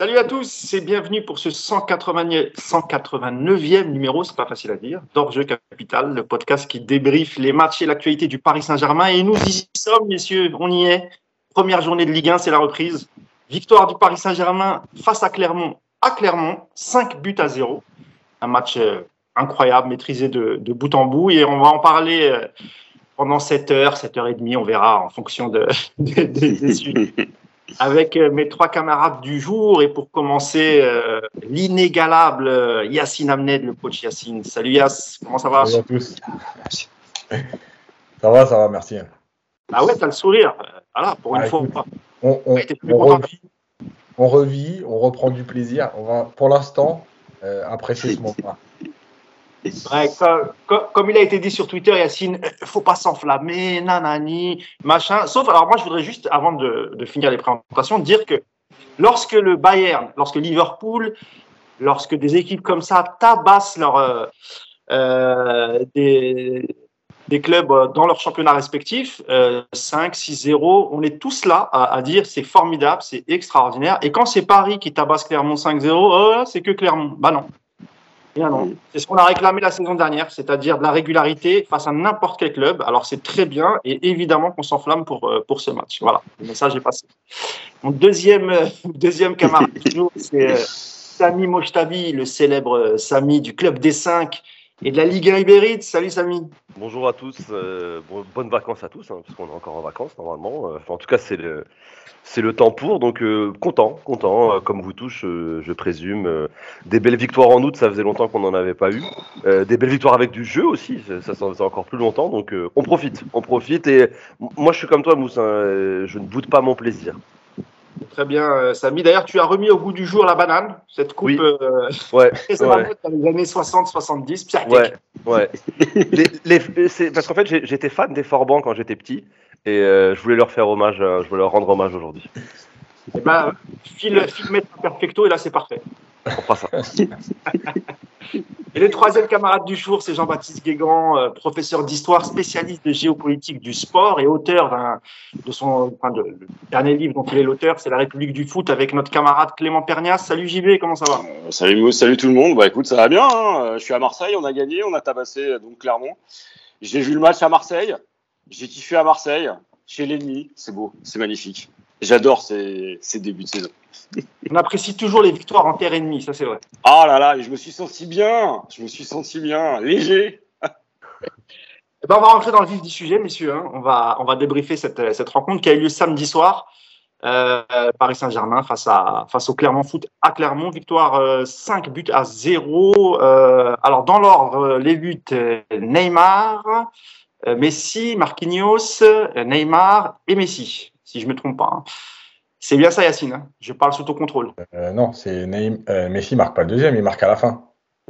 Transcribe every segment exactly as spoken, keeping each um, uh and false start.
Salut à tous et bienvenue pour ce cent quatre-vingt-neuvième numéro, c'est pas facile à dire, d'Hors-Jeu Capital, le podcast qui débriefe les matchs et l'actualité du Paris Saint-Germain. Et nous y sommes, messieurs, on y est. Première journée de Ligue un, c'est la reprise. Victoire du Paris Saint-Germain face à Clermont, à Clermont, cinq buts à zéro. Un match euh, incroyable, maîtrisé de, de bout en bout. Et on va en parler euh, pendant sept heures, sept heures trente, on verra en fonction de, de, de, des sujets. Avec mes trois camarades du jour et pour commencer, euh, l'inégalable Yacine Amned, le coach Yacine. Salut Yass, comment ça va? Salut à tous. Ça va, ça va, merci. Ah ouais, t'as le sourire. Voilà, pour une ah, fois. Écoute, on, on, on, revit, on revit, on reprend du plaisir. On va, pour l'instant, euh, apprécier ce moment-là. Ouais, comme, comme, comme il a été dit sur Twitter, Yacine, faut pas s'enflammer, nanani, machin. Sauf, alors moi, je voudrais juste, avant de, de finir les présentations, dire que lorsque le Bayern, lorsque Liverpool, lorsque des équipes comme ça tabassent leur, euh, euh, des, des clubs dans leur championnat respectif, euh, cinq, six zéro, on est tous là à, à dire c'est formidable, c'est extraordinaire. Et quand c'est Paris qui tabasse Clermont cinq zéro, oh, c'est que Clermont. Bah non. Bien non. C'est ce qu'on a réclamé la saison dernière, c'est-à-dire de la régularité face à n'importe quel club. Alors c'est très bien et évidemment qu'on s'enflamme pour, pour ce match. Voilà, le message est passé. Mon deuxième, deuxième camarade du jour, c'est Samy Mojtabi, le célèbre Samy du Club des cinq et de la Ligue un Ibéride. Salut Samy. Bonjour à tous, euh, bon, bonnes vacances à tous, hein, parce qu'on est encore en vacances normalement. Enfin, en tout cas, c'est le, c'est le temps pour, donc euh, content, content, euh, comme vous tous, euh, je présume. Euh, des belles victoires en août, ça faisait longtemps qu'on n'en avait pas eu. Euh, des belles victoires avec du jeu aussi, ça, ça faisait encore plus longtemps, donc euh, on profite, on profite. Et moi, je suis comme toi, Moussa, hein, je ne boude pas mon plaisir. Très bien, euh, Samy. D'ailleurs, tu as remis au goût du jour la banane, cette coupe oui. euh, ouais, très ouais. mode dans les années soixante soixante-dix. Pierre ouais, ouais. les, les, c'est, parce qu'en fait, j'ai, j'étais fan des Forbans quand j'étais petit et euh, je voulais leur faire hommage, euh, je voulais leur rendre hommage aujourd'hui. Et ben, file, file mettre un perfecto et là, c'est parfait. On fera ça. Et le troisième camarade du jour, c'est Jean-Baptiste Guégan, euh, professeur d'histoire, spécialiste de géopolitique du sport et auteur d'un, de son enfin de, le dernier livre dont il est l'auteur, c'est La République du foot, avec notre camarade Clément Pernias. Salut J B, comment ça va? euh, Salut Mousse, salut tout le monde. Bah écoute, ça va bien. Hein. Je suis à Marseille, on a gagné, on a tabassé donc Clermont. J'ai vu le match à Marseille, j'ai kiffé à Marseille, chez l'ennemi. C'est beau, c'est magnifique. J'adore ces, ces débuts de saison. On apprécie toujours les victoires en terre ennemie, ça c'est vrai. Ah là là, je me suis senti bien, je me suis senti bien, léger. Eh ben, on va rentrer dans le vif du sujet, messieurs. Hein. On va, on va débriefer cette, cette rencontre qui a eu lieu samedi soir. Euh, Paris Saint-Germain face, à, face au Clermont Foot à Clermont. Victoire euh, cinq buts à zéro. Euh, alors, dans l'ordre, les buts, euh, Neymar, euh, Messi, Marquinhos, euh, Neymar et Messi, si je ne me trompe pas. Hein. C'est bien ça, Yacine. Hein. Je parle sous ton contrôle. Euh, non, c'est Neym- euh, Messi marque pas le deuxième, il marque à la fin.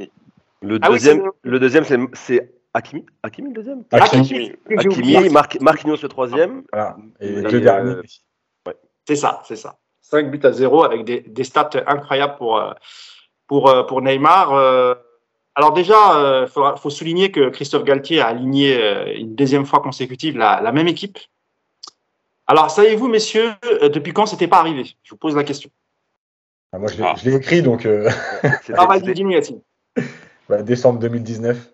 Le Ah deuxième, oui, c'est... le deuxième, c'est, c'est Hakimi, Hakimi le deuxième. Hakimi. Hakimi, Hakimi, Mar- Marquinhos le troisième. Voilà. Et les Et, deux euh, derniers. ouais. C'est ça, c'est ça. cinq buts à zéro avec des, des stats incroyables pour, pour, pour Neymar. Alors déjà, il faut, faut souligner que Christophe Galtier a aligné une deuxième fois consécutive la, la même équipe. Alors, savez-vous, messieurs, depuis quand c'était pas arrivé? Je vous pose la question. Ah, moi, je l'ai, ah. je l'ai écrit, donc... Euh... Ah, vas-y, dis-nous, Yacine. Bah, décembre deux mille dix-neuf.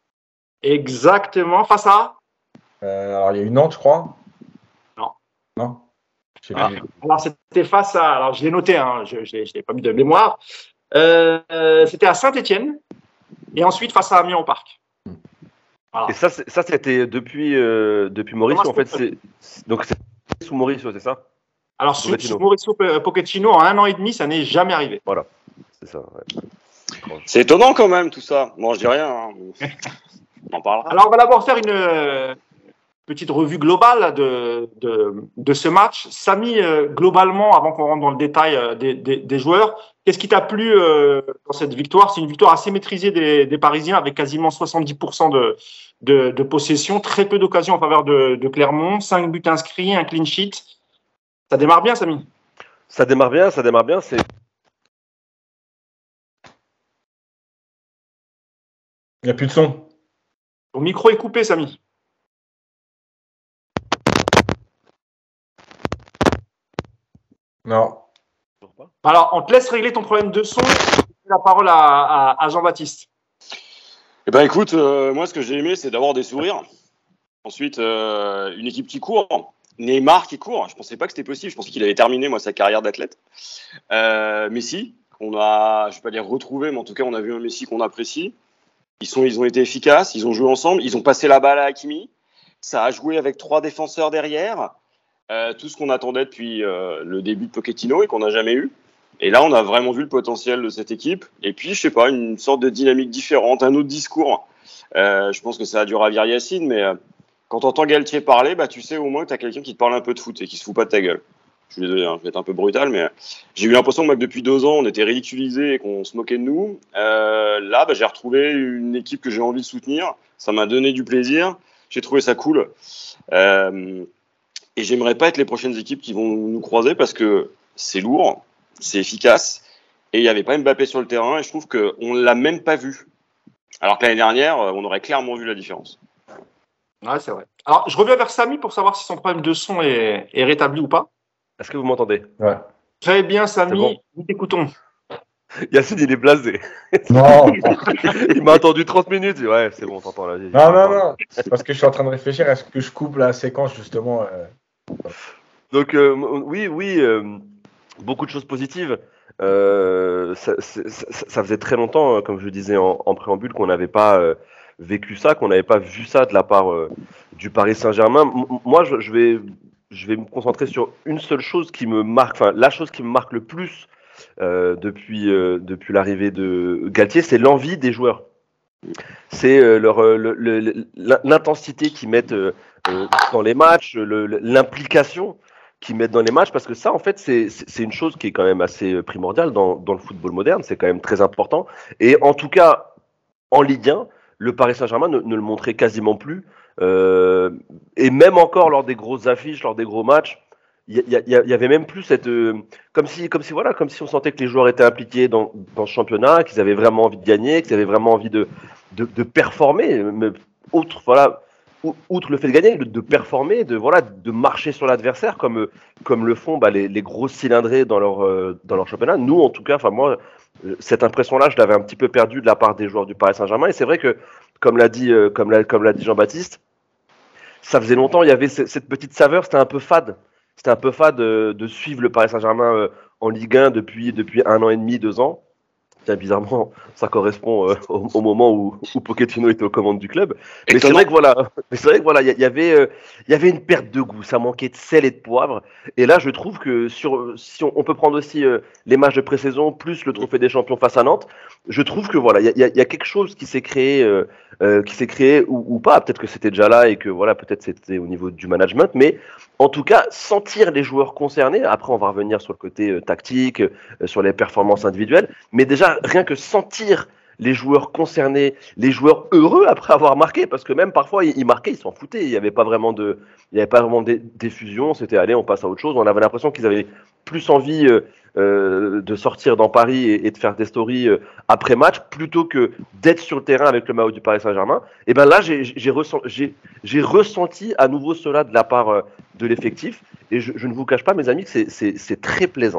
Exactement. Face à euh, Alors, il y a eu Nantes, je crois. Non. Non je sais ah. plus. Alors, c'était face à... Alors, je l'ai noté, hein, je ne l'ai pas mis de mémoire. Euh, c'était à Saint-Étienne et ensuite face à Amiens au Parc. Voilà. Et ça, c'est, ça c'était depuis, euh, depuis Mauricio, en fait. C'est, donc, c'est sous Mauricio, c'est ça? Alors, sous, sous Mauricio Pochettino, en un an et demi, ça n'est jamais arrivé. Voilà, c'est ça. Ouais. C'est étonnant quand même, tout ça. Bon, je dis rien. Hein. On en parlera. Alors, on va d'abord faire une euh, petite revue globale de, de, de ce match. Samy, euh, globalement, avant qu'on rentre dans le détail euh, des, des, des joueurs, qu'est-ce qui t'a plu euh, dans cette victoire? C'est une victoire assez maîtrisée des, des Parisiens, avec quasiment soixante-dix pour cent de, de, de possession, très peu d'occasions en faveur de, de Clermont, cinq buts inscrits, un clean sheet. Ça démarre bien, Samy? Ça démarre bien, ça démarre bien. C'est... Il n'y a plus de son. Ton micro est coupé, Samy. Non. pas. Alors, on te laisse régler ton problème de son. Je donne la parole à, à, à Jean-Baptiste. Eh ben écoute, euh, moi ce que j'ai aimé, c'est d'avoir des sourires. Ensuite, euh, une équipe qui court. Neymar qui court. Je pensais pas que c'était possible. Je pensais qu'il avait terminé moi sa carrière d'athlète. Euh, Messi, qu'on a, je vais pas dire retrouvé, mais en tout cas on a vu un Messi qu'on apprécie. Ils sont, ils ont été efficaces. Ils ont joué ensemble. Ils ont passé la balle à Hakimi. Ça a joué avec trois défenseurs derrière. Euh, tout ce qu'on attendait depuis euh, le début de Pochettino et qu'on n'a jamais eu. Et là, on a vraiment vu le potentiel de cette équipe. Et puis, je sais pas, une sorte de dynamique différente, un autre discours. Euh, je pense que ça a dû ravir Yacine, mais euh, quand tu entends Galtier parler, bah, tu sais au moins que tu as quelqu'un qui te parle un peu de foot et qui se fout pas de ta gueule. Je suis désolé, hein, je vais être un peu brutal, mais j'ai eu l'impression moi, que depuis deux ans, on était ridiculisés et qu'on se moquait de nous. Euh, là, bah, j'ai retrouvé une équipe que j'ai envie de soutenir. Ça m'a donné du plaisir. J'ai trouvé ça cool. Euh, et j'aimerais pas être les prochaines équipes qui vont nous croiser parce que c'est lourd, c'est efficace. Et il n'y avait pas Mbappé sur le terrain et je trouve qu'on ne l'a même pas vu. Alors que l'année dernière, on aurait clairement vu la différence. Ouais, c'est vrai. Alors, je reviens vers Samy pour savoir si son problème de son est, est rétabli ou pas. Est-ce que vous m'entendez? Ouais. Très bien, Samy, bon. nous t'écoutons. Yacine, il est blasé. Non, Il m'a attendu trente minutes. Ouais, c'est bon, t'entends la vie. non, non, non. Parce que je suis en train de réfléchir. Est-ce que je coupe la séquence justement euh... Donc, euh, oui, oui, euh, beaucoup de choses positives. Euh, ça, ça, ça faisait très longtemps, comme je disais en, en préambule, qu'on n'avait pas euh, vécu ça, qu'on n'avait pas vu ça de la part euh, du Paris Saint-Germain. M- moi, je, je, vais, je vais me concentrer sur une seule chose qui me marque, enfin, la chose qui me marque le plus euh, depuis, euh, depuis l'arrivée de Galtier, c'est l'envie des joueurs. C'est euh, leur, euh, le, le, l'intensité qu'ils mettent euh, euh, dans les matchs, le, l'implication qu'ils mettent dans les matchs, parce que ça, en fait, c'est, c'est une chose qui est quand même assez primordiale dans, dans le football moderne, c'est quand même très important. Et en tout cas, en Ligue un, le Paris Saint-Germain ne, ne le montrait quasiment plus. Euh, et même encore lors des grosses affiches, lors des gros matchs, il y, y, y avait même plus cette... Euh, comme, si, comme, si, voilà, comme si on sentait que les joueurs étaient impliqués dans, dans ce championnat, qu'ils avaient vraiment envie de gagner, qu'ils avaient vraiment envie de, de, de performer. Mais outre, voilà, outre le fait de gagner, de, de performer, de, voilà, de marcher sur l'adversaire, comme, comme le font bah, les, les gros cylindrés dans leur, euh, dans leur championnat. Nous, en tout cas, enfin moi, cette impression-là, je l'avais un petit peu perdue de la part des joueurs du Paris Saint-Germain. Et c'est vrai que, comme l'a dit, euh, comme l'a, comme l'a dit Jean-Baptiste, ça faisait longtemps, il y avait c- cette petite saveur, c'était un peu fade. C'était un peu fade de, de suivre le Paris Saint-Germain euh, en Ligue un depuis, depuis un an et demi, deux ans. Tiens, bizarrement, ça correspond euh, au, au moment où, où Pochettino était aux commandes du club. Mais c'est vrai que voilà, mais c'est vrai que voilà, il y, y avait, euh, il y avait une perte de goût. Ça manquait de sel et de poivre. Et là, je trouve que sur, si on, on peut prendre aussi euh, les matchs de pré-saison plus le Trophée des Champions face à Nantes, je trouve que voilà, il y, y, y a quelque chose qui s'est créé, euh, euh, qui s'est créé ou, ou pas. Peut-être que c'était déjà là et que voilà, peut-être c'était au niveau du management, mais en tout cas, sentir les joueurs concernés. Après, on va revenir sur le côté euh, tactique, euh, sur les performances individuelles, mais déjà rien que sentir les joueurs concernés, les joueurs heureux après avoir marqué, parce que même parfois ils marquaient, ils s'en foutaient, il n'y avait pas vraiment de, il y avait pas vraiment de d'effusion, c'était allez, on passe à autre chose. On avait l'impression qu'ils avaient plus envie euh, euh, de sortir dans Paris et, et de faire des stories euh, après match plutôt que d'être sur le terrain avec le maillot du Paris Saint-Germain. Et ben là, j'ai, j'ai, ressent, j'ai, j'ai ressenti à nouveau cela de la part euh, de l'effectif, et je, je ne vous cache pas, mes amis, que c'est, c'est, c'est très plaisant.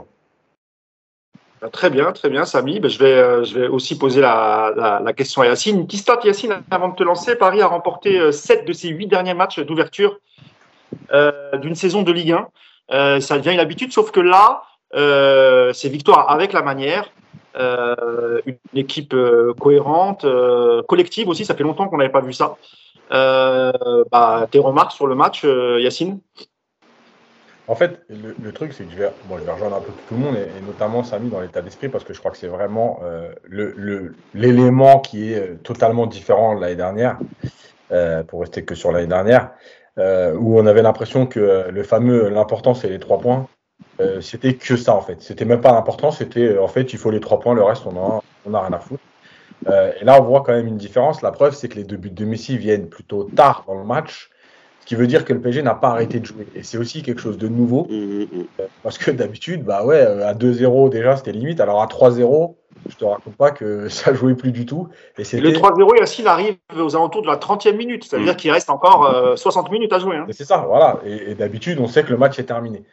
Très bien, très bien, Samy. Ben, je, vais, euh, je vais aussi poser la, la, la question à Yacine. Une petite stat, Yacine, avant de te lancer. Paris a remporté euh, sept de ses huit derniers matchs d'ouverture euh, d'une saison de Ligue un. Euh, ça devient une habitude, sauf que là, euh, c'est victoire avec la manière. Euh, une équipe euh, cohérente, euh, collective aussi. Ça fait longtemps qu'on n'avait pas vu ça. Euh, bah, tes remarques sur le match, euh, Yacine? En fait, le, le truc, c'est que je vais, bon, je vais rejoindre un peu tout le monde, et, et notamment Samy dans l'état d'esprit, parce que je crois que c'est vraiment euh, le, le, l'élément qui est totalement différent de l'année dernière, euh, pour rester que sur l'année dernière, euh, où on avait l'impression que euh, le fameux, l'important, c'est les trois points. Euh, c'était que ça, en fait. C'était même pas l'important, c'était, en fait, il faut les trois points, le reste, on a, on a rien à foutre. Euh, et là, on voit quand même une différence. La preuve, c'est que les deux buts de Messi viennent plutôt tard dans le match, ce qui veut dire que le P S G n'a pas arrêté de jouer. Et c'est aussi quelque chose de nouveau, euh, parce que d'habitude, bah ouais, à deux zéro déjà, c'était limite. Alors à trois zéro, je te raconte pas que ça jouait plus du tout. Et c'était... Le trois zéro, Yacine arrive aux alentours de la trentième minute. C'est-à-dire mmh. qu'il reste encore euh, soixante minutes à jouer. Hein. Et c'est ça, voilà. Et, et d'habitude, on sait que le match est terminé.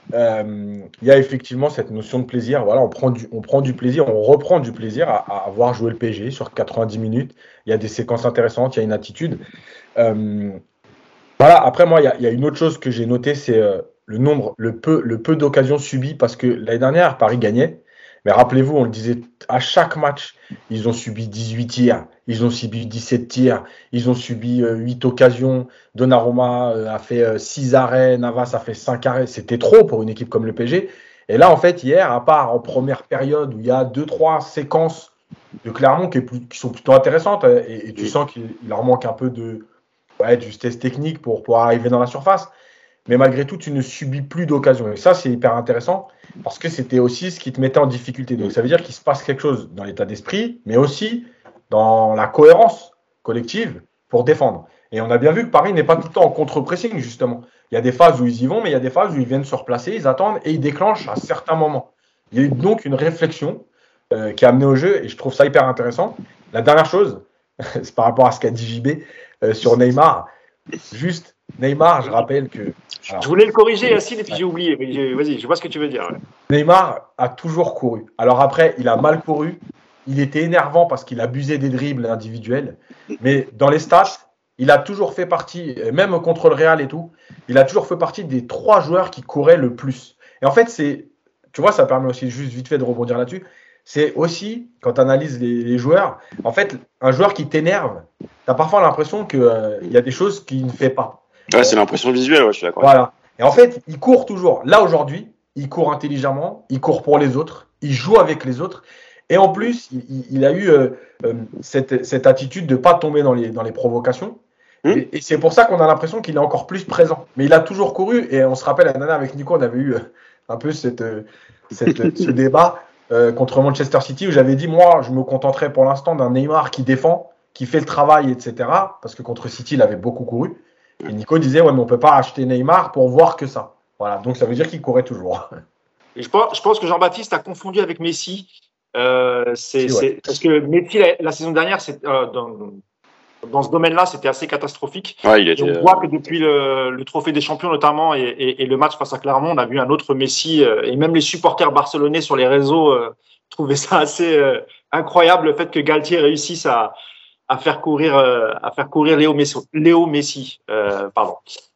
euh, il y a effectivement cette notion de plaisir. Voilà, on prend du, on prend du plaisir, on reprend du plaisir à, à voir jouer le P S G sur quatre-vingt-dix minutes. Il y a des séquences intéressantes, il y a une attitude. Euh, voilà, après, moi, il y, a, il y a une autre chose que j'ai notée, c'est euh, le nombre, le peu, le peu d'occasions subies, parce que l'année dernière, Paris gagnait. Mais rappelez-vous, on le disait à chaque match, ils ont subi dix-huit tirs, ils ont subi dix-sept tirs, ils ont subi euh, huit occasions. Donnarumma euh, a fait euh, six arrêts, Navas a fait cinq arrêts. C'était trop pour une équipe comme le P S G. Et là, en fait, hier, à part en première période où il y a deux, trois séquences de Clermont qui, est plus, qui sont plutôt intéressantes, et, et tu sens qu'il leur manque un peu de, ouais, de justesse technique pour pouvoir arriver dans la surface. Mais malgré tout, tu ne subis plus d'occasion. Et ça, c'est hyper intéressant parce que c'était aussi ce qui te mettait en difficulté. Donc, ça veut dire qu'il se passe quelque chose dans l'état d'esprit, mais aussi dans la cohérence collective pour défendre. Et on a bien vu que Paris n'est pas tout le temps en contre-pressing, justement. Il y a des phases où ils y vont, mais il y a des phases où ils viennent se replacer, ils attendent et ils déclenchent à certains moments. Il y a eu donc une réflexion euh, qui a amené au jeu et je trouve ça hyper intéressant. La dernière chose, c'est par rapport à ce qu'a dit J B euh, sur Neymar. Juste, Neymar, je rappelle que... Alors, je voulais le corriger, Yacine, et puis j'ai oublié. Mais vas-y, je vois ce que tu veux dire. Ouais. Neymar a toujours couru. Alors après, il a mal couru. Il était énervant parce qu'il abusait des dribbles individuels. Mais dans les stats, il a toujours fait partie, même contre le Real et tout, il a toujours fait partie des trois joueurs qui couraient le plus. Et en fait, c'est, tu vois, ça permet aussi juste vite fait de rebondir là-dessus. C'est aussi, quand tu analyses les, les joueurs, en fait, un joueur qui t'énerve, tu as parfois l'impression qu'il euh, y a des choses qu'il ne fait pas. Ouais, c'est l'impression visuelle, ouais, je suis d'accord. Voilà. Et en fait, il court toujours. Là, aujourd'hui, il court intelligemment, il court pour les autres, il joue avec les autres. Et en plus, il, il a eu euh, euh, cette, cette attitude de ne pas tomber dans les, dans les provocations. Mmh. Et, et c'est pour ça qu'on a l'impression qu'il est encore plus présent. Mais il a toujours couru. Et on se rappelle, l'année dernière, avec Nico, on avait eu euh, un peu cette, euh, cette, ce débat euh, contre Manchester City où j'avais dit, moi, je me contenterais pour l'instant d'un Neymar qui défend, qui fait le travail, et cetera. Parce que contre City, il avait beaucoup couru. Et Nico disait, ouais, mais on ne peut pas acheter Neymar pour voir que ça. Voilà, donc ça veut dire qu'il courait toujours. Et je pense, je pense que Jean-Baptiste a confondu avec Messi. Euh, c'est, si, ouais. c'est, parce que Messi, la, la saison dernière, c'est, euh, dans, dans ce domaine-là, c'était assez catastrophique. Ouais, il était, et on voit que depuis le, le Trophée des Champions, notamment, et, et, et le match face à Clermont, on a vu un autre Messi. Euh, et même les supporters barcelonais sur les réseaux euh, trouvaient ça assez euh, incroyable, le fait que Galtier réussisse à à faire courir euh, à faire courir Léo Messi, Léo Messi euh, pardon.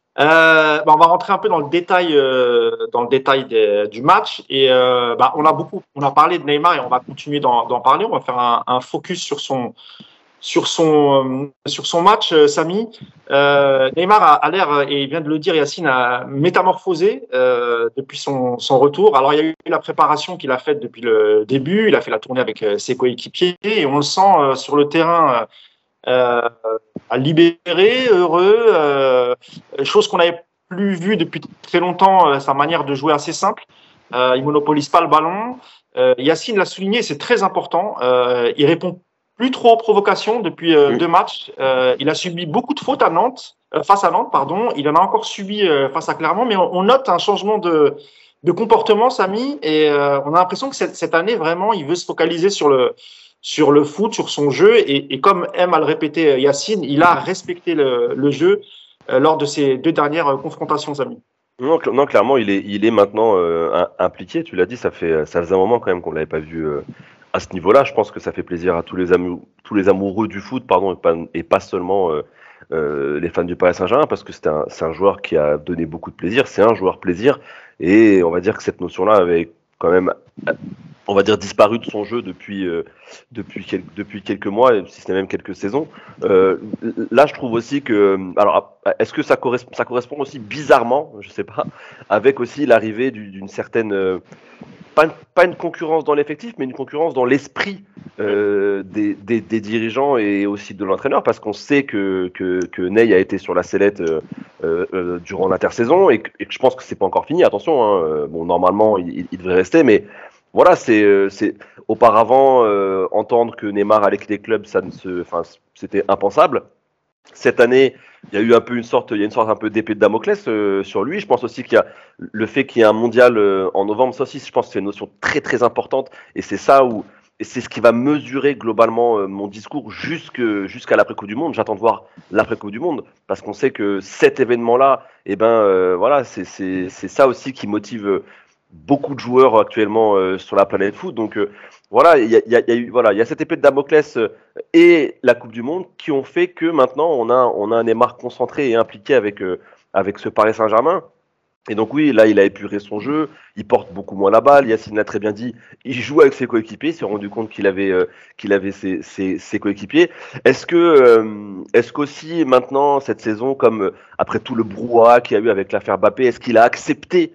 Euh, bah on va rentrer un peu dans le détail euh, dans le détail des, du match et euh, bah on a beaucoup on a parlé de Neymar et on va continuer d'en, d'en parler. On va faire un, un focus sur son sur son euh, sur son match, euh, Samy. Euh, Neymar a, a l'air, et il vient de le dire, Yacine, a métamorphosé euh, depuis son son retour. Alors il y a eu la préparation qu'il a faite depuis le début. Il a fait la tournée avec euh, ses coéquipiers et on le sent euh, sur le terrain euh, à libéré, heureux. Euh, chose qu'on n'avait plus vue depuis très longtemps. Euh, sa manière de jouer assez simple. Euh, il monopolise pas le ballon. Euh, Yacine l'a souligné, c'est très important. Euh, il répond plus trop aux provocations depuis euh, mmh. deux matchs. Euh, il a subi beaucoup de fautes à Nantes, euh, face à Nantes, pardon. Il en a encore subi euh, face à Clermont, mais on, on note un changement de, de comportement, Samy, et euh, on a l'impression que cette, cette année, vraiment, il veut se focaliser sur le, sur le foot, sur son jeu, et, et comme aime à le répéter Yacine, il a respecté le, le jeu euh, lors de ces deux dernières euh, confrontations, Samy. Non, cl- non, clairement, il est, il est maintenant euh, impliqué. Tu l'as dit, ça fait, ça faisait un moment quand même qu'on l'avait pas vu euh, à ce niveau-là. Je pense que ça fait plaisir à tous les, amou- tous les amoureux du foot, pardon, et pas, et pas seulement euh, euh, les fans du Paris Saint-Germain, parce que c'est un, c'est un joueur qui a donné beaucoup de plaisir. C'est un joueur plaisir, et on va dire que cette notion-là avait quand même, on va dire, disparu de son jeu depuis euh, depuis quel, depuis quelques mois, si ce n'est même quelques saisons. Euh, là, je trouve aussi que, alors, est-ce que ça correspond, ça correspond aussi bizarrement, je sais pas, avec aussi l'arrivée du, d'une certaine, euh, pas, une, pas une concurrence dans l'effectif, mais une concurrence dans l'esprit euh, des, des, des dirigeants et aussi de l'entraîneur, parce qu'on sait que que, que Ney a été sur la sellette euh, euh, durant l'intersaison et que, et que je pense que c'est pas encore fini. Attention, hein, bon, normalement, il, il devrait rester, mais voilà, c'est, c'est auparavant euh, entendre que Neymar allait quitter le club, ça ne se, enfin, c'était impensable. Cette année, il y a eu un peu une sorte, il y a une sorte un peu d'épée de Damoclès euh, sur lui. Je pense aussi qu'il y a le fait qu'il y ait un mondial euh, en novembre, ça aussi, je pense que c'est une notion très très importante. Et c'est ça où, et c'est ce qui va mesurer globalement euh, mon discours jusque, jusqu'à l'après-Coupe du Monde. J'attends de voir l'après-Coupe du Monde, parce qu'on sait que cet événement-là, eh ben, euh, voilà, c'est, c'est, c'est ça aussi qui motive euh, beaucoup de joueurs actuellement euh, sur la planète foot. Donc euh, voilà, il y a, y, a, y a eu, voilà, il y a cette épée de Damoclès euh, et la Coupe du Monde qui ont fait que maintenant on a, on a un Neymar concentré et impliqué avec, euh, avec ce Paris Saint-Germain. Et donc oui, là, il a épuré son jeu, il porte beaucoup moins la balle, Yacine l'a très bien dit, il joue avec ses coéquipiers, il s'est rendu compte qu'il avait, euh, qu'il avait ses, ses, ses coéquipiers. Est-ce que, euh, est-ce qu'aussi maintenant, cette saison, comme euh, après tout le brouhaha qu'il y a eu avec l'affaire Mbappé, est-ce qu'il a accepté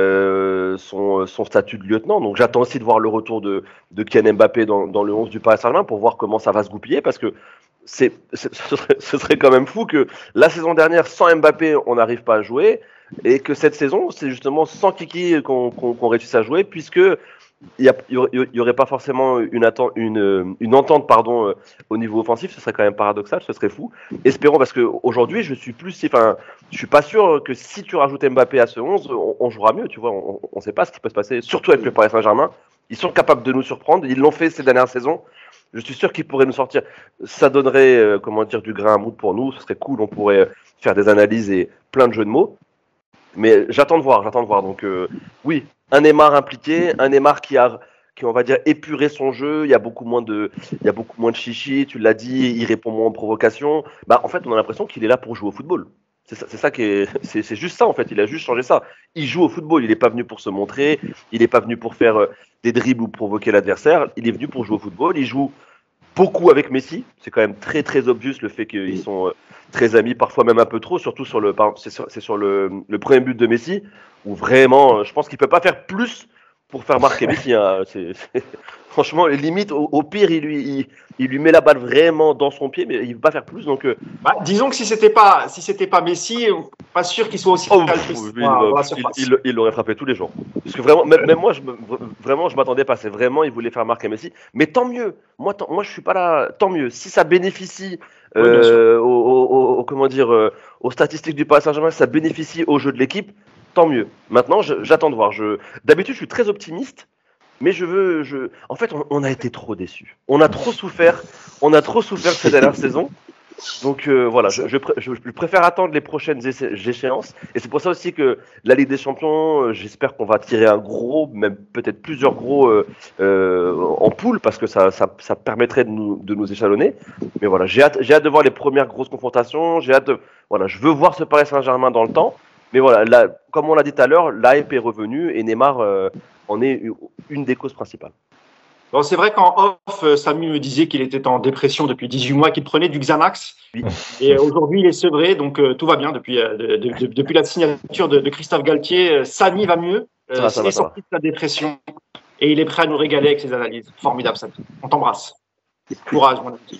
euh, son, son statut de lieutenant? Donc j'attends aussi de voir le retour de, de Kylian Mbappé dans, dans le onze du Paris Saint-Germain pour voir comment ça va se goupiller, parce que c'est, c'est, ce, serait, ce serait quand même fou que la saison dernière, sans Mbappé, on n'arrive pas à jouer, et que cette saison, c'est justement sans Kiki qu'on, qu'on, qu'on réussisse à jouer, puisque il n'y aurait pas forcément une, atten- une, une entente pardon, euh, au niveau offensif. Ce serait quand même paradoxal, ce serait fou. Espérons, parce qu'aujourd'hui, je suis plus, enfin, je suis pas sûr que si tu rajoutes Mbappé à ce onze, on, on jouera mieux, tu vois. On ne sait pas ce qui peut se passer, surtout avec le Paris Saint-Germain. Ils sont capables de nous surprendre, ils l'ont fait ces dernières saisons. Je suis sûr qu'ils pourraient nous sortir. Ça donnerait, euh, comment dire, du grain à moudre pour nous. Ce serait cool, on pourrait faire des analyses et plein de jeux de mots. Mais j'attends de voir, j'attends de voir. Donc euh, oui, un Neymar impliqué, un Neymar qui a, qui on va dire épuré son jeu. Il y a beaucoup moins de, il y a beaucoup moins de chichi. Tu l'as dit, il répond moins aux provocations. Bah en fait, on a l'impression qu'il est là pour jouer au football. C'est ça, c'est ça qui est, c'est, c'est juste ça en fait. Il a juste changé ça. Il joue au football. Il n'est pas venu pour se montrer. Il n'est pas venu pour faire euh, des dribbles ou provoquer l'adversaire. Il est venu pour jouer au football. Il joue beaucoup avec Messi. C'est quand même très très obvious le fait qu'ils sont euh, très amis, parfois même un peu trop, surtout sur le, par exemple, c'est sur, c'est sur le, le premier but de Messi, où vraiment, je pense qu'il peut pas faire plus pour faire marquer Messi. Hein. C'est, c'est, franchement, limite, au, au pire, il lui, il, il lui met la balle vraiment dans son pied, mais il ne peut pas faire plus. Donc, euh... bah, disons que si c'était pas, si c'était pas Messi, pas sûr qu'il soit aussi oh, altruiste. il, voilà, il, il, il l'aurait frappé tous les jours. Parce que vraiment, même, même moi, je me, vraiment, je m'attendais pas. C'est vraiment, il voulait faire marquer Messi. Mais tant mieux. Moi, tant, moi, je suis pas là. Tant mieux. Si ça bénéficie euh, oui, au, au, au, comment dire, euh, aux statistiques du Paris Saint-Germain, ça bénéficie au jeu de l'équipe, tant mieux. Maintenant, je, j'attends de voir. Je, d'habitude, je suis très optimiste. Mais je veux, je, en fait, on, on a été trop déçus. On a trop souffert. On a trop souffert cette dernière saison. Donc euh, voilà, je, je, je, je préfère attendre les prochaines échéances. Et c'est pour ça aussi que la Ligue des Champions, euh, j'espère qu'on va tirer un gros, même peut-être plusieurs gros euh, euh, en poule, parce que ça, ça, ça permettrait de nous, de nous échelonner. Mais voilà, j'ai hâte, j'ai hâte de voir les premières grosses confrontations. J'ai hâte de, voilà, je veux voir ce Paris Saint-Germain dans le temps. Mais voilà, là, comme on l'a dit tout à l'heure, la hype est revenue et Neymar euh, en est une des causes principales. Bon, c'est vrai qu'en off, Samy me disait qu'il était en dépression depuis dix-huit mois, qu'il prenait du Xanax. Oui. Et aujourd'hui, il est sevré, donc euh, tout va bien. Depuis, euh, de, de, de, depuis la signature de, de Christophe Galtier, euh, Samy va mieux. Euh, va, il est sorti de sa dépression et il est prêt à nous régaler avec ses analyses. Formidable, Samy. On t'embrasse. Courage, mon ami.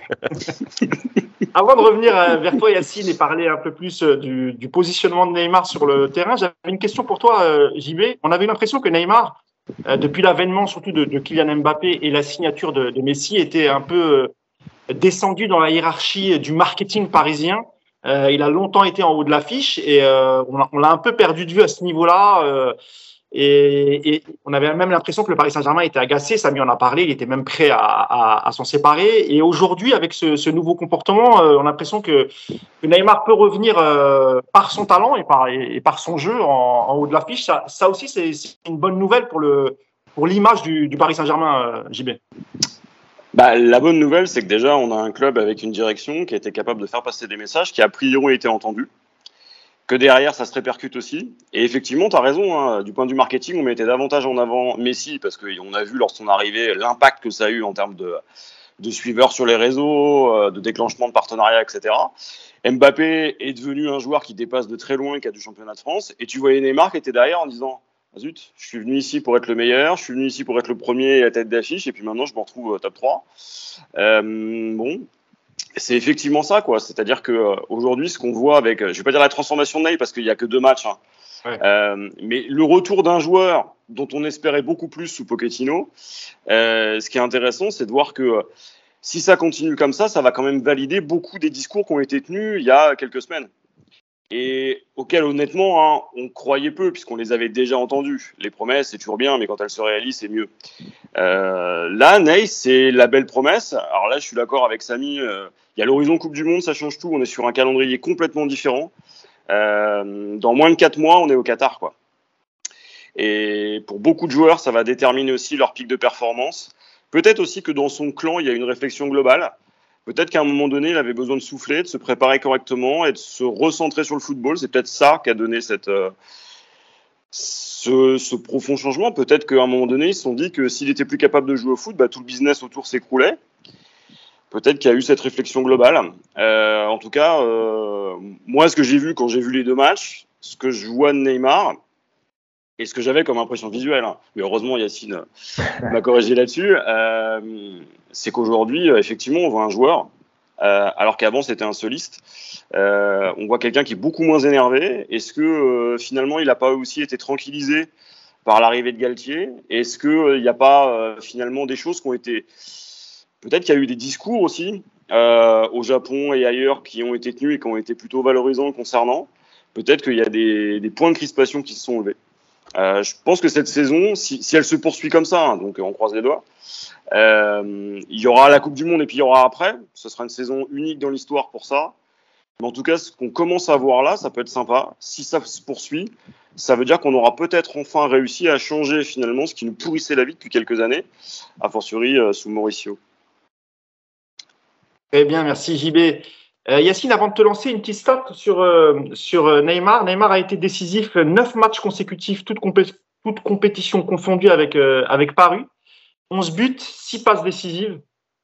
Avant de revenir euh, vers toi, Yacine, et parler un peu plus euh, du, du positionnement de Neymar sur le terrain, j'avais une question pour toi, euh, J B. On avait l'impression que Neymar, Euh, depuis l'avènement surtout de, de Kylian Mbappé et la signature de, de Messi, était un peu euh, descendu dans la hiérarchie du marketing parisien. Euh, il a longtemps été en haut de l'affiche et euh, on, a, on l'a un peu perdu de vue à ce niveau-là. Euh, et, et on avait même l'impression que le Paris Saint-Germain était agacé. Samy en a parlé, il était même prêt à, à, à s'en séparer. Et aujourd'hui, avec ce, ce nouveau comportement, euh, on a l'impression que, que Neymar peut revenir euh, par son talent et par, et, et par son jeu en, en haut de l'affiche. Ça, ça aussi, c'est, c'est une bonne nouvelle pour, le, pour l'image du, du Paris Saint-Germain, euh, J B. Bah, la bonne nouvelle, c'est que déjà, on a un club avec une direction qui a été capable de faire passer des messages qui, a priori, ont été entendus. Que derrière, ça se répercute aussi. Et effectivement, tu as raison, hein, du point de vue marketing, on mettait davantage en avant Messi, parce qu'on a vu, lorsqu'on est arrivé, l'impact que ça a eu en termes de, de suiveurs sur les réseaux, de déclenchement de partenariats, et cetera. Mbappé est devenu un joueur qui dépasse de très loin le cadre du championnat de France. Et tu voyais Neymar qui était derrière en disant « Zut, je suis venu ici pour être le meilleur, je suis venu ici pour être le premier à la tête d'affiche, et puis maintenant, je me retrouve top trois. Euh, » Bon... C'est effectivement ça, quoi. C'est-à-dire qu'aujourd'hui, ce qu'on voit avec, je ne vais pas dire la transformation de Ney parce qu'il n'y a que deux matchs, hein. Ouais. Euh, mais le retour d'un joueur dont on espérait beaucoup plus sous Pochettino, euh, ce qui est intéressant, c'est de voir que si ça continue comme ça, ça va quand même valider beaucoup des discours qui ont été tenus il y a quelques semaines. et auxquelles honnêtement hein, on croyait peu puisqu'on les avait déjà entendues. Les promesses c'est toujours bien, mais quand elles se réalisent c'est mieux. Euh, là, Ney, c'est la belle promesse. Alors là, je suis d'accord avec Samy. Euh, il y a l'horizon Coupe du Monde, ça change tout. On est sur un calendrier complètement différent. Euh, dans moins de quatre mois, on est au Qatar, quoi. Et pour beaucoup de joueurs, ça va déterminer aussi leur pic de performance. Peut-être aussi que dans son clan, il y a une réflexion globale. Peut-être qu'à un moment donné, il avait besoin de souffler, de se préparer correctement et de se recentrer sur le football. C'est peut-être ça qui a donné cette, euh, ce, ce profond changement. Peut-être qu'à un moment donné, ils se sont dit que s'il était plus capable de jouer au foot, bah, tout le business autour s'écroulait. Peut-être qu'il y a eu cette réflexion globale. Euh, en tout cas, euh, moi, ce que j'ai vu quand j'ai vu les deux matchs, ce que je vois de Neymar, et ce que j'avais comme impression visuelle, hein, mais heureusement Yacine m'a corrigé là-dessus, euh, c'est qu'aujourd'hui, effectivement, on voit un joueur, euh, alors qu'avant c'était un soliste, euh, on voit quelqu'un qui est beaucoup moins énervé. Est-ce que euh, finalement il n'a pas aussi été tranquillisé par l'arrivée de Galtier? Est-ce qu'il n'y a pas euh, finalement des choses qui ont été... Peut-être qu'il y a eu des discours aussi euh, au Japon et ailleurs qui ont été tenus et qui ont été plutôt valorisants concernant. Peut-être qu'il y a des, des points de crispation qui se sont levés. Euh, je pense que cette saison, si, si elle se poursuit comme ça, hein, donc on croise les doigts, euh, il y aura la Coupe du Monde et puis il y aura après. Ce sera une saison unique dans l'histoire pour ça. Mais en tout cas, ce qu'on commence à voir là, ça peut être sympa. Si ça se poursuit, ça veut dire qu'on aura peut-être enfin réussi à changer finalement ce qui nous pourrissait la vie depuis quelques années, a fortiori euh, sous Mauricio. Très bien, merci J B. Euh, Yacine, avant de te lancer, une petite stat sur, euh, sur Neymar. Neymar a été décisif neuf matchs consécutifs, toutes, compé- toutes compétitions confondues avec, euh, avec Paris. onze buts, six passes décisives,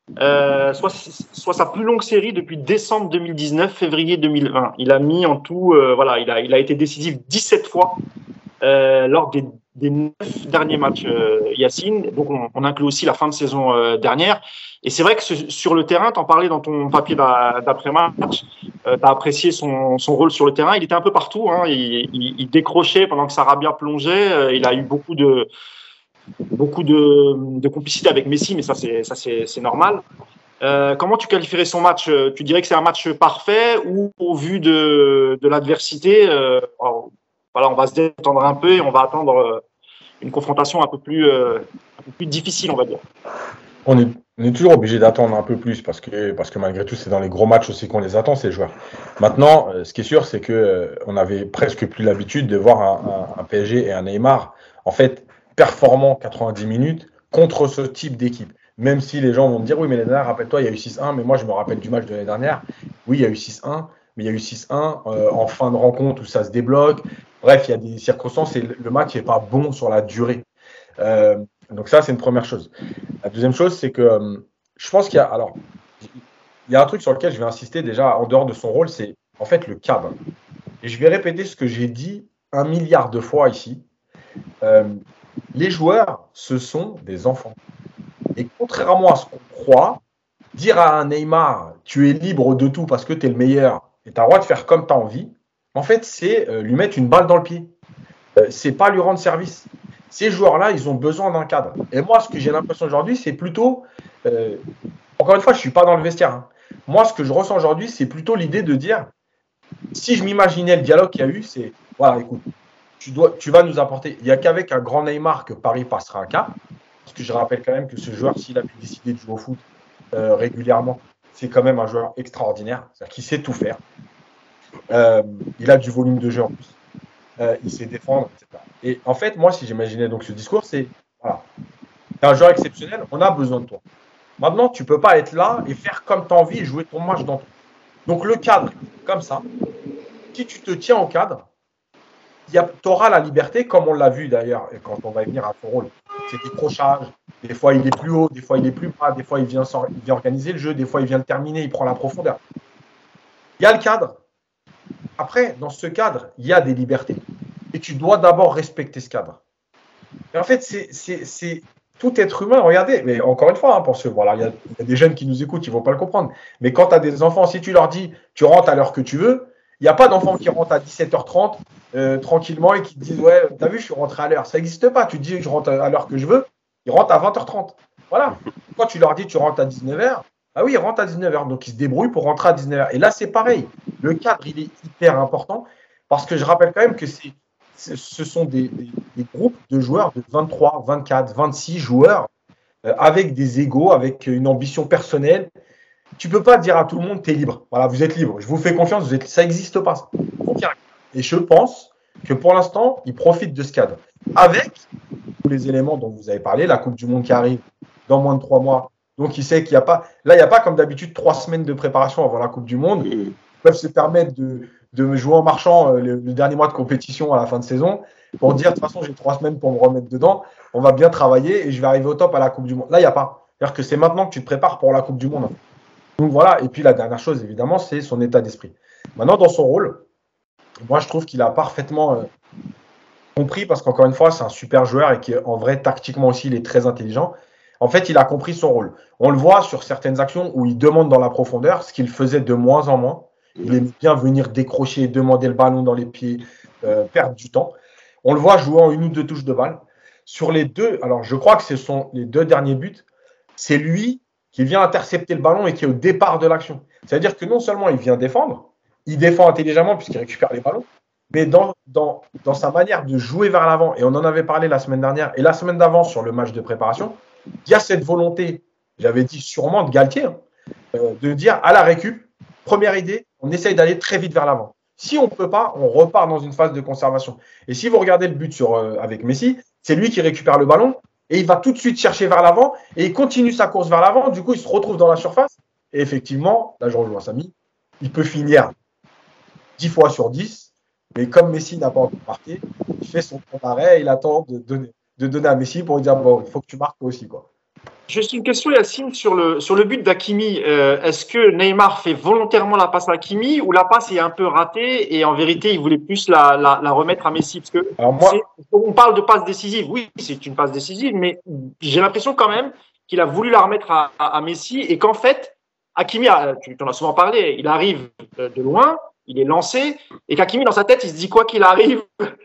euh, soit, soit sa plus longue série depuis décembre deux mille dix-neuf, février deux mille vingt. Il a mis en tout, euh, voilà, il a, il a été décisif dix-sept fois euh, lors des, des neuf derniers matchs, euh, Yacine. Donc, on, on inclut aussi la fin de saison euh, dernière. Et c'est vrai que ce, sur le terrain, t'en parlais dans ton papier d'après-match, euh, t'as apprécié son, son rôle sur le terrain. Il était un peu partout, hein. il, il, il décrochait pendant que Sarabia plongeait. Euh, il a eu beaucoup de beaucoup de, de complicité avec Messi, mais ça c'est ça c'est, c'est normal. Euh, comment tu qualifierais son match? Tu dirais que c'est un match parfait ou au vu de, de l'adversité, euh, alors, voilà, on va se détendre un peu et on va attendre une confrontation un peu plus euh, un peu plus difficile, on va dire. On est, on est toujours obligé d'attendre un peu plus parce que, parce que malgré tout, c'est dans les gros matchs aussi qu'on les attend, ces joueurs. Maintenant, euh, ce qui est sûr, c'est qu'on euh, avait presque plus l'habitude de voir un, un, un P S G et un Neymar, en fait, performant quatre-vingt-dix minutes contre ce type d'équipe. Même si les gens vont me dire, oui, mais l'année dernière, rappelle-toi, il y a eu six un, mais moi, je me rappelle du match de l'année dernière. Oui, il y a eu six un, mais il y a eu six un euh, en fin de rencontre où ça se débloque. Bref, il y a des circonstances et le match n'est pas bon sur la durée. Euh, Donc ça, c'est une première chose. La deuxième chose, c'est que euh, je pense qu'il y a, alors, il y a un truc sur lequel je vais insister déjà en dehors de son rôle, c'est en fait le cadre. Et je vais répéter ce que j'ai dit un milliard de fois ici. Euh, les joueurs, ce sont des enfants. Et contrairement à ce qu'on croit, dire à un Neymar, tu es libre de tout parce que tu es le meilleur et tu as le droit de faire comme tu as envie, en fait, c'est euh, lui mettre une balle dans le pied. Euh, c'est pas lui rendre service. Ces joueurs-là, ils ont besoin d'un cadre. Et moi, ce que j'ai l'impression aujourd'hui, c'est plutôt... Euh, encore une fois, je ne suis pas dans le vestiaire. Hein. Moi, ce que je ressens aujourd'hui, c'est plutôt l'idée de dire, si je m'imaginais le dialogue qu'il y a eu, c'est, voilà, écoute, tu, dois, tu vas nous apporter... Il n'y a qu'avec un grand Neymar que Paris passera un cap. Parce que je rappelle quand même que ce joueur, s'il a pu décider de jouer au foot euh, régulièrement, c'est quand même un joueur extraordinaire. C'est-à-dire qu'il sait tout faire. Euh, il a du volume de jeu en plus. Euh, il sait défendre, et cetera. Et en fait, moi, si j'imaginais donc ce discours, c'est voilà, t'es un joueur exceptionnel, on a besoin de toi. Maintenant, tu ne peux pas être là et faire comme tu as envie et jouer ton match dans tout. Donc, le cadre, comme ça, si tu te tiens au cadre, tu auras la liberté, comme on l'a vu d'ailleurs, et quand on va venir à son rôle, c'est décrochage. Des fois, il est plus haut, des fois, il est plus bas, des fois, il vient, il vient organiser le jeu, des fois, il vient le terminer, il prend la profondeur. Il y a le cadre. Après, dans ce cadre, il y a des libertés. Et tu dois d'abord respecter ce cadre. Et en fait, c'est, c'est, c'est tout être humain. Regardez, mais encore une fois, hein, parce que voilà, il y, y a des jeunes qui nous écoutent, ils ne vont pas le comprendre. Mais quand tu as des enfants, si tu leur dis tu rentres à l'heure que tu veux, il n'y a pas d'enfants qui rentrent à dix-sept heures trente euh, tranquillement et qui te disent ouais, t'as vu, je suis rentré à l'heure. Ça n'existe pas. Tu dis je rentre à l'heure que je veux, ils rentrent à vingt heures trente. Voilà. Quand tu leur dis tu rentres à dix-neuf heures, Ah oui, il rentre à dix-neuf heures, donc il se débrouille pour rentrer à dix-neuf heures. Et là, c'est pareil. Le cadre, il est hyper important parce que je rappelle quand même que c'est, c'est, ce sont des, des, des groupes de joueurs de vingt-trois, vingt-quatre, vingt-six joueurs euh, avec des égos, avec une ambition personnelle. Tu ne peux pas dire à tout le monde, tu es libre. Voilà, vous êtes libre. Je vous fais confiance, vous êtes... ça n'existe pas. Ça. Et je pense que pour l'instant, il profite de ce cadre. Avec tous les éléments dont vous avez parlé, la Coupe du Monde qui arrive dans moins de trois mois. Donc, il sait qu'il n'y a pas. Là, il n'y a pas comme d'habitude trois semaines de préparation avant la Coupe du Monde. Ils peuvent se permettre de, de me jouer en marchand le, le dernier mois de compétition à la fin de saison pour dire de toute façon, j'ai trois semaines pour me remettre dedans. On va bien travailler et je vais arriver au top à la Coupe du Monde. Là, il n'y a pas. C'est-à-dire que c'est maintenant que tu te prépares pour la Coupe du Monde. Donc voilà. Et puis, la dernière chose, évidemment, c'est son état d'esprit. Maintenant, dans son rôle, moi, je trouve qu'il a parfaitement euh, compris parce qu'encore une fois, c'est un super joueur et qu'en vrai, tactiquement aussi, il est très intelligent. En fait, il a compris son rôle. On le voit sur certaines actions où il demande dans la profondeur, ce qu'il faisait de moins en moins. Il aime bien venir décrocher, demander le ballon dans les pieds, euh, perdre du temps. On le voit jouer en une ou deux touches de balle. Sur les deux, alors je crois que ce sont les deux derniers buts, c'est lui qui vient intercepter le ballon et qui est au départ de l'action. C'est-à-dire que non seulement il vient défendre, il défend intelligemment puisqu'il récupère les ballons, mais dans, dans, dans sa manière de jouer vers l'avant, et on en avait parlé la semaine dernière et la semaine d'avant sur le match de préparation, il y a cette volonté, j'avais dit sûrement de Galtier, hein, euh, de dire à la récup, première idée, on essaye d'aller très vite vers l'avant. Si on ne peut pas, on repart dans une phase de conservation. Et si vous regardez le but sur, euh, avec Messi, c'est lui qui récupère le ballon et il va tout de suite chercher vers l'avant et il continue sa course vers l'avant. Du coup, il se retrouve dans la surface. Et effectivement, là je rejoins Samy, il peut finir dix fois sur dix, mais comme Messi n'a pas encore marqué, il fait son temps d'arrêt et il attend de donner. de donner à Messi pour lui dire bon, il faut que tu marques aussi, quoi. Juste une question, Yacine, sur le, sur le but d'Hakimi. Euh, est-ce que Neymar fait volontairement la passe à Hakimi ou la passe est un peu ratée et en vérité, il voulait plus la, la, la remettre à Messi? Parce que Alors moi, on parle de passe décisive. Oui, c'est une passe décisive, mais j'ai l'impression quand même qu'il a voulu la remettre à, à, à Messi et qu'en fait, Hakimi, a, tu en as souvent parlé, il arrive de, de loin, il est lancé et qu'Hakimi, dans sa tête, il se dit quoi qu'il arrive.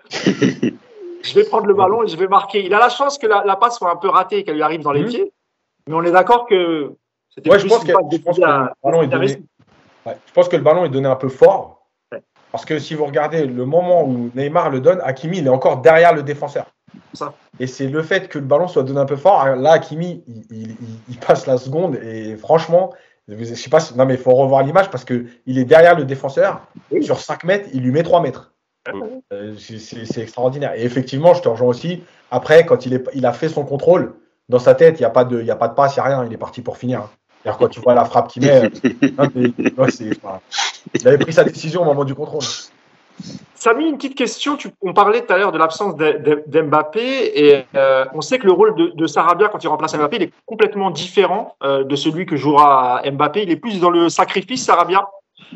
Je vais prendre le ballon et je vais marquer. Il a la chance que la, la passe soit un peu ratée et qu'elle lui arrive dans les mmh. pieds. Mais on est d'accord que c'était ouais, je pense, que, je, pense que à, le ballon est donné, ouais, je pense que le ballon est donné un peu fort. Ouais. Parce que si vous regardez le moment où Neymar le donne, Hakimi, il est encore derrière le défenseur. Ça. Et c'est le fait que le ballon soit donné un peu fort. Là, Hakimi, il, il, il, il passe la seconde. Et franchement, je sais pas si, non, mais il faut revoir l'image parce qu'il est derrière le défenseur. Oui. Sur cinq mètres, il lui met trois mètres. Euh, c'est, c'est extraordinaire. Et effectivement, je te rejoins aussi. Après, quand il, est, il a fait son contrôle, dans sa tête, il n'y a pas de, il y a pas de passe, il n'y a rien. Il est parti pour finir. D'ailleurs, quand tu vois la frappe qu'il met, hein, ouais, c'est, enfin, il avait pris sa décision au moment du contrôle. Samy, une petite question. Tu, on parlait tout à l'heure de l'absence d'Mbappé et euh, on sait que le rôle de, de Sarabia quand il remplace Mbappé, il est complètement différent euh, de celui que jouera Mbappé. Il est plus dans le sacrifice, Sarabia,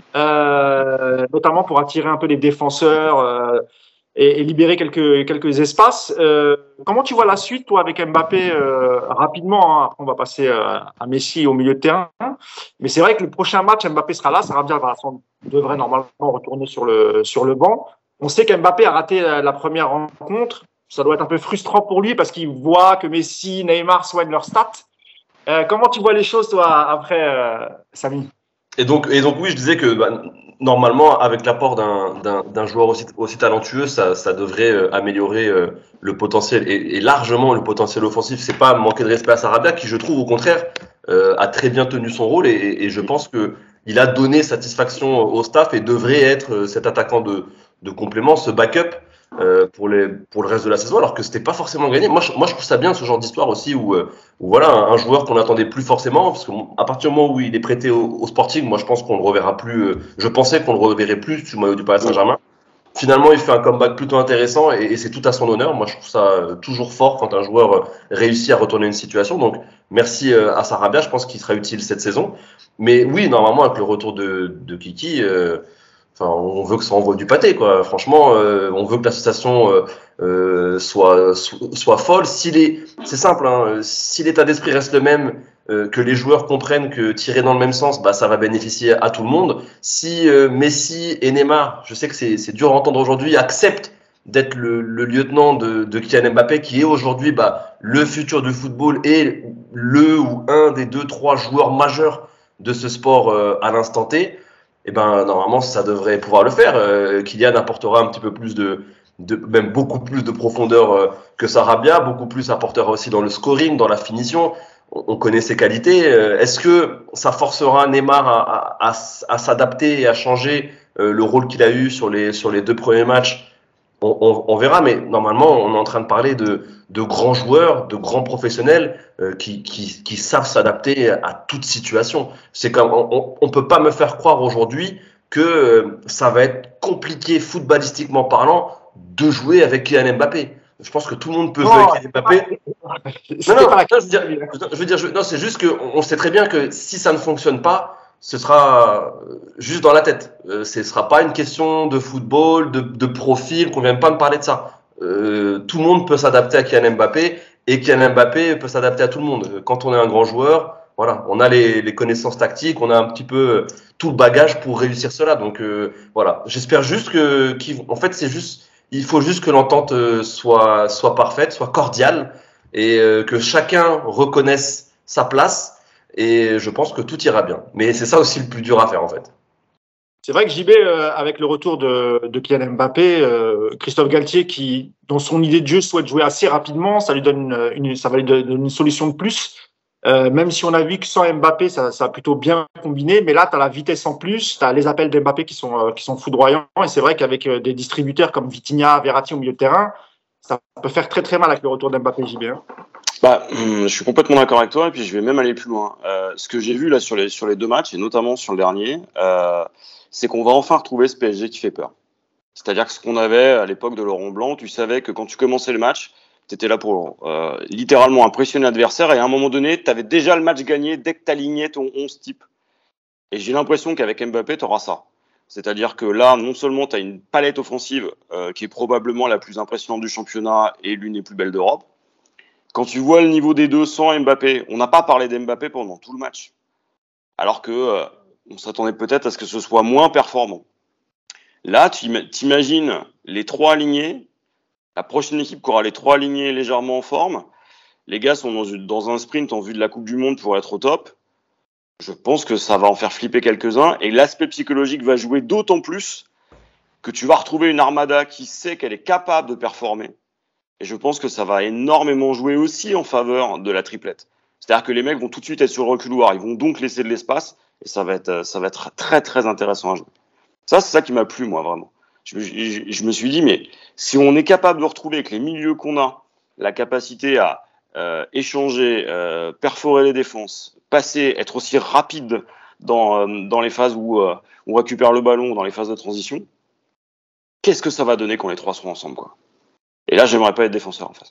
euh, notamment pour attirer un peu les défenseurs euh, et, et libérer quelques, quelques espaces. Euh, comment tu vois la suite, toi, avec Mbappé euh, rapidement, hein, après on va passer euh, à Messi au milieu de terrain. Mais c'est vrai que le prochain match, Mbappé sera là. Sarabia va, devrait normalement retourner sur le, sur le banc. On sait qu'Mbappé a raté la, la première rencontre. Ça doit être un peu frustrant pour lui parce qu'il voit que Messi, Neymar soignent leurs stats. Euh, comment tu vois les choses, toi, après, euh, Samy? Et donc, et donc, oui, je disais que bah, normalement, avec l'apport d'un, d'un, d'un joueur aussi, aussi talentueux, ça, ça devrait euh, améliorer euh, le potentiel et, et largement le potentiel offensif. C'est pas manquer de respect à Sarabia, qui, je trouve, au contraire, euh, a très bien tenu son rôle et, et, et je pense que il a donné satisfaction au staff et devrait être cet attaquant de, de complément, ce backup euh, pour, les, pour le reste de la saison, alors que c'était pas forcément gagné. Moi je, moi, je trouve ça bien, ce genre d'histoire aussi, où, où voilà, un, un joueur qu'on n'attendait plus forcément, parce qu'à partir du moment où il est prêté au, au Sporting, moi je pense qu'on le reverra plus, je pensais qu'on le reverrait plus sous le maillot du Paris Saint-Germain. Finalement, il fait un comeback plutôt intéressant et, et c'est tout à son honneur. Moi, je trouve ça toujours fort quand un joueur réussit à retourner une situation. Donc, merci à Sarabia. Je pense qu'il sera utile cette saison. Mais oui, normalement, avec le retour de, de Kiki, euh, enfin, on veut que ça envoie du pâté, quoi. Franchement, euh, on veut que l'association euh, euh, soit, soit soit folle. S'il est, c'est simple, hein, si l'état d'esprit reste le même, euh, que les joueurs comprennent que tirer dans le même sens, bah, ça va bénéficier à tout le monde. Si euh, Messi et Neymar, je sais que c'est, c'est dur à entendre aujourd'hui, acceptent d'être le, le lieutenant de, de Kylian Mbappé, qui est aujourd'hui bah, le futur du football et le ou un des deux, trois joueurs majeurs de ce sport euh, à l'instant T, eh ben, normalement, ça devrait pouvoir le faire. Euh, Kylian apportera un petit peu plus de, de même beaucoup plus de profondeur euh, que Sarabia, beaucoup plus apportera aussi dans le scoring, dans la finition. On, on connaît ses qualités. Euh, est-ce que ça forcera Neymar à, à, à, à s'adapter et à changer euh, le rôle qu'il a eu sur les, sur les deux premiers matchs? On, on, on verra, mais normalement, on est en train de parler de, de grands joueurs, de grands professionnels euh, qui, qui, qui savent s'adapter à toute situation. C'est comme on, on peut pas me faire croire aujourd'hui que euh, ça va être compliqué footballistiquement parlant de jouer avec Kylian Mbappé. Je pense que tout le monde peut Non, jouer avec Kylian Mbappé. C'est Non, non, pas la non, je veux dire, je veux dire, je- non, c'est juste que on sait très bien que si ça ne fonctionne pas, ce sera euh, juste dans la tête. Euh, ce sera pas une question de football, de, de profil, qu'on vienne pas me parler de ça. Euh, tout le monde peut s'adapter à Kylian Mbappé et Kylian Mbappé peut s'adapter à tout le monde. Quand on est un grand joueur, voilà, on a les, les connaissances tactiques, on a un petit peu tout le bagage pour réussir cela. Donc euh, voilà, j'espère juste que, qu'ils- en fait, c'est juste, il faut juste que l'entente euh, soit soit parfaite, soit cordiale et euh, que chacun reconnaisse sa place. Et je pense que tout ira bien. Mais c'est ça aussi le plus dur à faire en fait. C'est vrai que J B, euh, avec le retour de, de Kylian Mbappé, euh, Christophe Galtier, qui, dans son idée de jeu, souhaite jouer assez rapidement, ça lui donne une, une, ça va lui donner une solution de plus. Euh, même si on a vu que sans Mbappé, ça, ça a plutôt bien combiné. Mais là, tu as la vitesse en plus, tu as les appels d'Mbappé qui sont, euh, qui sont foudroyants. Et c'est vrai qu'avec euh, des distributeurs comme Vitinha, Verratti au milieu de terrain, ça peut faire très très mal avec le retour d'Mbappé, J B. Hein. Bah, hum, je suis complètement d'accord avec toi et puis je vais même aller plus loin. Euh, ce que j'ai vu là sur les sur les deux matchs et notamment sur le dernier, euh, c'est qu'on va enfin retrouver ce P S G qui fait peur. C'est-à-dire que ce qu'on avait à l'époque de Laurent Blanc, tu savais que quand tu commençais le match, tu étais là pour euh, littéralement impressionner l'adversaire et à un moment donné, tu avais déjà le match gagné dès que tu alignais ton onze type. Et j'ai l'impression qu'avec Mbappé, tu auras ça. C'est-à-dire que là, non seulement tu as une palette offensive euh, qui est probablement la plus impressionnante du championnat et l'une des plus belles d'Europe. Quand tu vois le niveau des deux sans Mbappé, on n'a pas parlé d'Mbappé pendant tout le match. Alors que euh, on s'attendait peut-être à ce que ce soit moins performant. Là, tu t'imagines les trois alignés, la prochaine équipe qui aura les trois alignés légèrement en forme. Les gars sont dans, dans un sprint en vue de la Coupe du Monde pour être au top. Je pense que ça va en faire flipper quelques-uns. Et l'aspect psychologique va jouer d'autant plus que tu vas retrouver une armada qui sait qu'elle est capable de performer. Et je pense que ça va énormément jouer aussi en faveur de la triplette. C'est-à-dire que les mecs vont tout de suite être sur le reculoir. Ils vont donc laisser de l'espace. Et ça va être, ça va être très, très intéressant à jouer. Ça, c'est ça qui m'a plu, moi, vraiment. Je, je, je me suis dit, mais si on est capable de retrouver avec les milieux qu'on a, la capacité à euh, échanger, euh, perforer les défenses, passer, être aussi rapide dans, euh, dans les phases où euh, on récupère le ballon, dans les phases de transition, qu'est-ce que ça va donner quand les trois seront ensemble, quoi. Et là, j'aimerais pas être défenseur en face.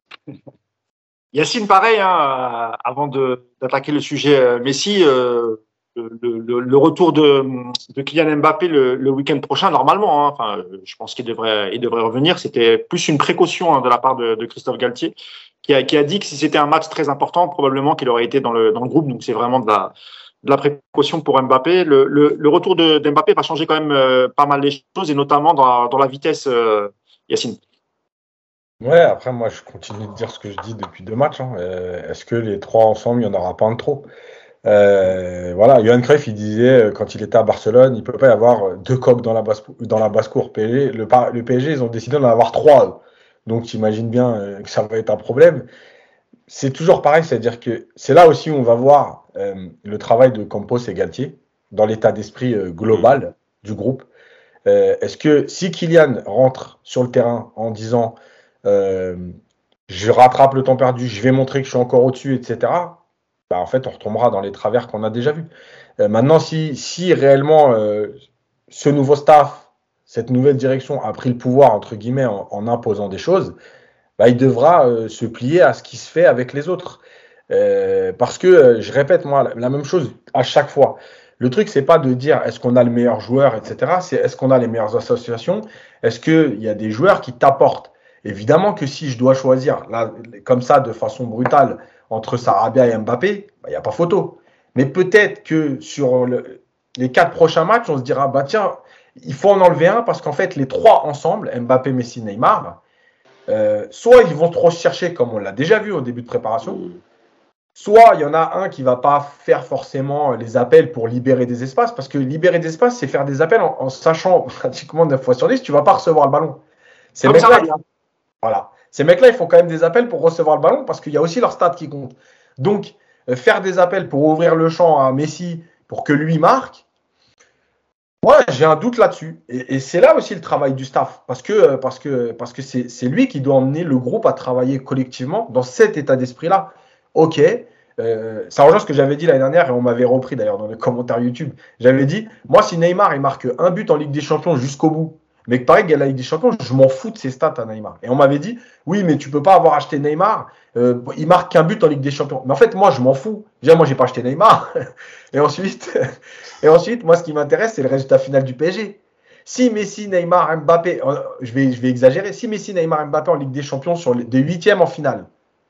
Yacine, pareil, hein, avant de, d'attaquer le sujet Messi, euh, le, le, le retour de, de Kylian Mbappé le, le week-end prochain, normalement, hein, enfin, je pense qu'il devrait, il devrait revenir. C'était plus une précaution hein, de la part de, de Christophe Galtier, qui a, qui a dit que si c'était un match très important, probablement qu'il aurait été dans le, dans le groupe. Donc, c'est vraiment de la, de la précaution pour Mbappé. Le, le, le retour de, de Mbappé va changer quand même euh, pas mal les choses, et notamment dans la, dans la vitesse, euh, Yacine. Ouais, après, moi, je continue de dire ce que je dis depuis deux matchs. Hein. Euh, est-ce que les trois ensemble, il n'y en aura pas un de trop? euh, Voilà, Johan Cruyff, il disait, quand il était à Barcelone, il ne peut pas y avoir deux coqs dans la basse, dans la basse-cour. P S G, le, le P S G, ils ont décidé d'en avoir trois. Eux. Donc, tu imagines bien euh, que ça va être un problème. C'est toujours pareil, c'est-à-dire que c'est là aussi où on va voir euh, le travail de Campos et Galtier, dans l'état d'esprit euh, global du groupe. Euh, est-ce que si Kylian rentre sur le terrain en disant euh, je rattrape le temps perdu, je vais montrer que je suis encore au-dessus, et cetera, bah, en fait, on retombera dans les travers qu'on a déjà vus. Euh, maintenant, si, si réellement euh, ce nouveau staff, cette nouvelle direction a pris le pouvoir, entre guillemets, en, en imposant des choses, bah, il devra euh, se plier à ce qui se fait avec les autres. Euh, parce que, euh, je répète, moi, la, la même chose à chaque fois. Le truc, c'est pas de dire est-ce qu'on a le meilleur joueur, et cetera. C'est est-ce qu'on a les meilleures associations? Est-ce qu'il y a des joueurs qui t'apportent? Évidemment que si je dois choisir, là, comme ça, de façon brutale, entre Sarabia et Mbappé, il bah, n'y a pas photo. Mais peut-être que sur le, les quatre prochains matchs, on se dira, bah tiens, il faut en enlever un parce qu'en fait, les trois ensemble, Mbappé, Messi, Neymar, euh, soit ils vont trop se chercher, comme on l'a déjà vu au début de préparation, soit il y en a un qui ne va pas faire forcément les appels pour libérer des espaces, parce que libérer des espaces, c'est faire des appels en, en sachant pratiquement neuf fois sur dix, tu ne vas pas recevoir le ballon. Ces mecs-là, ils, voilà. Ces mecs-là, ils font quand même des appels pour recevoir le ballon, parce qu'il y a aussi leur stats qui comptent. Donc, euh, faire des appels pour ouvrir le champ à Messi, pour que lui marque, ouais, j'ai un doute là-dessus. Et, et c'est là aussi le travail du staff, parce que, parce que, parce que c'est, c'est lui qui doit emmener le groupe à travailler collectivement dans cet état d'esprit-là. Ok, euh, ça rejoint ce que j'avais dit l'année dernière et on m'avait repris d'ailleurs dans les commentaires YouTube. J'avais dit, moi si Neymar il marque un but en Ligue des Champions jusqu'au bout, mais que pareil qu'il y a la Ligue des Champions, je m'en fous de ses stats à Neymar. Et on m'avait dit, oui mais tu peux pas avoir acheté Neymar, euh, il marque qu'un but en Ligue des Champions. Mais en fait moi je m'en fous. Déjà moi j'ai pas acheté Neymar. et ensuite, et ensuite moi ce qui m'intéresse c'est le résultat final du P S G. Si Messi, Neymar, Mbappé, je vais, je vais exagérer, si Messi, Neymar, Mbappé en Ligue des Champions sur les, des huitièmes en finale,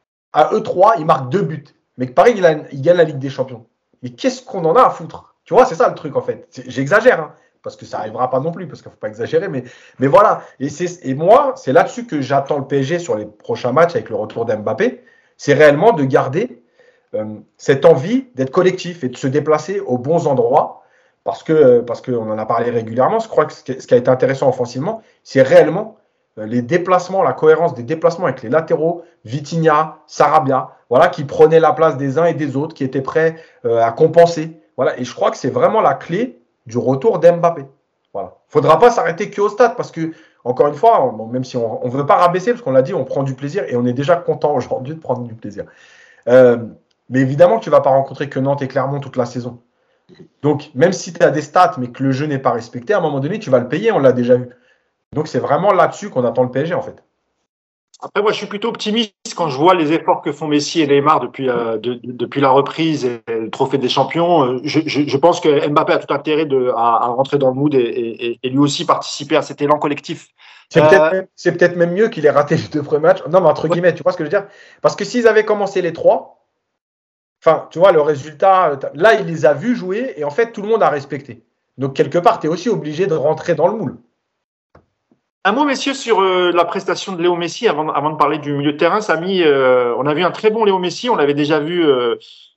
à eux trois, ils marquent deux buts. Mais que pareil, il, a, il gagne la Ligue des Champions. Mais qu'est-ce qu'on en a à foutre? Tu vois, c'est ça le truc en fait. C'est, j'exagère, hein, parce que ça n'arrivera pas non plus, parce qu'il ne faut pas exagérer. Mais, mais voilà. Et, c'est, et moi, c'est là-dessus que j'attends le P S G sur les prochains matchs avec le retour d'Mbappé. C'est réellement de garder euh, cette envie d'être collectif et de se déplacer aux bons endroits. Parce que, parce qu'on en a parlé régulièrement. Je crois que ce qui a été intéressant offensivement, c'est réellement les déplacements, la cohérence des déplacements avec les latéraux, Vitinha, Sarabia, voilà, qui prenaient la place des uns et des autres, qui étaient prêts euh, à compenser. Voilà. Et je crois que c'est vraiment la clé du retour d'Mbappé. Voilà. Il ne faudra pas s'arrêter qu'au stade, parce que, encore une fois, bon, même si on ne veut pas rabaisser, parce qu'on l'a dit, on prend du plaisir, et on est déjà content aujourd'hui de prendre du plaisir. Euh, mais évidemment que tu ne vas pas rencontrer que Nantes et Clermont toute la saison. Donc, même si tu as des stats, mais que le jeu n'est pas respecté, à un moment donné, tu vas le payer, on l'a déjà vu. Donc, c'est vraiment là-dessus qu'on attend le P S G, en fait. Après, moi, je suis plutôt optimiste quand je vois les efforts que font Messi et Neymar depuis, euh, de, de, depuis la reprise et le trophée des champions. Je, je, je pense que Mbappé a tout intérêt de, à, à rentrer dans le mood et, et, et lui aussi participer à cet élan collectif. C'est, euh... peut-être même, c'est peut-être même mieux qu'il ait raté les deux premiers matchs. Non, mais entre guillemets, tu vois ce que je veux dire? Parce que s'ils avaient commencé les trois, enfin, tu vois, le résultat, là, il les a vus jouer et en fait, tout le monde a respecté. Donc, quelque part, tu es aussi obligé de rentrer dans le moule. Un mot, messieurs, sur euh, la prestation de Léo Messi avant, avant de parler du milieu de terrain. Samy, euh, on a vu un très bon Léo Messi. On l'avait déjà vu euh,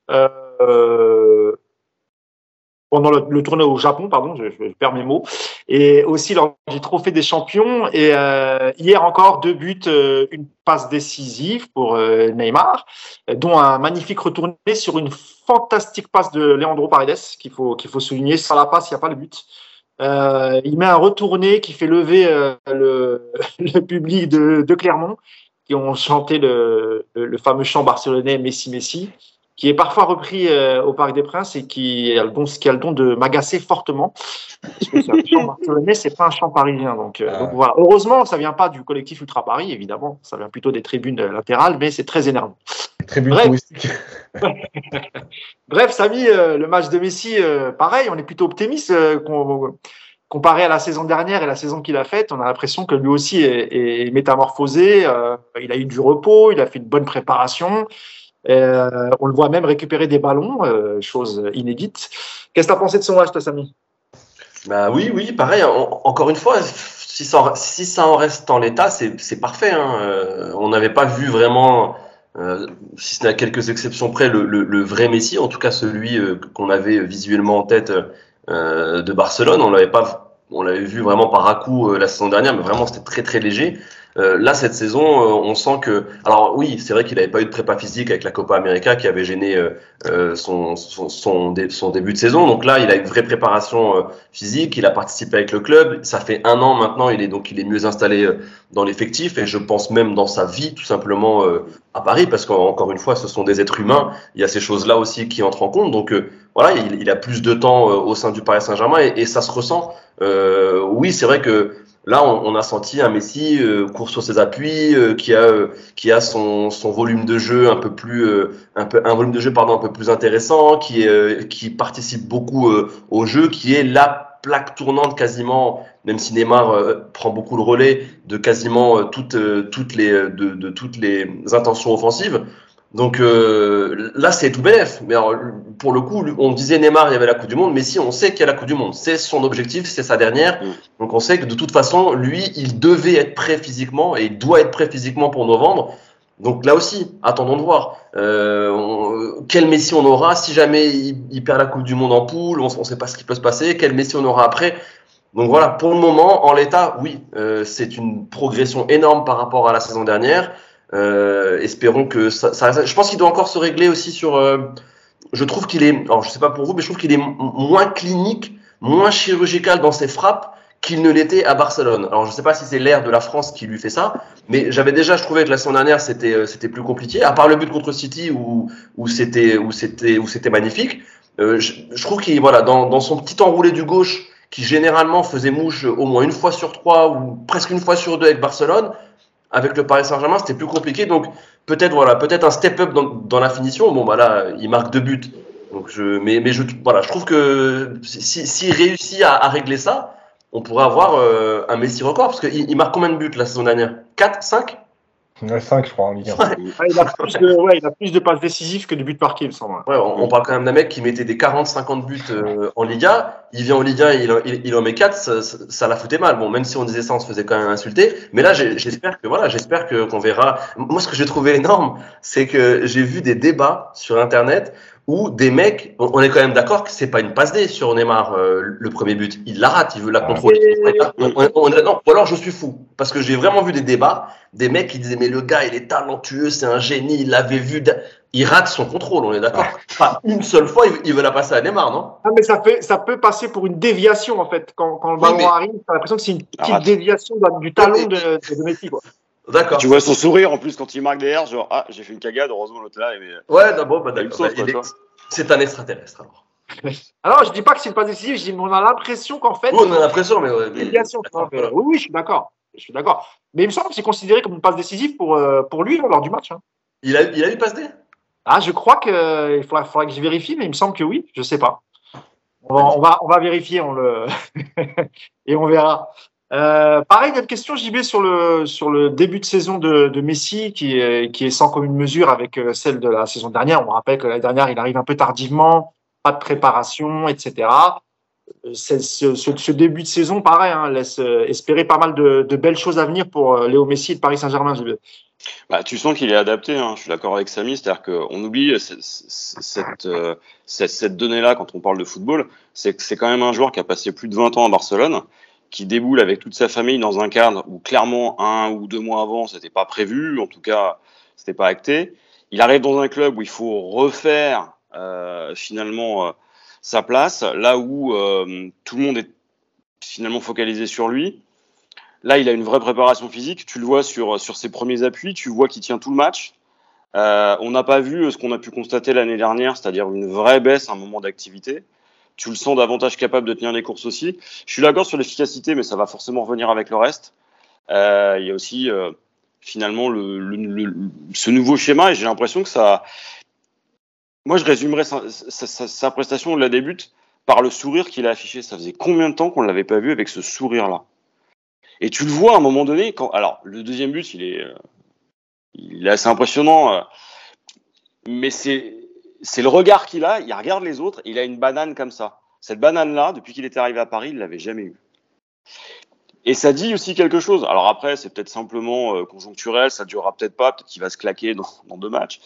euh, pendant le, le tournoi au Japon, pardon, je, je perds mes mots, et aussi lors du Trophée des Champions. Et euh, hier encore, deux buts, euh, une passe décisive pour euh, Neymar, dont un magnifique retourné sur une fantastique passe de Leandro Paredes qu'il faut, qu'il faut souligner. Sans la passe, il n'y a pas le but. Euh, il met un retourné qui fait lever euh, le, le public de, de Clermont, qui ont chanté le, le, le fameux chant barcelonais Messi Messi, qui est parfois repris euh, au Parc des Princes et qui a le don, qui a le don de m'agacer fortement. Parce que c'est un chant barcelonais, c'est pas un chant parisien. Donc, euh, ah. donc voilà. Heureusement, ça vient pas du collectif Ultra Paris, évidemment. Ça vient plutôt des tribunes latérales, mais c'est très énervant. Tribune touristique. Bref, Samy, euh, le match de Messi, euh, pareil, on est plutôt optimiste. Euh, qu'on, comparé à la saison dernière et la saison qu'il a faite, on a l'impression que lui aussi est, est métamorphosé. Euh, il a eu du repos, il a fait une bonne préparation. Euh, on le voit même récupérer des ballons, euh, chose inédite. Qu'est-ce que tu as pensé de son match, toi, Samy? Bah oui, oui, pareil. En, encore une fois, si ça, si ça en reste en l'état, c'est, c'est parfait. Hein. Euh, on n'avait pas vu vraiment, euh, si ce n'est à quelques exceptions près, le, le, le vrai Messi, en tout cas celui euh, qu'on avait visuellement en tête euh, de Barcelone. On l'avait pas, on l'avait vu vraiment par à-coup euh, la saison dernière, mais vraiment c'était très très léger. Euh, là, cette saison, euh, on sent que... Alors oui, c'est vrai qu'il n'avait pas eu de prépa physique avec la Copa América qui avait gêné euh, son, son, son, dé, son début de saison. Donc là, il a une vraie préparation euh, physique, il a participé avec le club. Ça fait un an maintenant, il est donc il est mieux installé euh, dans l'effectif et je pense même dans sa vie, tout simplement, euh, à Paris, parce qu'encore une fois, ce sont des êtres humains. Il y a ces choses-là aussi qui entrent en compte. Donc euh, voilà, il, il a plus de temps euh, au sein du Paris Saint-Germain et, et ça se ressent. Euh, oui, c'est vrai que là, on, on a senti un Messi euh, court sur ses appuis, euh, qui a euh, qui a son son volume de jeu un peu plus euh, un peu un volume de jeu pardon un peu plus intéressant, qui euh, qui participe beaucoup euh, au jeu, qui est la plaque tournante quasiment, même si Neymar euh, prend beaucoup le relais de quasiment euh, toutes euh, toutes les de, de toutes les intentions offensives. Donc euh, là, c'est tout bénef. Mais alors, pour le coup, on disait Neymar, il y avait la Coupe du Monde, mais si on sait qu'il y a la Coupe du Monde, c'est son objectif, c'est sa dernière. Donc on sait que de toute façon, lui, il devait être prêt physiquement et il doit être prêt physiquement pour novembre. Donc là aussi, attendons de voir. Euh, on, quel Messi on aura si jamais il, il perd la Coupe du Monde en poule, on ne sait pas ce qui peut se passer. Quel Messi on aura après. Donc voilà, pour le moment, en l'état, oui, euh, c'est une progression énorme par rapport à la saison dernière. Euh, espérons que ça, ça. Je pense qu'il doit encore se régler aussi sur. Euh, je trouve qu'il est. Alors je sais pas pour vous, mais je trouve qu'il est m- moins clinique, moins chirurgical dans ses frappes qu'il ne l'était à Barcelone. Alors je sais pas si c'est l'ère de la France qui lui fait ça, mais j'avais déjà, je trouvais que la saison dernière c'était euh, c'était plus compliqué. À part le but contre City où où c'était où c'était où c'était magnifique. Euh, je, je trouve qu'il voilà dans dans son petit enroulé du gauche qui généralement faisait mouche au moins une fois sur trois ou presque une fois sur deux avec Barcelone. Avec le Paris Saint-Germain, c'était plus compliqué. Donc peut-être voilà, peut-être un step-up dans, dans la finition. Bon bah là, il marque deux buts. Donc je, mais mais je voilà, je trouve que si s'il réussit à, à régler ça, on pourrait avoir euh, un Messi record parce qu'il il marque combien de buts la saison dernière? quatre, cinq? Ouais, cinq, je crois, en Ligue un. Ah, il, a plus de, ouais, il a plus de passes décisives que de buts marqués, il me semble. Ouais, on, on parle quand même d'un mec qui mettait des quarante cinquante buts euh, en Liga. Il vient en Ligue un, il, il, il en met quatre, ça, ça, ça la foutait mal. Bon, même si on disait ça, on se faisait quand même insulter. Mais là, j'ai- j'espère que voilà, j'espère que qu'on verra. Moi, ce que j'ai trouvé énorme, c'est que j'ai vu des débats sur Internet où des mecs, on, on est quand même d'accord que c'est pas une passe D sur Neymar euh, le premier but. Il la rate, il veut la Ah. contrôler. On- on- on- non, ou alors je suis fou parce que j'ai vraiment vu des débats, des mecs qui disaient mais le gars il est talentueux, c'est un génie, il l'avait vu. d- Il rate son contrôle, on est d'accord. Pas une seule fois, il, il veut la passer à Neymar, non? Ah, mais ça, fait, ça peut passer pour une déviation, en fait. Quand, quand le Oui, ballon mais- arrive, t'as l'impression que c'est une petite Arrête. déviation de- du talon de, de, de Messi, quoi. D'accord. Tu vois son sourire en plus quand il marque derrière, genre ah j'ai fait une cagade, heureusement l'autre là. Mais... Ouais, non, bon, bah, Il me d'accord. sauve, Bah, quoi, il est- tu vois. C'est un extraterrestre alors. Alors, je dis pas que c'est une passe décisive, je dis, mais on a l'impression qu'en fait, Oui, on a l'impression, mais, ouais, c'est mais- une déviation. tu vois. Mais, voilà. oui, oui, je suis d'accord. Je suis d'accord. Mais il me semble que c'est considéré comme une passe décisive pour, euh, pour lui, là, lors du match. Hein. Il a, il a eu passe D? Ah, je crois que euh, il faudra, faudra que je vérifie, mais il me semble que oui. Je sais pas. On va, on va, on va vérifier, on le et on verra. Euh, pareil, il y a une question, J B, sur le sur le début de saison de, de Messi, qui est qui est sans commune mesure avec euh, celle de la saison dernière. On rappelle que l'année dernière, il arrive un peu tardivement, pas de préparation, et cetera. Euh, c'est- Ce, ce, ce début de saison, pareil, hein, laisse euh, espérer pas mal de, de belles choses à venir pour euh, Léo Messi et le Paris Saint-Germain, J B. Bah, tu sens qu'il est adapté, hein. Je suis d'accord avec Samy, c'est-à-dire qu'on oublie cette, cette, euh, cette, cette donnée-là quand on parle de football, c'est que c'est quand même un joueur qui a passé plus de vingt ans à Barcelone, qui déboule avec toute sa famille dans un cadre où clairement un ou deux mois avant c'était pas prévu, en tout cas c'était pas acté. Il arrive dans un club où il faut refaire euh, finalement euh, sa place, là où euh, tout le monde est finalement focalisé sur lui. Là, il a une vraie préparation physique. Tu le vois sur, sur ses premiers appuis. Tu vois qu'il tient tout le match. Euh, on n'a pas vu ce qu'on a pu constater l'année dernière, c'est-à-dire une vraie baisse à un moment d'activité. Tu le sens davantage capable de tenir les courses aussi. Je suis d'accord sur l'efficacité, mais ça va forcément revenir avec le reste. Euh, il y a aussi euh, finalement le, le, le, ce nouveau schéma et j'ai l'impression que ça... Moi, je résumerais sa, sa, sa, sa prestation de la débute par le sourire qu'il a affiché. Ça faisait combien de temps qu'on ne l'avait pas vu avec ce sourire-là? Et tu le vois à un moment donné, quand, alors le deuxième but, il est, euh, il est assez impressionnant, euh, mais c'est, c'est le regard qu'il a. Il regarde les autres, il a une banane comme ça. Cette banane-là, depuis qu'il était arrivé à Paris, il l'avait jamais eue. Et ça dit aussi quelque chose. Alors après, c'est peut-être simplement euh, conjoncturel, ça durera peut-être pas, peut-être qu'il va se claquer dans, dans deux matchs.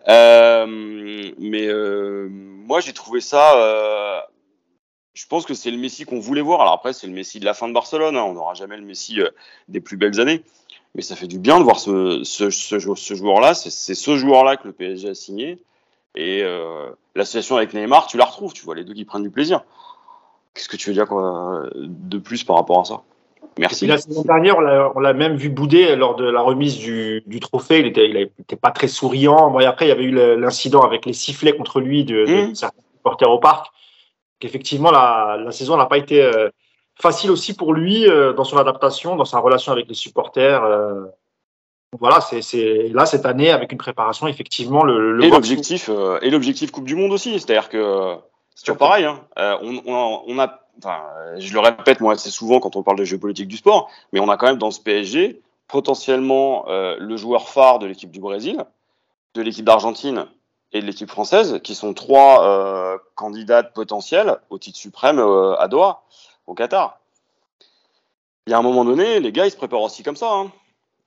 Euh, mais euh, moi, j'ai trouvé ça. Euh, Je pense que c'est le Messi qu'on voulait voir. Alors après, c'est le Messi de la fin de Barcelone. Hein. On n'aura jamais le Messi euh, des plus belles années. Mais ça fait du bien de voir ce, ce, ce, ce joueur-là. C'est, c'est ce joueur-là que le P S G a signé. Et euh, l'association avec Neymar, tu la retrouves. Tu vois les deux qui prennent du plaisir. Qu'est-ce que tu veux dire quoi, de plus par rapport à ça? Merci. Et puis la saison dernière, on l'a, on l'a même vu bouder lors de la remise du, du trophée. Il était, il était pas très souriant. Bon, et après, il y avait eu le, l'incident avec les sifflets contre lui de, de Mmh. certains supporters au parc. Effectivement, la, la saison n'a pas été euh, facile aussi pour lui euh, dans son adaptation, dans sa relation avec les supporters. Euh, voilà, c'est, c'est là cette année avec une préparation effectivement le, le et voir- l'objectif, euh, et l'objectif Coupe du Monde aussi. C'est-à-dire que euh, c'est toujours pareil. Hein. Euh, on, on, on a, enfin, je le répète moi assez souvent quand on parle de géopolitique du sport, mais on a quand même dans ce P S G potentiellement euh, le joueur phare de l'équipe du Brésil, de l'équipe d'Argentine et de l'équipe française, qui sont trois euh, candidates potentielles au titre suprême euh, à Doha, au Qatar. Il y a un moment donné, les gars, ils se préparent aussi comme ça. Hein.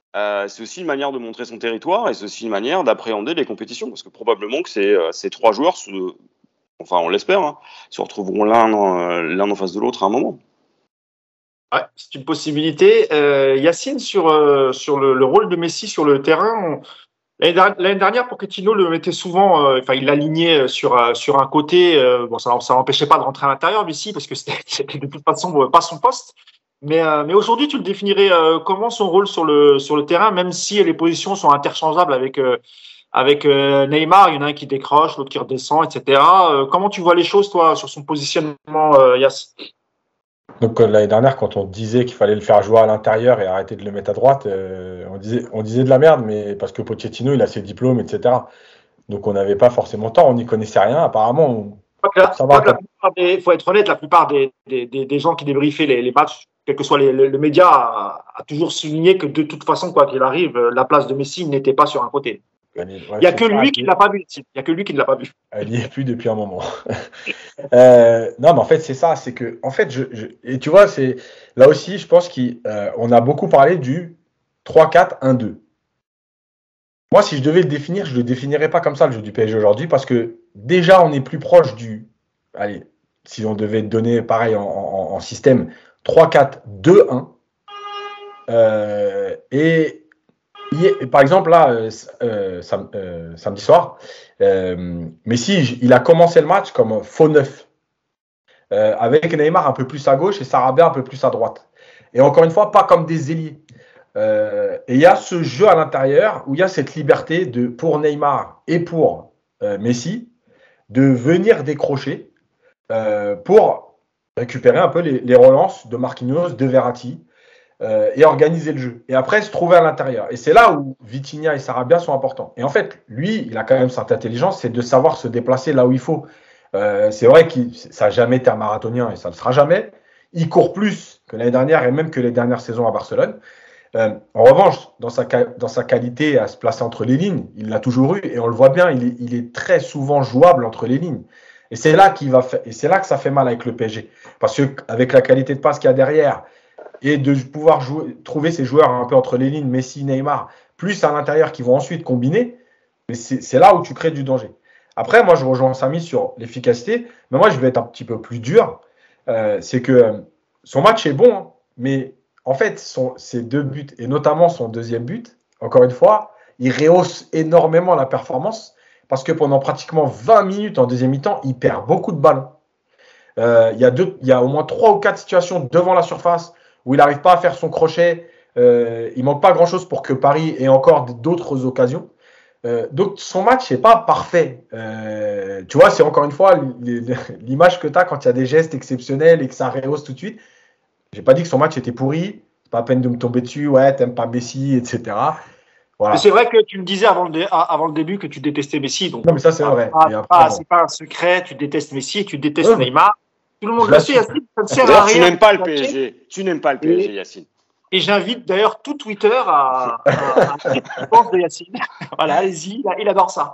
euh, c'est aussi une manière de montrer son territoire et c'est aussi une manière d'appréhender les compétitions. Parce que probablement que ces, euh, ces trois joueurs, se, enfin on l'espère, hein, se retrouveront l'un en, l'un en face de l'autre à un moment. Ouais, c'est une possibilité. Euh, Yacine, sur, euh, sur le, le rôle de Messi sur le terrain, on... l'année dernière, Pochettino le mettait souvent, euh, enfin, il l'alignait sur, euh, sur un côté. Euh, bon, ça ne l'empêchait pas de rentrer à l'intérieur, Messi, parce que c'était, c'était de toute façon pas son poste. Mais, euh, mais aujourd'hui, tu le définirais euh, comment son rôle sur le, sur le terrain, même si les positions sont interchangeables avec, euh, avec euh, Neymar, il y en a un qui décroche, l'autre qui redescend, et cetera. Euh, comment tu vois les choses, toi, sur son positionnement, euh, Yass? Donc euh, l'année dernière, quand on disait qu'il fallait le faire jouer à l'intérieur et arrêter de le mettre à droite, euh, on, disait, on disait de la merde, mais parce que Pochettino, il a ses diplômes, et cetera. Donc on n'avait pas forcément tort, on n'y connaissait rien. Apparemment, on... ça va. Il faut être honnête, la plupart des, des, des, des gens qui débriefaient les, les matchs, quel que soit les, le, le média, a, a toujours souligné que de toute façon, quoi qu'il arrive, la place de Messi n'était pas sur un côté. Il n'y ouais, a que lui ça, qui ne l'a pas vu. Il n'y a que lui qui ne l'a pas vu. Elle n'y est plus depuis un moment. euh, non, mais en fait, c'est ça. C'est que, en fait, je, je, et tu vois, c'est là aussi, je pense qu'on euh, a beaucoup parlé du trois quatre un deux. Moi, si je devais le définir, je ne le définirais pas comme ça, le jeu du P S G aujourd'hui, parce que déjà, on est plus proche du. Allez, si on devait donner pareil en, en, en système, trois quatre deux un. Euh, et. Par exemple, là, euh, sam, euh, samedi soir, euh, Messi, il a commencé le match comme faux neuf, euh, avec Neymar un peu plus à gauche et Sarabia un peu plus à droite. Et encore une fois, pas comme des ailiers. Euh, et il y a ce jeu à l'intérieur où il y a cette liberté de, pour Neymar et pour euh, Messi de venir décrocher euh, pour récupérer un peu les, les relances de Marquinhos, de Verratti. Euh, et organiser le jeu. Et après, se trouver à l'intérieur. Et c'est là où Vitinha et Sarabia sont importants. Et en fait, lui, il a quand même cette intelligence, c'est de savoir se déplacer là où il faut. Euh, c'est vrai que ça n'a jamais été un marathonien et ça ne le sera jamais. Il court plus que l'année dernière et même que les dernières saisons à Barcelone. Euh, en revanche, dans sa, dans sa qualité à se placer entre les lignes, il l'a toujours eu et on le voit bien, il est, il est très souvent jouable entre les lignes. Et c'est là qu'il va faire, et c'est là que ça fait mal avec le P S G. Parce qu'avec la qualité de passe qu'il y a derrière, et de pouvoir jouer, trouver ces joueurs un peu entre les lignes, Messi, Neymar, plus à l'intérieur qui vont ensuite combiner, mais c'est, c'est là où tu crées du danger. Après, moi, je rejoins Samy sur l'efficacité, mais moi, je vais être un petit peu plus dur. Euh, c'est que euh, son match est bon, hein, mais en fait, son, ses deux buts, et notamment son deuxième but, encore une fois, il rehausse énormément la performance, parce que pendant pratiquement vingt minutes en deuxième mi-temps, il perd beaucoup de ballons. Euh, il y a deux, il y a au moins trois ou quatre situations devant la surface où il n'arrive pas à faire son crochet. Euh, il ne manque pas grand-chose pour que Paris ait encore d'autres occasions. Euh, donc, son match n'est pas parfait. Euh, tu vois, c'est encore une fois l'image que tu as quand il y a des gestes exceptionnels et que ça rehausse tout de suite. Je n'ai pas dit que son match était pourri. C'est pas à peine de me tomber dessus. Ouais, t'aimes pas Messi, et cetera. Voilà. C'est vrai que tu me disais avant le, dé- avant le début que tu détestais Messi. Donc non, mais ça, c'est vrai. Ah, après, ah, bon. C'est pas un secret. Tu détestes Messi, tu détestes ouais. Neymar. Tout le monde le sait, Yacine. Ça ne sert à rien. Tu n'aimes pas le P S G. Tu n'aimes pas le P S G, Yacine. Et j'invite d'ailleurs tout Twitter à, à, à, à dire ce qu'il pense de Yacine. Voilà, allez-y, il adore ça.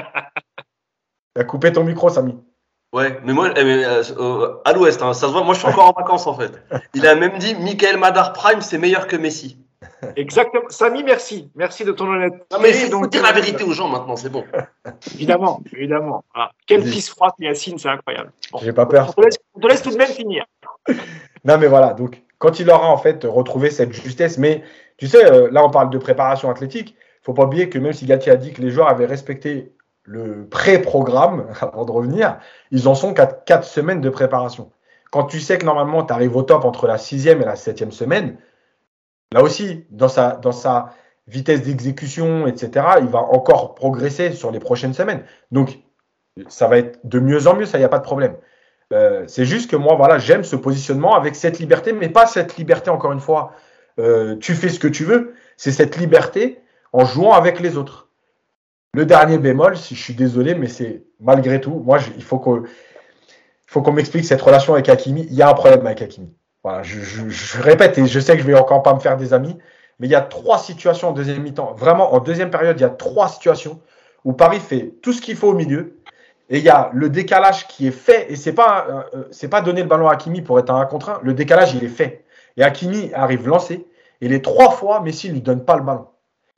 Tu as coupé ton micro, Samy. Ouais, mais moi, mais, euh, à l'Ouest, hein, ça se voit, moi je suis encore en vacances en fait. Il a même dit Michael Madar Prime, c'est meilleur que Messi. Exactement. Samy, merci. Merci de ton honnêteté. Non, mais il faut dire la vérité aux gens maintenant, c'est bon. Évidemment, évidemment. Voilà. Quelle pisse froide, Yacine, c'est incroyable. Bon. J'ai pas peur. On te, laisse, on te laisse tout de même finir. Non, mais voilà, donc quand il aura en fait retrouvé cette justesse, mais tu sais, euh, là on parle de préparation athlétique, il ne faut pas oublier que même si Gatti a dit que les joueurs avaient respecté le pré-programme avant de revenir, ils en sont qu'à quatre semaines de préparation. Quand tu sais que normalement tu arrives au top entre la sixième et la septième semaine, là aussi, dans sa, dans sa vitesse d'exécution, et cetera, il va encore progresser sur les prochaines semaines. Donc, ça va être de mieux en mieux, ça, il n'y a pas de problème. Euh, c'est juste que moi, voilà, j'aime ce positionnement avec cette liberté, mais pas cette liberté, encore une fois, euh, tu fais ce que tu veux. C'est cette liberté en jouant avec les autres. Le dernier bémol, si je suis désolé, mais c'est malgré tout, moi, je, il faut qu'on, il faut qu'on m'explique cette relation avec Hakimi. Il y a un problème avec Hakimi. Voilà, je, je, je répète et je sais que je vais encore pas me faire des amis, mais il y a trois situations en deuxième mi-temps. Vraiment, en deuxième période, il y a trois situations où Paris fait tout ce qu'il faut au milieu. Et il y a le décalage qui est fait, et c'est pas, euh, c'est pas donner le ballon à Hakimi pour être un un contre un. Le décalage, il est fait. Et Hakimi arrive lancé, Et les trois fois, Messi ne lui donne pas le ballon.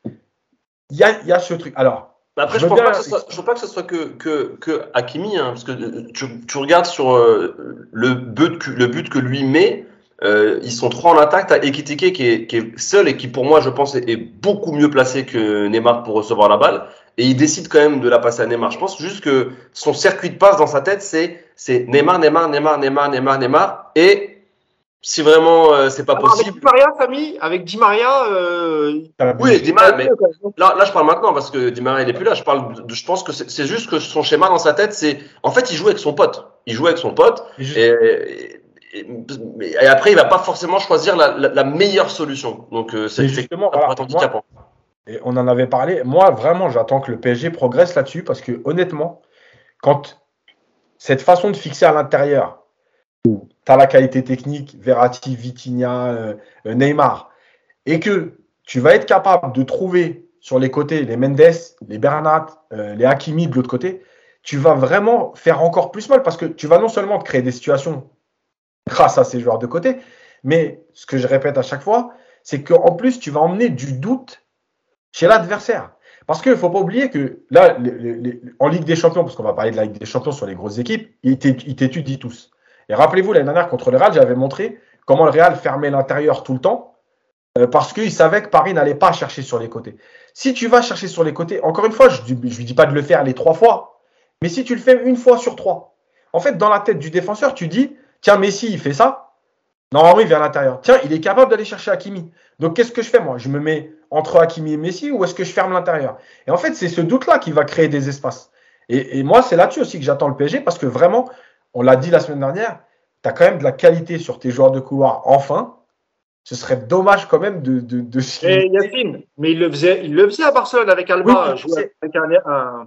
Il y a, il y a ce truc. Alors, après, je ne pense, pense pas que ce soit que, que, que Hakimi, hein, parce que tu, tu regardes sur euh, le, but que, le but que lui met, euh, ils sont trois en attaque. Tu as Ekitike qui est, qui est seul et qui, pour moi, je pense, est, est beaucoup mieux placé que Neymar pour recevoir la balle. Et il décide quand même de la passer à Neymar. Je pense juste que son circuit de passe dans sa tête, c'est, c'est Neymar, Neymar, Neymar, Neymar, Neymar, Neymar. Et si vraiment euh, c'est pas Alors, possible. Avec Di Maria, Samy, avec Di Maria. Euh... Oui, Di Maria, mais là, là, je parle maintenant parce que Di Maria, il est plus là. Je parle, de, je pense que c'est, c'est juste que son schéma dans sa tête, c'est. En fait, il joue avec son pote. Il joue avec son pote. Et, et, et, et après, il va pas forcément choisir la, la, la meilleure solution. Donc, euh, c'est justement, voilà, handicapant. Et on en avait parlé. Moi, vraiment, j'attends que le P S G progresse là-dessus parce que, honnêtement, quand cette façon de fixer à l'intérieur, où tu as la qualité technique, Verratti, Vitinha, euh, Neymar, et que tu vas être capable de trouver sur les côtés les Mendes, les Bernat, euh, les Hakimi de l'autre côté, tu vas vraiment faire encore plus mal parce que tu vas non seulement te créer des situations grâce à ces joueurs de côté, mais ce que je répète à chaque fois, c'est qu'en plus, tu vas emmener du doute chez l'adversaire. Parce qu'il ne faut pas oublier que là, les, les, les, en Ligue des Champions, parce qu'on va parler de la Ligue des Champions sur les grosses équipes, ils t'étudient tous. Et rappelez-vous, l'année dernière, contre le Real, j'avais montré comment le Real fermait l'intérieur tout le temps euh, parce qu'il savait que Paris n'allait pas chercher sur les côtés. Si tu vas chercher sur les côtés, encore une fois, je ne lui dis pas de le faire les trois fois, mais si tu le fais une fois sur trois, en fait, dans la tête du défenseur, tu dis, tiens, Messi, il fait ça. Normalement, il vient à l'intérieur. Tiens, il est capable d'aller chercher Hakimi. Donc, qu'est-ce que je fais, moi? Je me mets entre Hakimi et Messi ou est-ce que je ferme l'intérieur? Et en fait, c'est ce doute-là qui va créer des espaces. Et, et moi, c'est là-dessus aussi que j'attends le P S G parce que vraiment, on l'a dit la semaine dernière, tu as quand même de la qualité sur tes joueurs de couloir. Enfin, ce serait dommage quand même de... de, de mais Yacine, mais il le, faisait, il le faisait à Barcelone avec Alba. Oui, avec un, un...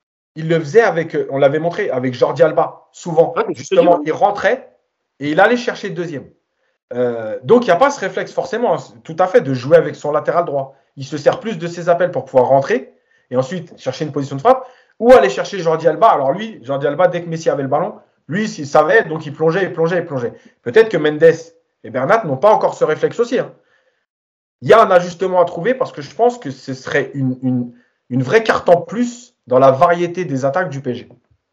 Il le faisait avec, on l'avait montré, avec Jordi Alba, souvent. Ouais, justement, il rentrait et il allait chercher le deuxième. Euh, donc, il n'y a pas ce réflexe forcément, tout à fait, de jouer avec son latéral droit. Il se sert plus de ses appels pour pouvoir rentrer et ensuite chercher une position de frappe ou aller chercher Jordi Alba. Alors lui, Jordi Alba, dès que Messi avait le ballon, lui, il savait, donc il plongeait, il plongeait, il plongeait. Peut-être que Mendes et Bernat n'ont pas encore ce réflexe aussi. Hein. Il y a un ajustement à trouver parce que je pense que ce serait une, une, une vraie carte en plus dans la variété des attaques du P S G.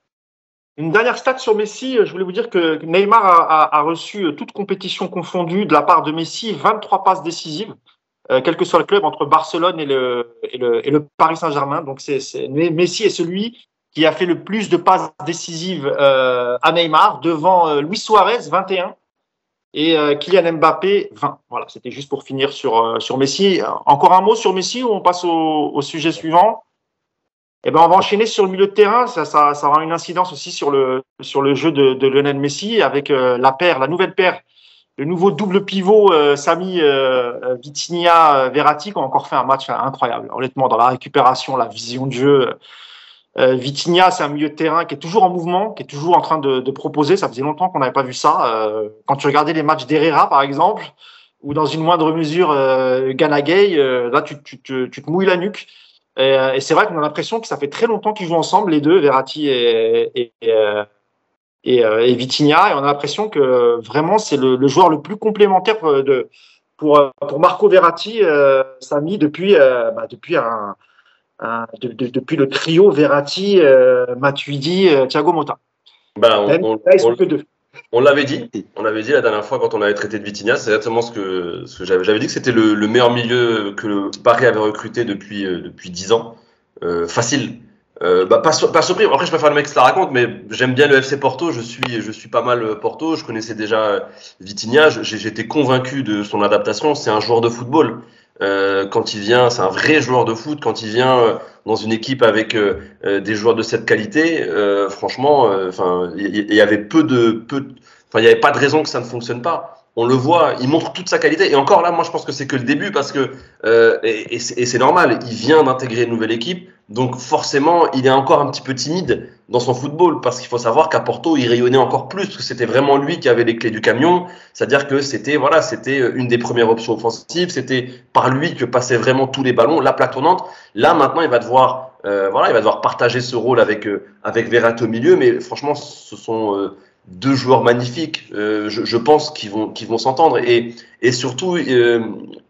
Une dernière stat sur Messi, je voulais vous dire que Neymar a, a, a reçu toute compétition confondue de la part de Messi, vingt-trois passes décisives, euh, quel que soit le club, entre Barcelone et le, et le, et le Paris Saint-Germain. Donc c'est, c'est, Messi est celui qui a fait le plus de passes décisives euh, à Neymar, devant euh, Luis Suarez, vingt et un, et euh, Kylian Mbappé, vingt. Voilà, c'était juste pour finir sur, euh, sur Messi. Encore un mot sur Messi ou on passe au, au sujet suivant? Eh ben, on va enchaîner sur le milieu de terrain. Ça, ça, ça aura une incidence aussi sur le, sur le jeu de, de Lionel Messi avec euh, la paire, la nouvelle paire, le nouveau double pivot euh, Samy euh, Vitinha Verratti qui ont encore fait un match incroyable. Honnêtement, dans la récupération, la vision de jeu. Euh, Vitinha, c'est un milieu de terrain qui est toujours en mouvement, qui est toujours en train de, de proposer. Ça faisait longtemps qu'on n'avait pas vu ça. Euh, quand tu regardais les matchs d'Herrera, par exemple, ou dans une moindre mesure euh, Gana Gueye, euh, là, tu, tu, tu, tu te mouilles la nuque. Et, et c'est vrai qu'on a l'impression que ça fait très longtemps qu'ils jouent ensemble, les deux, Verratti et, et, et, et, et Vitinha. Et on a l'impression que vraiment, c'est le, le joueur le plus complémentaire de, pour, pour Marco Verratti, euh, Samy, depuis, euh, bah, depuis, un, un, de, de, depuis le trio Verratti, euh, Matuidi, euh, Thiago Motta. Ben, on, Même, on, là, ils sont on, que deux. On l'avait dit, on l'avait dit la dernière fois quand on avait traité de Vitinha, c'est exactement ce que, ce que j'avais. J'avais dit que c'était le, le meilleur milieu que le Paris avait recruté depuis euh, depuis dix ans, euh, facile. Euh, bah, pas, pas surpris. Après, je préfère le mec qui se la raconte, mais j'aime bien le F C Porto. Je suis je suis pas mal Porto. Je connaissais déjà Vitinha. J'étais convaincu de son adaptation. C'est un joueur de football. Euh, quand il vient, c'est un vrai joueur de foot. Quand il vient euh, dans une équipe avec euh, euh, des joueurs de cette qualité, euh, franchement, enfin, euh, il y, y avait peu de, peu, enfin, il y avait pas de raison que ça ne fonctionne pas. On le voit, il montre toute sa qualité. Et encore là, moi, je pense que c'est que le début parce que euh, et, et c'est normal. Il vient d'intégrer une nouvelle équipe, donc forcément, il est encore un petit peu timide dans son football parce qu'il faut savoir qu'à Porto, il rayonnait encore plus parce que c'était vraiment lui qui avait les clés du camion. C'est-à-dire que c'était voilà, c'était une des premières options offensives. C'était par lui que passaient vraiment tous les ballons, la plaque tournante. Là, maintenant, il va devoir euh, voilà, il va devoir partager ce rôle avec euh, avec Verratti au milieu. Mais franchement, ce sont euh, deux joueurs magnifiques, euh, je, je pense qu'ils vont qu'ils vont s'entendre et et surtout euh,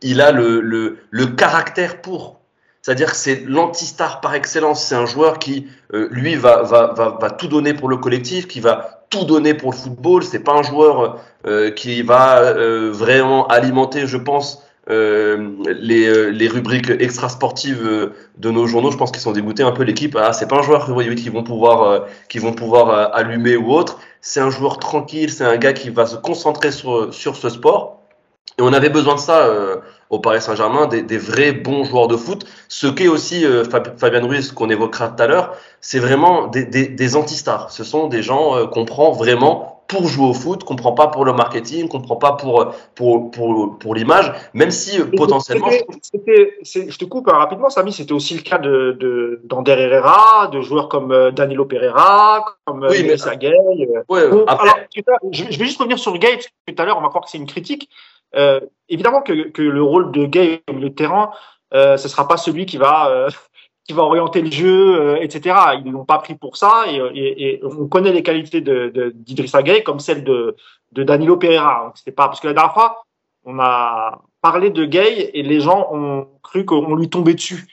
il a le, le, le caractère pour. C'est-à-dire que c'est l'anti-star par excellence. C'est un joueur qui, euh, lui, va, va, va, va tout donner pour le collectif, qui va tout donner pour le football. C'est pas un joueur euh, qui va euh, vraiment alimenter, je pense, euh, les, les rubriques extra-sportives de nos journaux. Je pense qu'ils sont dégoûtés un peu l'équipe. Ah, c'est pas un joueur qui vont pouvoir, euh, qui vont pouvoir euh, allumer ou autre. C'est un joueur tranquille. C'est un gars qui va se concentrer sur, sur ce sport. Et on avait besoin de ça euh, au Paris Saint-Germain, des, des vrais bons joueurs de foot. Ce qu'est aussi euh, Fabien Ruiz, qu'on évoquera tout à l'heure, c'est vraiment des, des, des anti-stars. Ce sont des gens euh, qu'on prend vraiment pour jouer au foot, qu'on prend pas pour le marketing, qu'on prend pas pour pour pour, pour l'image, même si euh, potentiellement. C'était, c'était, je te coupe hein, rapidement, Samy. C'était aussi le cas de de d'Ander Herrera, de joueurs comme euh, Danilo Pereira, comme oui, Idrissa mais... Gueye. Ouais, bon, après... alors, je, je vais juste revenir sur Gueye parce que tout à l'heure on va croire que c'est une critique. Euh, évidemment que, que le rôle de Gueye au milieu de terrain, euh, ce sera pas celui qui va euh, qui va orienter le jeu, euh, et cetera. Ils ne l'ont pas pris pour ça et, et, et on connaît les qualités de, de, d'Idrissa Gueye comme celles de, de Danilo Pereira. Donc, c'était pas parce que la dernière fois on a parlé de Gueye et les gens ont cru qu'on lui tombait dessus.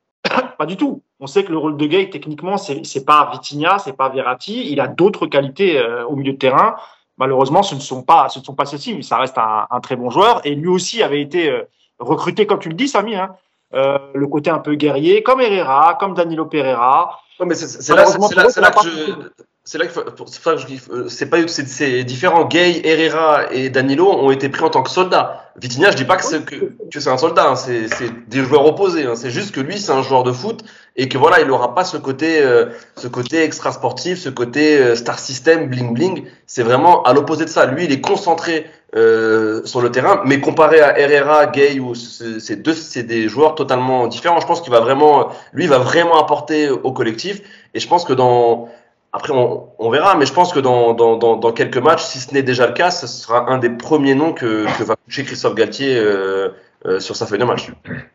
Pas du tout. On sait que le rôle de Gueye techniquement c'est c'est pas Vitinha, c'est pas Verratti. Il a d'autres qualités euh, au milieu de terrain. Malheureusement, ce ne sont pas, ce ne sont pas ceux-ci. Ça reste un, un très bon joueur. Et lui aussi avait été euh, recruté, comme tu le dis, Samy, hein, euh, le côté un peu guerrier, comme Herrera, comme Danilo Pereira. Ouais, mais c'est, c'est, là, c'est, c'est, là, c'est là que je, c'est là que c'est ça que je, c'est pas, c'est, c'est différent. Gueye, Herrera et Danilo ont été pris en tant que soldats. Vitinha, je dis pas que c'est, que, que c'est un soldat, hein, c'est, c'est des joueurs opposés. Hein. C'est juste que lui, c'est un joueur de foot et que voilà, il aura pas ce côté, euh, ce côté extra sportif, ce côté euh, star system, bling bling. C'est vraiment à l'opposé de ça. Lui, il est concentré euh, sur le terrain, mais comparé à Herrera, Gueye ou ces deux, c'est des joueurs totalement différents. Je pense qu'il va vraiment, lui, il va vraiment apporter au collectif. Et je pense que dans Après, on, on verra, mais je pense que dans, dans, dans, dans quelques matchs, si ce n'est déjà le cas, ce sera un des premiers noms que, que va coucher Christophe Galtier euh, euh, sur sa feuille de match.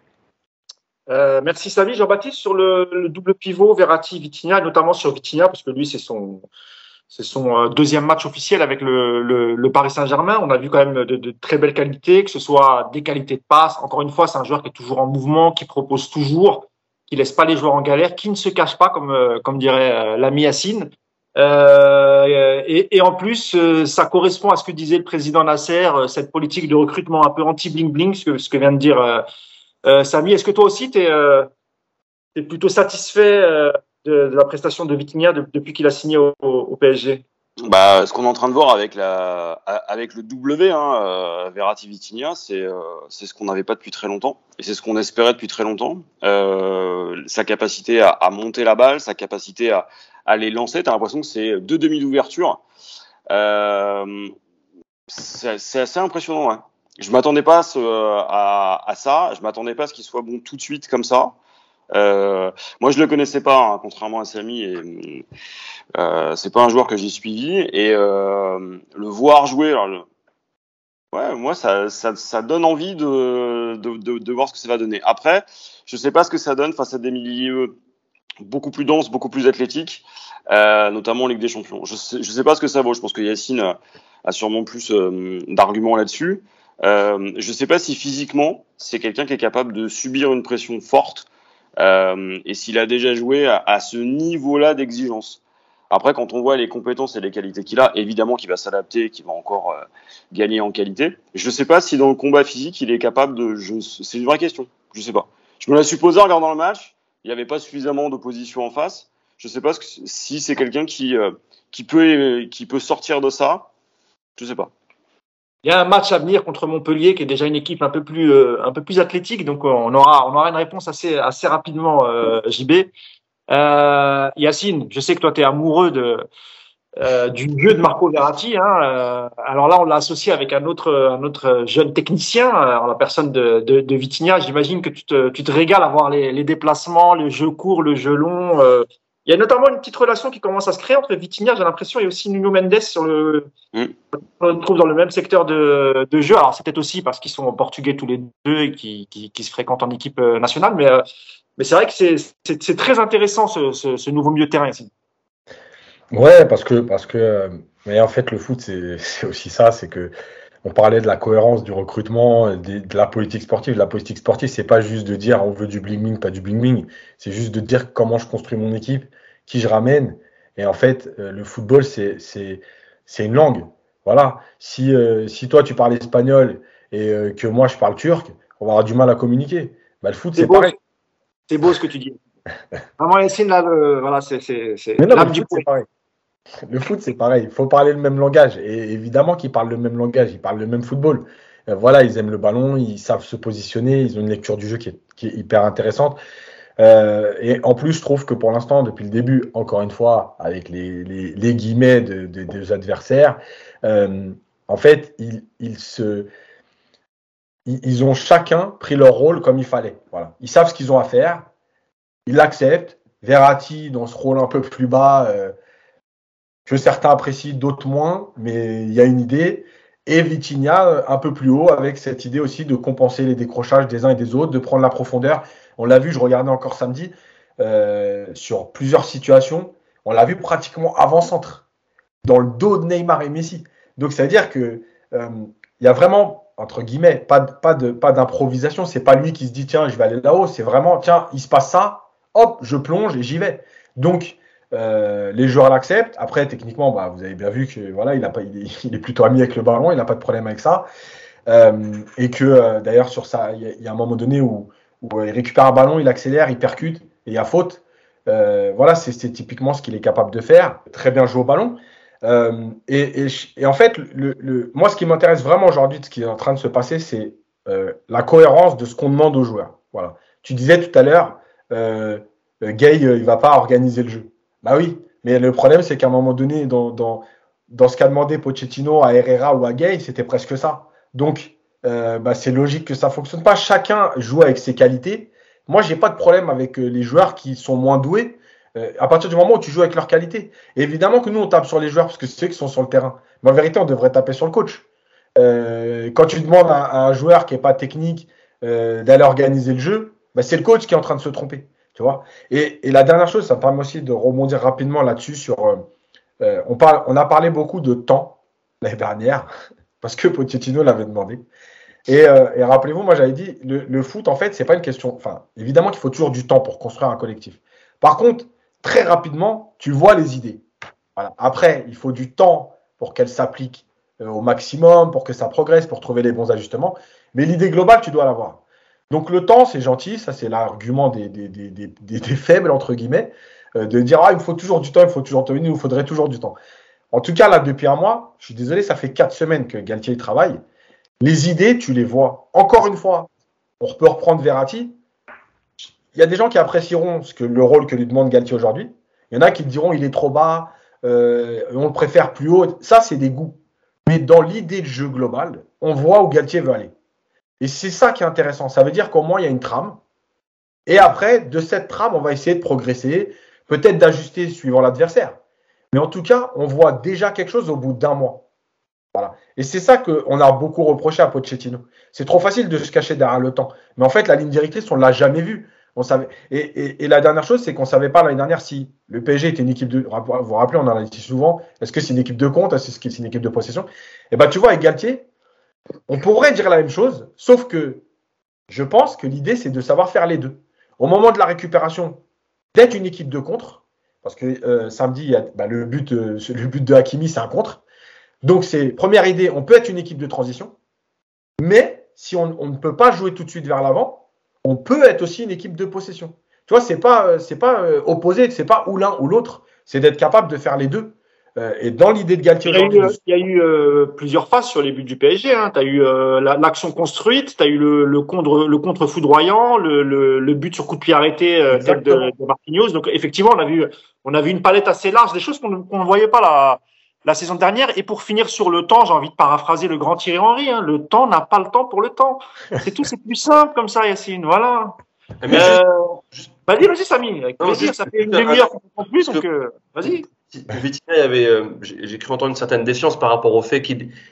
Euh, merci Samy. Jean-Baptiste, sur le, le double pivot Verratti-Vitinha, notamment sur Vitinha, parce que lui, c'est son, c'est son deuxième match officiel avec le, le, le Paris Saint-Germain. On a vu quand même de, de très belles qualités, que ce soit des qualités de passe. Encore une fois, c'est un joueur qui est toujours en mouvement, qui propose toujours, qui laisse pas les joueurs en galère, qui ne se cache pas, comme, comme dirait l'ami Yacine. Euh, et, et en plus, ça correspond à ce que disait le président Nasser, cette politique de recrutement un peu anti-bling-bling, ce que, ce que vient de dire euh, euh, Samy. Est-ce que toi aussi, tu es euh, plutôt satisfait euh, de, de la prestation de Vitinha de, depuis qu'il a signé au, au P S G? Bah, ce qu'on est en train de voir avec la, avec le W, hein, euh, Verratti-Vitinha, c'est, euh, c'est ce qu'on n'avait pas depuis très longtemps, et c'est ce qu'on espérait depuis très longtemps. Euh, sa capacité à, à monter la balle, sa capacité à, à les lancer, t'as l'impression que c'est deux demi d'ouverture. Euh, c'est, c'est assez impressionnant. Ouais. Je m'attendais pas à, ce, à, à ça. Je m'attendais pas à ce qu'il soit bon tout de suite comme ça. Euh, moi, je le connaissais pas, hein, contrairement à Samy. Et, euh, c'est pas un joueur que j'ai suivi, et euh, le voir jouer, alors, le... ouais, moi, ça, ça, ça donne envie de, de, de, de voir ce que ça va donner. Après, je sais pas ce que ça donne face à des milieux beaucoup plus denses, beaucoup plus athlétiques, euh, notamment en Ligue des Champions. Je sais, je sais pas ce que ça vaut. Je pense que Yacine a sûrement plus euh, d'arguments là-dessus. Euh, je sais pas si physiquement, c'est quelqu'un qui est capable de subir une pression forte. Euh, et s'il a déjà joué à, à ce niveau-là d'exigence. Après, quand on voit les compétences et les qualités qu'il a, évidemment qu'il va s'adapter, qu'il va encore euh, gagner en qualité. Je ne sais pas si dans le combat physique, il est capable de... Je, c'est une vraie question, je ne sais pas. Je me l'ai supposé en regardant le match, il n'y avait pas suffisamment d'opposition en face. Je ne sais pas si c'est quelqu'un qui, euh, qui, peut, qui peut sortir de ça, je ne sais pas. Il y a un match à venir contre Montpellier, qui est déjà une équipe un peu plus, euh, un peu plus athlétique, donc on aura, on aura une réponse assez, assez rapidement, euh, J B. Euh, Yacine, je sais que toi, tu es amoureux de, euh, du jeu de Marco Verratti. Hein, euh, alors là, on l'a associé avec un autre, un autre jeune technicien, en la personne de, de, de Vitinha. J'imagine que tu te, tu te régales à voir les, les déplacements, le jeu court, le jeu long. Euh, Il y a notamment une petite relation qui commence à se créer entre Vitinha, j'ai l'impression, et aussi Nuno Mendes sur le, mm. on le trouve dans le même secteur de, de jeu. Alors c'est peut-être aussi parce qu'ils sont portugais tous les deux et qui, qui, qui se fréquentent en équipe nationale, mais, mais c'est vrai que c'est, c'est, c'est très intéressant ce, ce, ce nouveau milieu de terrain ici. Ouais, parce que, parce que, mais en fait le foot c'est, c'est aussi ça, c'est que on parlait de la cohérence du recrutement, de, de la politique sportive. La politique sportive, c'est pas juste de dire on veut du bling-bling, pas du bling-bling. C'est juste de dire comment je construis mon équipe, qui je ramène. Et en fait, euh, le football, c'est, c'est, c'est une langue. Voilà. Si, euh, si toi, tu parles espagnol et euh, que moi, je parle turc, on va avoir du mal à communiquer. Bah, le foot, c'est, c'est beau, pareil. C'est beau ce que tu dis. Vraiment, Yacine, là, le, voilà, c'est, c'est, c'est Mais non, l'âme le du foot, c'est pareil. Le foot, c'est pareil. Il faut parler le même langage. Et évidemment qu'ils parlent le même langage. Ils parlent le même football. Euh, voilà, ils aiment le ballon, ils savent se positionner, ils ont une lecture du jeu qui est, qui est hyper intéressante. Euh, et en plus, je trouve que pour l'instant, depuis le début, encore une fois, avec les, les, les guillemets de, de, des adversaires, euh, en fait, ils, ils, se, ils, ils ont chacun pris leur rôle comme il fallait. Voilà. Ils savent ce qu'ils ont à faire, ils l'acceptent. Verratti, dans ce rôle un peu plus bas, euh, que certains apprécient, d'autres moins, mais il y a une idée. Et Vitinha, un peu plus haut, avec cette idée aussi de compenser les décrochages des uns et des autres, de prendre la profondeur. On l'a vu, je regardais encore samedi, euh, sur plusieurs situations, on l'a vu pratiquement avant-centre, dans le dos de Neymar et Messi. Donc, ça veut dire qu'il euh, y a vraiment, entre guillemets, pas, de, pas, de, pas d'improvisation. C'est pas lui qui se dit, tiens, je vais aller là-haut. C'est vraiment, tiens, il se passe ça, hop, je plonge et j'y vais. Donc, Euh, les joueurs l'acceptent. Après, techniquement, bah, vous avez bien vu que voilà, il, a pas, il, est, il est plutôt ami avec le ballon, il n'a pas de problème avec ça. Euh, et que euh, d'ailleurs, sur ça, il y, y a un moment donné où, où il récupère un ballon, il accélère, il percute et il y a faute. Euh, voilà, c'est, c'est typiquement ce qu'il est capable de faire. Très bien joué au ballon. Euh, et, et, et en fait, le, le, moi, ce qui m'intéresse vraiment aujourd'hui de ce qui est en train de se passer, c'est euh, la cohérence de ce qu'on demande aux joueurs. Voilà. Tu disais tout à l'heure, euh, Gay, euh, il ne va pas organiser le jeu. Bah oui, mais le problème, c'est qu'à un moment donné, dans, dans, dans ce qu'a demandé Pochettino à Herrera ou à Gay, c'était presque ça. Donc, euh, bah, c'est logique que ça ne fonctionne pas. Chacun joue avec ses qualités. Moi, je n'ai pas de problème avec euh, les joueurs qui sont moins doués, euh, à partir du moment où tu joues avec leurs qualités. Et évidemment que nous, on tape sur les joueurs parce que c'est eux qui sont sur le terrain. Mais en vérité, on devrait taper sur le coach. Euh, quand tu demandes à, à un joueur qui n'est pas technique euh, d'aller organiser le jeu, bah, c'est le coach qui est en train de se tromper. Tu vois, et, et la dernière chose, ça me permet aussi de rebondir rapidement là-dessus sur. Euh, on, parle, on a parlé beaucoup de temps l'année dernière parce que Pochettino l'avait demandé. Et, euh, et rappelez-vous, moi j'avais dit, le, le foot en fait, c'est pas une question. Enfin, évidemment qu'il faut toujours du temps pour construire un collectif. Par contre, très rapidement, tu vois les idées. Voilà. Après, il faut du temps pour qu'elles s'appliquent euh, au maximum, pour que ça progresse, pour trouver les bons ajustements. Mais l'idée globale, tu dois l'avoir. Donc le temps, c'est gentil, ça c'est l'argument des, des, des, des, des faibles, entre guillemets, euh, de dire « Ah, il me faut toujours du temps, il faut toujours tenir, il nous faudrait toujours du temps ». En tout cas, là, depuis un mois, je suis désolé, ça fait quatre semaines que Galtier travaille. Les idées, tu les vois. Encore une fois, on peut reprendre Verratti. Il y a des gens qui apprécieront ce que, le rôle que lui demande Galtier aujourd'hui. Il y en a qui diront « Il est trop bas, euh, on le préfère plus haut ». Ça, c'est des goûts. Mais dans l'idée de jeu global, on voit où Galtier veut aller. Et c'est ça qui est intéressant. Ça veut dire qu'au moins, il y a une trame. Et après, de cette trame, on va essayer de progresser, peut-être d'ajuster suivant l'adversaire. Mais en tout cas, on voit déjà quelque chose au bout d'un mois. Voilà. Et c'est ça qu'on a beaucoup reproché à Pochettino. C'est trop facile de se cacher derrière le temps. Mais en fait, la ligne directrice, on ne l'a jamais vue. On savait... et, et, et la dernière chose, c'est qu'on ne savait pas l'année dernière si le P S G était une équipe de... Vous vous rappelez, on en a dit souvent, est-ce que c'est une équipe de compte, est-ce que c'est une équipe de possession? Et bien, tu vois, avec Galtier, on pourrait dire la même chose, sauf que je pense que l'idée, c'est de savoir faire les deux. Au moment de la récupération, d'être une équipe de contre, parce que euh, samedi, il y a, bah, le, but, euh, le but de Hakimi, c'est un contre. Donc, c'est première idée, on peut être une équipe de transition, mais si on, on ne peut pas jouer tout de suite vers l'avant, on peut être aussi une équipe de possession. Tu vois, c'est pas, c'est pas euh, opposé, c'est pas ou l'un ou l'autre, c'est d'être capable de faire les deux. Euh, et dans l'idée de Galtier, il y a eu, il y a eu euh, plusieurs phases sur les buts du P S G. Hein. Tu as eu euh, la, l'action construite, tu as eu le, le, contre, le contre foudroyant, le, le, le but sur coup de pied arrêté euh, tête de, de Marquinhos. Donc effectivement, on a vu, on a vu une palette assez large, des choses qu'on, qu'on ne voyait pas la, la saison dernière. Et pour finir sur le temps, j'ai envie de paraphraser le grand Thierry Henry. Hein, le temps n'a pas le temps pour le temps. C'est tout, c'est plus simple comme ça, Yacine. Voilà. Mais euh, juste, vas-y, vas-y, Samy. Avec plaisir. Non, ça fait une demi-heure qu'on comprend plus, donc euh, vas-y. Vitinha, il y avait, euh, j'ai, j'ai cru entendre une certaine défiance par rapport au fait qu'il,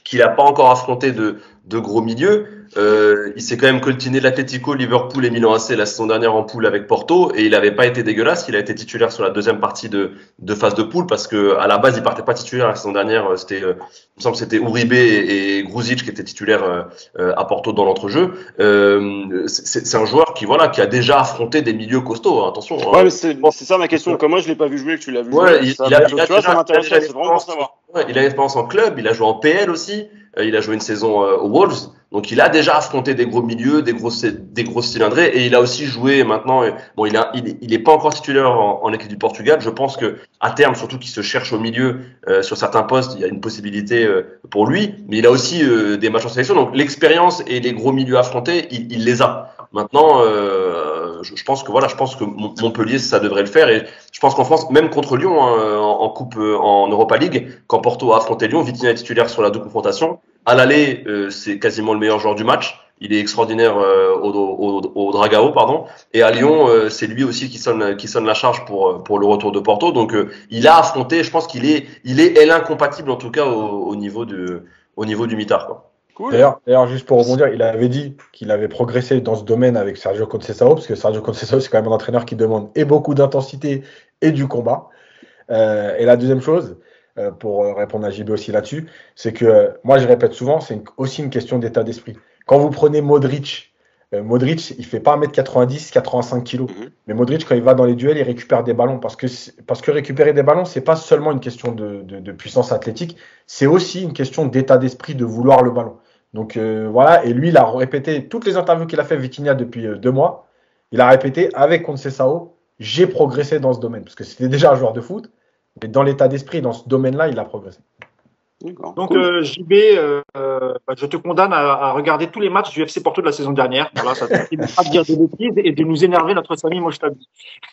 qu'il n'a pas encore affronté de, de gros milieux. Euh, il s'est quand même coltiné l'Atlético, Liverpool et Milan A C la saison dernière en poule avec Porto et il n'avait pas été dégueulasse. Il a été titulaire sur la deuxième partie de, de phase de poule parce que à la base il partait pas titulaire la saison dernière. C'était, euh, il me semble, que c'était Uribe et, et Gruzic qui étaient titulaires euh, à Porto dans l'entrejeu. Euh, c'est, c'est un joueur qui voilà qui a déjà affronté des milieux costauds. Hein, attention. Ouais, hein. mais c'est, c'est ça ma question. Comme moi je l'ai pas vu jouer, que tu l'as vu Ouais, jouer, il, ça, il a, tu il a vois, déjà, ça m'intéressait. il a C'est vraiment pour savoir. Ouais, il a une expérience en club, il a joué en P L aussi, euh, il a joué une saison euh, aux Wolves, donc il a déjà affronté des gros milieux, des grosses, des grosses cylindrées, et il a aussi joué maintenant. euh, Bon, il a, il, il est pas encore titulaire en, en équipe du Portugal. Je pense que à terme, surtout qu'il se cherche au milieu euh, sur certains postes, il y a une possibilité euh, pour lui. Mais il a aussi euh, des matchs en sélection, donc l'expérience et les gros milieux affrontés, il, il les a. Maintenant, euh, je, je pense que voilà, je pense que Montpellier, ça devrait le faire, et je pense qu'en France, même contre Lyon, hein, en, en coupe, euh, en Europa League, quand Porto a affronté Lyon, Vitinha est titulaire sur la double confrontation. À l'aller, euh, c'est quasiment le meilleur joueur du match. Il est extraordinaire euh, au, au, au Dragao, pardon. Et à Lyon, euh, c'est lui aussi qui sonne, qui sonne la charge pour pour le retour de Porto. Donc, euh, il a affronté. Je pense qu'il est, il est L un compatible en tout cas au, au niveau de, au niveau du mitard, quoi. Cool. D'ailleurs, d'ailleurs, juste pour rebondir, il avait dit qu'il avait progressé dans ce domaine avec Sergio Conceição, parce que Sergio Conceição, c'est quand même un entraîneur qui demande et beaucoup d'intensité et du combat. Euh, et la deuxième chose, euh, pour répondre à J B aussi là-dessus, c'est que euh, moi, je répète souvent, c'est une, aussi une question d'état d'esprit. Quand vous prenez Modric, euh, Modric, il fait pas un mètre quatre-vingt-dix, quatre-vingt-cinq kilos. Mhm. Mais Modric, quand il va dans les duels, il récupère des ballons. Parce que, parce que récupérer des ballons, c'est pas seulement une question de, de, de puissance athlétique, c'est aussi une question d'état d'esprit, de vouloir le ballon. Donc euh, voilà, et lui, il a répété toutes les interviews qu'il a fait Vitinha depuis euh, deux mois. Il a répété avec Conceição, j'ai progressé dans ce domaine. Parce que c'était déjà un joueur de foot, mais dans l'état d'esprit, dans ce domaine-là, il a progressé. D'accord. Donc, Cool. euh, J B, euh, euh, bah, je te condamne à, à regarder tous les matchs du F C Porto de la saison dernière. Voilà, ça ne pas de dire des bêtises et de nous énerver notre Samy Mojtabi.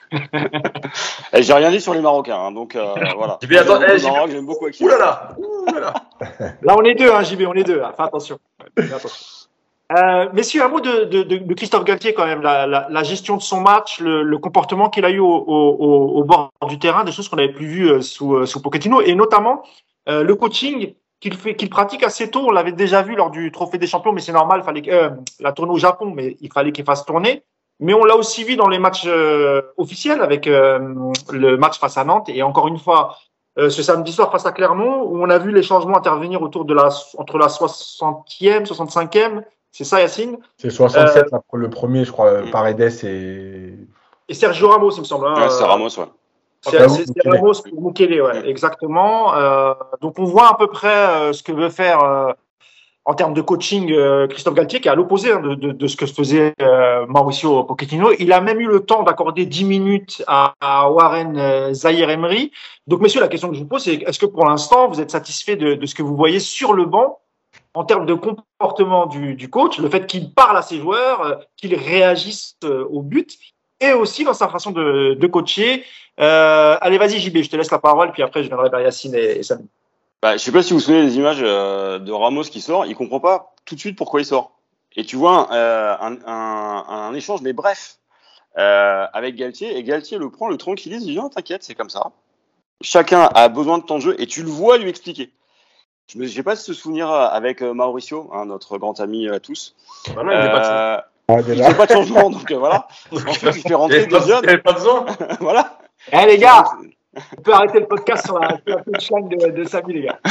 Eh, j'ai rien dit sur les Marocains, hein, donc euh, voilà. J B, attends, J'aime beaucoup eh, le J B. Maroc, j'aime beaucoup Hakim. Ouh là là, ouh là là. Là, on est deux, hein, J B, on est deux. Hein. Fais attention. Ouais, fais attention. Euh, messieurs, un mot de, de, de, de Christophe Galtier quand même, la, la, la gestion de son match, le, le comportement qu'il a eu au, au, au bord du terrain, des choses qu'on n'avait plus vues sous, sous Pochettino, et notamment euh, le coaching qu'il fait, qu'il pratique assez tôt. On l'avait déjà vu lors du Trophée des Champions, mais c'est normal, fallait que, euh, la tournée au Japon, mais il fallait qu'il fasse tourner. Mais on l'a aussi vu dans les matchs euh, officiels avec euh, le match face à Nantes, et encore une fois euh, ce samedi soir face à Clermont, où on a vu les changements intervenir autour de la entre la soixantième, soixante-cinquième. C'est ça, Yacine? C'est soixante-sept, Euh, le premier, je crois, Mm. Paredes et. Et Sergio Ramos, il me semble. Hein. Ouais, c'est Ramos, ouais. C'est, Ah, c'est, c'est Mukele. Ramos pour Mukele, ouais, Mm. exactement. Euh, donc on voit à peu près euh, ce que veut faire euh, en termes de coaching euh, Christophe Galtier, qui est à l'opposé hein, de, de, de ce que faisait euh, Mauricio Pochettino. Il a même eu le temps d'accorder dix minutes à, à Warren euh, Zahir Emery. Donc messieurs, la question que je vous pose, c'est est-ce que pour l'instant vous êtes satisfait de, de ce que vous voyez sur le banc en termes de comportement du, du coach, le fait qu'il parle à ses joueurs, euh, qu'il réagisse euh, au but, et aussi dans sa façon de, de coacher. Euh, allez, vas-y J B, je te laisse la parole, puis après je viendrai vers Yacine et, et Samy. Bah, je sais pas si vous vous souvenez des images euh, de Ramos qui sort, il comprend pas tout de suite pourquoi il sort. Et tu vois euh, un, un, un échange, mais bref, euh, avec Galtier, et Galtier le prend, le tranquillise, il dit non, t'inquiète, c'est comme ça. Chacun a besoin de temps de jeu, et tu le vois lui expliquer. Je ne sais pas si ce souvenir avec euh, Mauricio, hein, notre grand ami à euh, tous. Bah non, il n'est pas de Euh, Ah, il déjà. fait pas de changement, donc euh, voilà. Ensuite, il fait rentrer des jeunes. Il n'y avait pas besoin. Voilà. Eh les gars, on peut arrêter le podcast sur la, sur la punchline de, de Samy, les gars.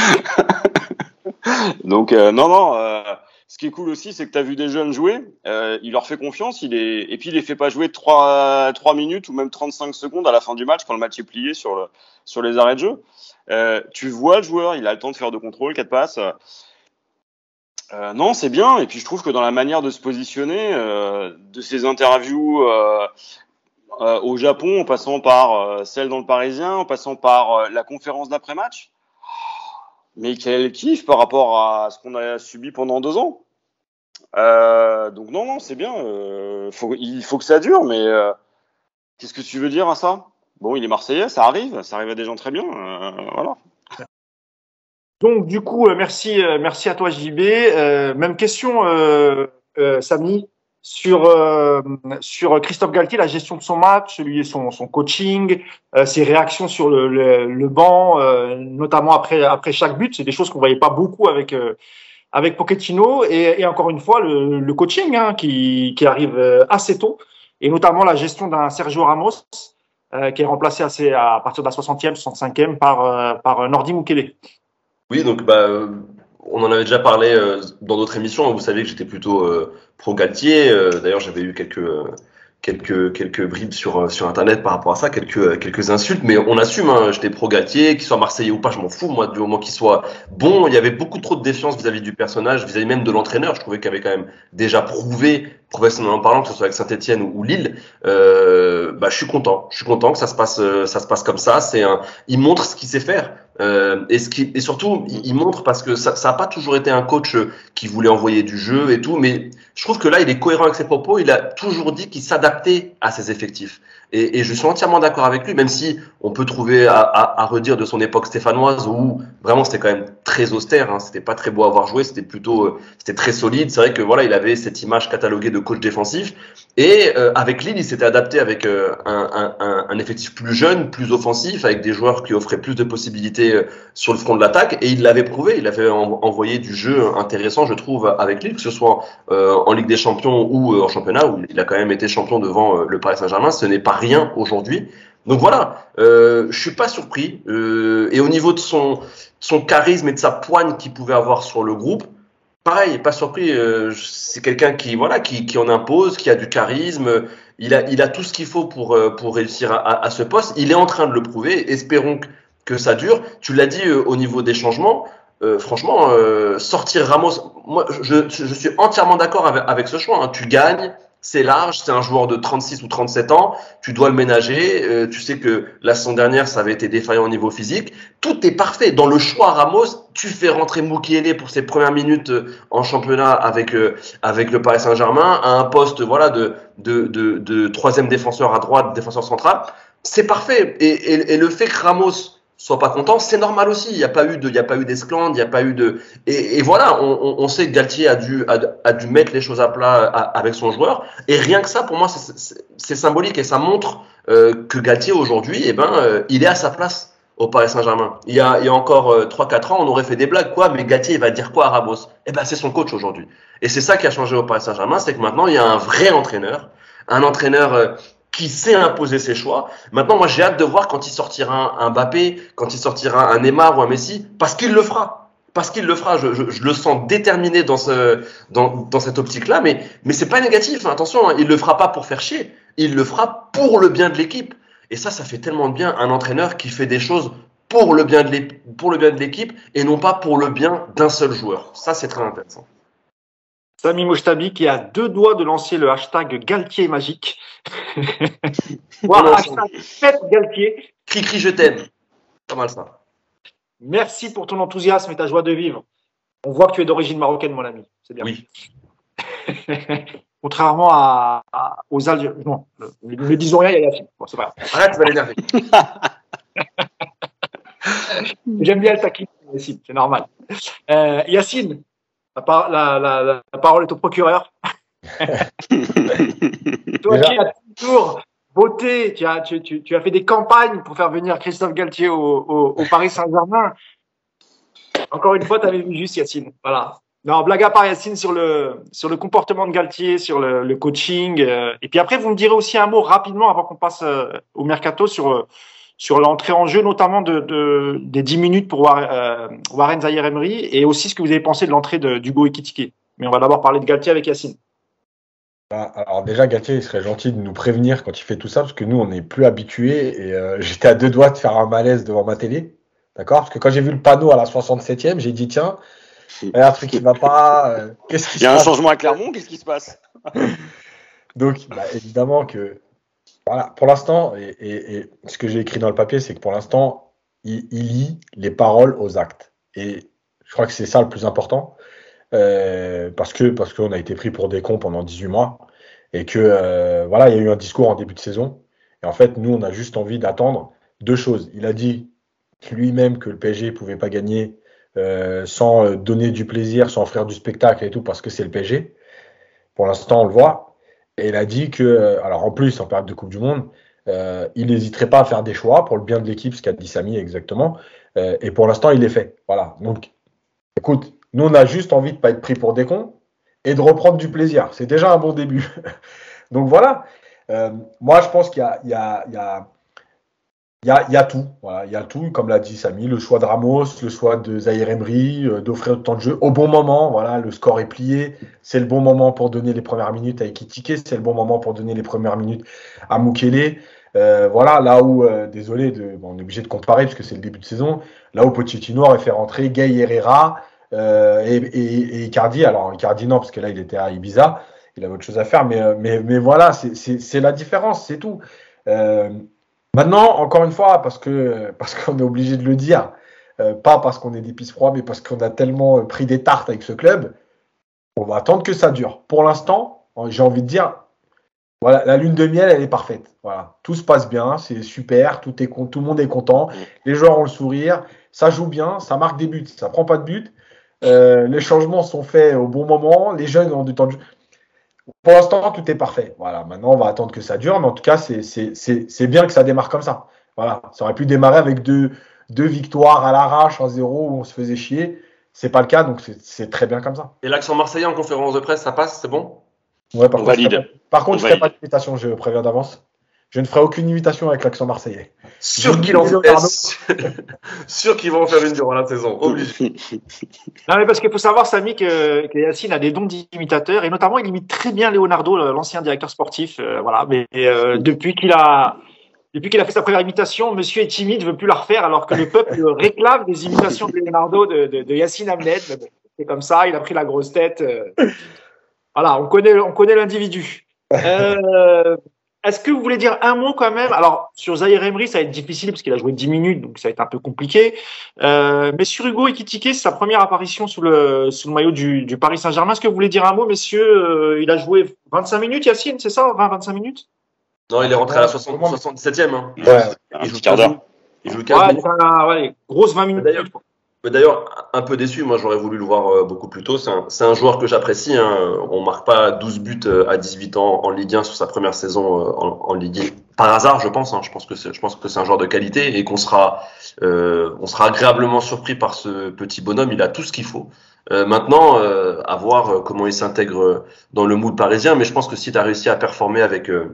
Donc euh, non, non. Euh, ce qui est cool aussi, c'est que tu as vu des jeunes jouer. Euh, il leur fait confiance. Il est et puis il les fait pas jouer trois trois minutes ou même trente-cinq secondes à la fin du match quand le match est plié sur le sur les arrêts de jeu. Euh, tu vois le joueur, il a le temps de faire deux contrôles, quatre passes. Euh, non, c'est bien. Et puis je trouve que dans la manière de se positionner, euh, de ses interviews euh, euh, au Japon, en passant par euh, celle dans le Parisien, en passant par euh, la conférence d'après-match. Mais quel kiff par rapport à ce qu'on a subi pendant deux ans. Euh, donc non, non, c'est bien. Euh, faut, il faut que ça dure, mais euh, qu'est-ce que tu veux dire à ça? Bon, il est Marseillais, ça arrive, ça arrive à des gens très bien. Euh, voilà. Donc du coup, euh, merci, euh, merci à toi J B. Euh, même question, euh, euh, Samy. sur euh, sur Christophe Galtier, la gestion de son match, lui son son coaching, euh, ses réactions sur le le, le banc, euh, notamment après après chaque but, c'est des choses qu'on voyait pas beaucoup avec euh, avec Pochettino et, et encore une fois le, le coaching hein, qui qui arrive assez tôt et notamment la gestion d'un Sergio Ramos euh, qui est remplacé assez à partir de la soixantième, soixante-cinquième par euh, par Nordi Mukele. Oui, donc bah euh, on en avait déjà parlé euh, dans d'autres émissions. Vous savez que j'étais plutôt euh, pro Galtier. Euh, d'ailleurs, j'avais eu quelques euh, quelques quelques bribes sur euh, sur internet par rapport à ça, quelques euh, quelques insultes, mais on assume. Hein, j'étais pro Galtier, qu'il soit marseillais ou pas, je m'en fous. Moi, du moment qu'il soit bon, il y avait beaucoup trop de défiance vis-à-vis du personnage, vis-à-vis même de l'entraîneur. Je trouvais qu'il avait quand même déjà prouvé, professionnellement parlant, que ce soit avec Saint-Etienne ou, ou Lille. Euh, bah, je suis content. Je suis content que ça se passe euh, ça se passe comme ça. C'est un, il montre ce qu'il sait faire. Euh, et, ce qui, et surtout, il, il montre parce que ça n'a pas toujours été un coach qui voulait envoyer du jeu et tout, mais je trouve que là, il est cohérent avec ses propos. Il a toujours dit qu'il s'adaptait à ses effectifs. Et, et je suis entièrement d'accord avec lui, même si on peut trouver à, à, à redire de son époque stéphanoise où vraiment c'était quand même très austère, hein, c'était pas très beau à avoir joué, c'était plutôt, euh, c'était très solide. C'est vrai que voilà, il avait cette image cataloguée de coach défensif. Et euh, avec Lille, il s'était adapté avec euh, un, un, un effectif plus jeune, plus offensif, avec des joueurs qui offraient plus de possibilités euh, sur le front de l'attaque. Et il l'avait prouvé, il avait en, envoyé du jeu intéressant, je trouve, avec Lille, que ce soit euh, en Ligue des Champions ou euh, en championnat, où il a quand même été champion devant euh, le Paris Saint-Germain. Ce n'est pas rien aujourd'hui. Donc voilà, euh, je suis pas surpris. Euh, et au niveau de son, son charisme et de sa poigne qu'il pouvait avoir sur le groupe, pareil, pas surpris. Euh, c'est quelqu'un qui, voilà, qui, qui en impose, qui a du charisme. Il a, il a tout ce qu'il faut pour, pour réussir à, à, à ce poste. Il est en train de le prouver. Espérons que, que ça dure. Tu l'as dit euh, au niveau des changements. Euh, franchement, euh, sortir Ramos, moi, je, je suis entièrement d'accord avec, avec ce choix. Hein. Tu gagnes. C'est large, c'est un joueur de trente-six ou trente-sept ans, tu dois le ménager, euh, tu sais que la saison dernière, ça avait été défaillant au niveau physique. Tout est parfait. Dans le choix Ramos, tu fais rentrer Mukiele pour ses premières minutes en championnat avec euh, avec le Paris Saint-Germain à un poste voilà de de de, de troisième défenseur à droite, défenseur central. C'est parfait. Et, et, et le fait que Ramos soit pas content, c'est normal aussi. Il n'y a pas eu de, il y a pas eu d'esclandre, il n'y a pas eu de, et, et voilà, on, on sait que Galtier a dû, a, a dû mettre les choses à plat avec son joueur. Et rien que ça, pour moi, c'est symbolique et ça montre euh, que Galtier aujourd'hui, eh ben, euh, il est à sa place au Paris Saint-Germain. Il y a, il y a encore euh, trois quatre ans, on aurait fait des blagues, quoi, mais Galtier, il va dire quoi à Ramos? Eh ben, c'est son coach aujourd'hui. Et c'est ça qui a changé au Paris Saint-Germain, c'est que maintenant, il y a un vrai entraîneur, un entraîneur euh, qui sait imposer ses choix. Maintenant, moi, j'ai hâte de voir quand il sortira un, un Mbappé, quand il sortira un Neymar ou un Messi, parce qu'il le fera. Parce qu'il le fera. Je, je, je le sens déterminé dans ce, dans, dans cette optique-là, mais, mais c'est pas négatif. Hein. Attention, hein, il le fera pas pour faire chier. Il le fera pour le bien de l'équipe. Et ça, ça fait tellement de bien un entraîneur qui fait des choses pour le bien de l'équipe et non pas pour le bien d'un seul joueur. Ça, c'est très intéressant. Samy Mouchtabi qui a deux doigts de lancer le hashtag Galtier magique. Voilà, hashtag faites Galtier. Cri-cri, je t'aime. Pas mal ça. Merci pour ton enthousiasme et ta joie de vivre. On voit que tu es d'origine marocaine, mon ami. C'est bien. Oui. Contrairement à, à, aux Algériens. Non, ne, ne disons rien, il y a la fille. Bon, c'est pas grave. Arrête, tu vas l'énerver. J'aime bien le taquin, Yacine, c'est normal. Euh, Yacine, la, par, la, la, la, la parole est au procureur. Toi qui as toujours voté, tu as, tu, tu, tu as fait des campagnes pour faire venir Christophe Galtier au, au, au Paris Saint-Germain. Encore une fois, tu avais vu juste Yacine. Voilà. Non, blague à part, Yacine, sur le, sur le comportement de Galtier, sur le, le coaching. Euh, et puis après, vous me direz aussi un mot rapidement avant qu'on passe euh, au mercato sur, euh, sur l'entrée en jeu, notamment de, de, des dix minutes pour War, euh, Warren Zaïre-Emery et aussi ce que vous avez pensé de l'entrée d'Hugo Ekitike. Mais on va d'abord parler de Galtier avec Yacine. Bah, alors déjà, Galtier, il serait gentil de nous prévenir quand il fait tout ça, parce que nous, on n'est plus habitués et euh, j'étais à deux doigts de faire un malaise devant ma télé. D'accord? Parce que quand j'ai vu le panneau à la soixante-septième, j'ai dit, tiens, il y a un truc qui ne va pas. Euh, qu'est-ce qui il y a un changement à Clermont, qu'est-ce qui se passe? Donc, bah, évidemment que, voilà, pour l'instant, et, et, et ce que j'ai écrit dans le papier, c'est que pour l'instant, il, il lie les paroles aux actes. Et je crois que c'est ça le plus important. Euh, parce que parce qu'on a été pris pour des cons pendant dix-huit mois et que euh, voilà, il y a eu un discours en début de saison et en fait nous on a juste envie d'attendre deux choses. Il a dit lui-même que le P S G pouvait pas gagner euh, sans donner du plaisir, sans offrir du spectacle et tout parce que c'est le P S G. Pour l'instant on le voit Et il a dit que, alors en plus, en période de Coupe du Monde, euh, il n'hésiterait pas à faire des choix pour le bien de l'équipe, ce qu'a dit Samy exactement. Euh, et pour l'instant, il est fait. Voilà. Donc, écoute, nous, on a juste envie de ne pas être pris pour des cons et de reprendre du plaisir. C'est déjà un bon début. Donc voilà. Euh, moi, je pense qu'il y a, il y a, il y a Il y a, il y a tout, voilà, il y a tout, comme l'a dit Samy, le choix de Ramos, le choix de Zahir Emery, euh, d'offrir autant de jeu au bon moment, voilà, le score est plié, c'est le bon moment pour donner les premières minutes à Ekitike, c'est le bon moment pour donner les premières minutes à Mukele, euh, voilà, là où, euh, désolé, de, bon, on est obligé de comparer parce que c'est le début de saison, là où Pochettino aurait fait rentrer Gay Herrera euh, et, et, et Icardi, alors Icardi non, parce que là il était à Ibiza, il avait autre chose à faire, mais, mais, mais voilà, c'est, c'est, c'est la différence, c'est tout. Euh, Maintenant, encore une fois, parce que parce qu'on est obligé de le dire, euh, pas parce qu'on est des pisse froids, mais parce qu'on a tellement pris des tartes avec ce club, on va attendre que ça dure. Pour l'instant, j'ai envie de dire, voilà, la lune de miel, elle est parfaite. Voilà, tout se passe bien, c'est super, tout est tout le monde est content, les joueurs ont le sourire, ça joue bien, ça marque des buts, ça prend pas de buts, euh, les changements sont faits au bon moment, les jeunes ont du temps de jeu. Pour l'instant, tout est parfait. Voilà. Maintenant, on va attendre que ça dure, mais en tout cas, c'est, c'est, c'est, c'est bien que ça démarre comme ça. Voilà. Ça aurait pu démarrer avec deux, deux victoires à l'arrache, un zéro, où on se faisait chier. C'est pas le cas, donc c'est, c'est très bien comme ça. Et l'accent marseillais en conférence de presse, ça passe, c'est bon? Ouais, par On contre, valide. je ferai, par contre, On je ne ferai valide. pas d'imitation, je préviens d'avance. Je ne ferai aucune imitation avec l'accent marseillais. Sûr qu'il en fait. Sûr qu'il va en faire une durant la saison, obligé. Non, mais parce qu'il faut savoir, Samy, que, que Yacine a des dons d'imitateur, et notamment, il imite très bien Leonardo, l'ancien directeur sportif. Euh, voilà. Mais euh, depuis qu'il a, depuis qu'il a fait sa première imitation, monsieur est timide, veut plus la refaire, alors que le peuple réclame des imitations de Leonardo de, de, de Yacine Hamlet. C'est comme ça, il a pris la grosse tête. Euh, voilà, on connaît, on connaît l'individu. Euh, Est-ce que vous voulez dire un mot quand même? Alors, sur Zahir Emery, ça va être difficile parce qu'il a joué dix minutes, donc ça va être un peu compliqué. Euh, mais sur Hugo Ekitike, c'est sa première apparition sous le, sous le maillot du, du Paris Saint-Germain. Est-ce que vous voulez dire un mot, messieurs? euh, Il a joué vingt-cinq minutes, Yacine, c'est ça? vingt vingt-cinq minutes? Non, il est rentré à la soixante, soixante-dix-septième. Hein. Ouais. Un petit quart d'heure. Il joue quinze Ouais, minutes. ça, ouais, grosse vingt minutes. D'ailleurs, Mais d'ailleurs, un peu déçu, moi j'aurais voulu le voir euh, beaucoup plus tôt. C'est un, c'est un joueur que j'apprécie. Hein. On marque pas douze buts euh, à dix-huit ans en Ligue un sur sa première saison euh, en, en Ligue un. Par hasard, je pense. Hein. Je pense que c'est, je pense que c'est un joueur de qualité et qu'on sera, euh, on sera agréablement surpris par ce petit bonhomme. Il a tout ce qu'il faut. Euh, maintenant, euh, à voir euh, comment il s'intègre dans le mood parisien. Mais je pense que si tu as réussi à performer avec euh,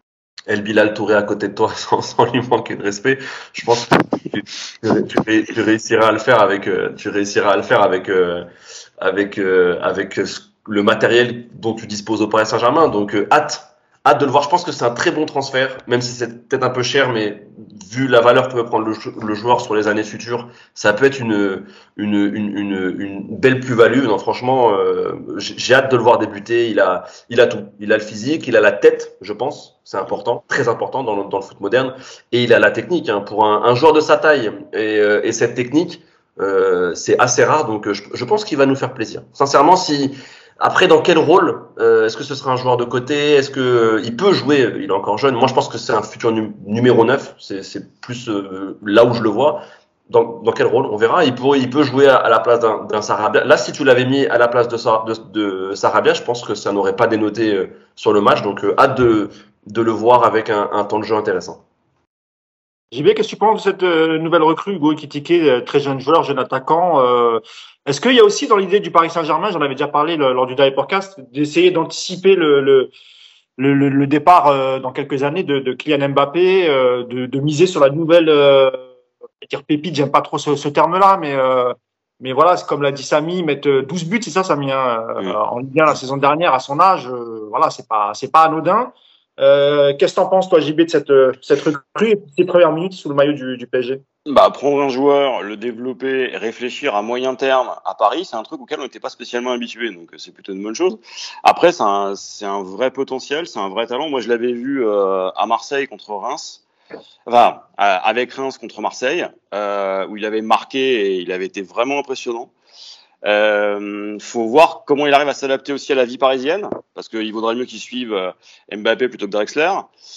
El Bilal Touré à côté de toi sans, sans lui manquer de respect, je pense que tu, tu, tu, tu réussiras à le faire avec euh, tu réussiras à le faire avec euh, avec euh, avec le matériel dont tu disposes au Paris Saint-Germain. Donc euh, hâte hâte de le voir. Je pense que c'est un très bon transfert, même si c'est peut-être un peu cher, mais vu la valeur que peut prendre le, le joueur sur les années futures, ça peut être une une une une, une belle plus-value. Non, franchement, euh, j'ai hâte de le voir débuter. Il a il a tout. Il a le physique, il a la tête, je pense. C'est important, très important dans le, dans le foot moderne. Et il a la technique. Hein. Pour un, un joueur de sa taille et, euh, et cette technique, euh, c'est assez rare. Donc, je, je pense qu'il va nous faire plaisir. Sincèrement, si après, dans quel rôle euh, est-ce que ce sera un joueur de côté? Est-ce que euh, il peut jouer? Il est encore jeune. Moi, je pense que c'est un futur nu- numéro neuf. C'est, c'est plus euh, là où je le vois. Dans, dans quel rôle? On verra. Il peut, il peut jouer à, à la place d'un, d'un Sarabia. Là, si tu l'avais mis à la place de, de, de Sarabia, je pense que ça n'aurait pas dénoté euh, sur le match. Donc, euh, hâte de de le voir avec un, un temps de jeu intéressant. J B, qu'est-ce que tu penses de cette euh, nouvelle recrue, Hugo Ekitike, euh, très jeune joueur, jeune attaquant euh, Est-ce qu'il y a aussi dans l'idée du Paris Saint-Germain, j'en avais déjà parlé le, lors du dernier podcast, d'essayer d'anticiper le, le, le, le, le départ euh, dans quelques années de, de Kylian Mbappé, euh, de, de miser sur la nouvelle, euh, je vais dire pépite, j'aime pas trop ce, ce terme-là, mais euh, mais voilà, c'est comme l'a dit Samy, mettre douze buts, c'est ça, Samy, hein, Oui. euh, en Ligue un la saison dernière à son âge, euh, voilà, c'est pas c'est pas anodin. Euh, qu'est-ce que t'en penses, toi, J B, de cette, cette recrue et de ses premières minutes sous le maillot du, du P S G? Bah, prendre un joueur, le développer, réfléchir à moyen terme à Paris, c'est un truc auquel on n'était pas spécialement habitué, donc c'est plutôt une bonne chose. Après, c'est un, c'est un vrai potentiel, c'est un vrai talent. Moi, je l'avais vu euh, à Marseille contre Reims, enfin, euh, avec Reims contre Marseille, euh, où il avait marqué et il avait été vraiment impressionnant. Euh, faut voir comment il arrive à s'adapter aussi à la vie parisienne, parce qu'il vaudrait mieux qu'il suive euh, Mbappé plutôt que Drexler.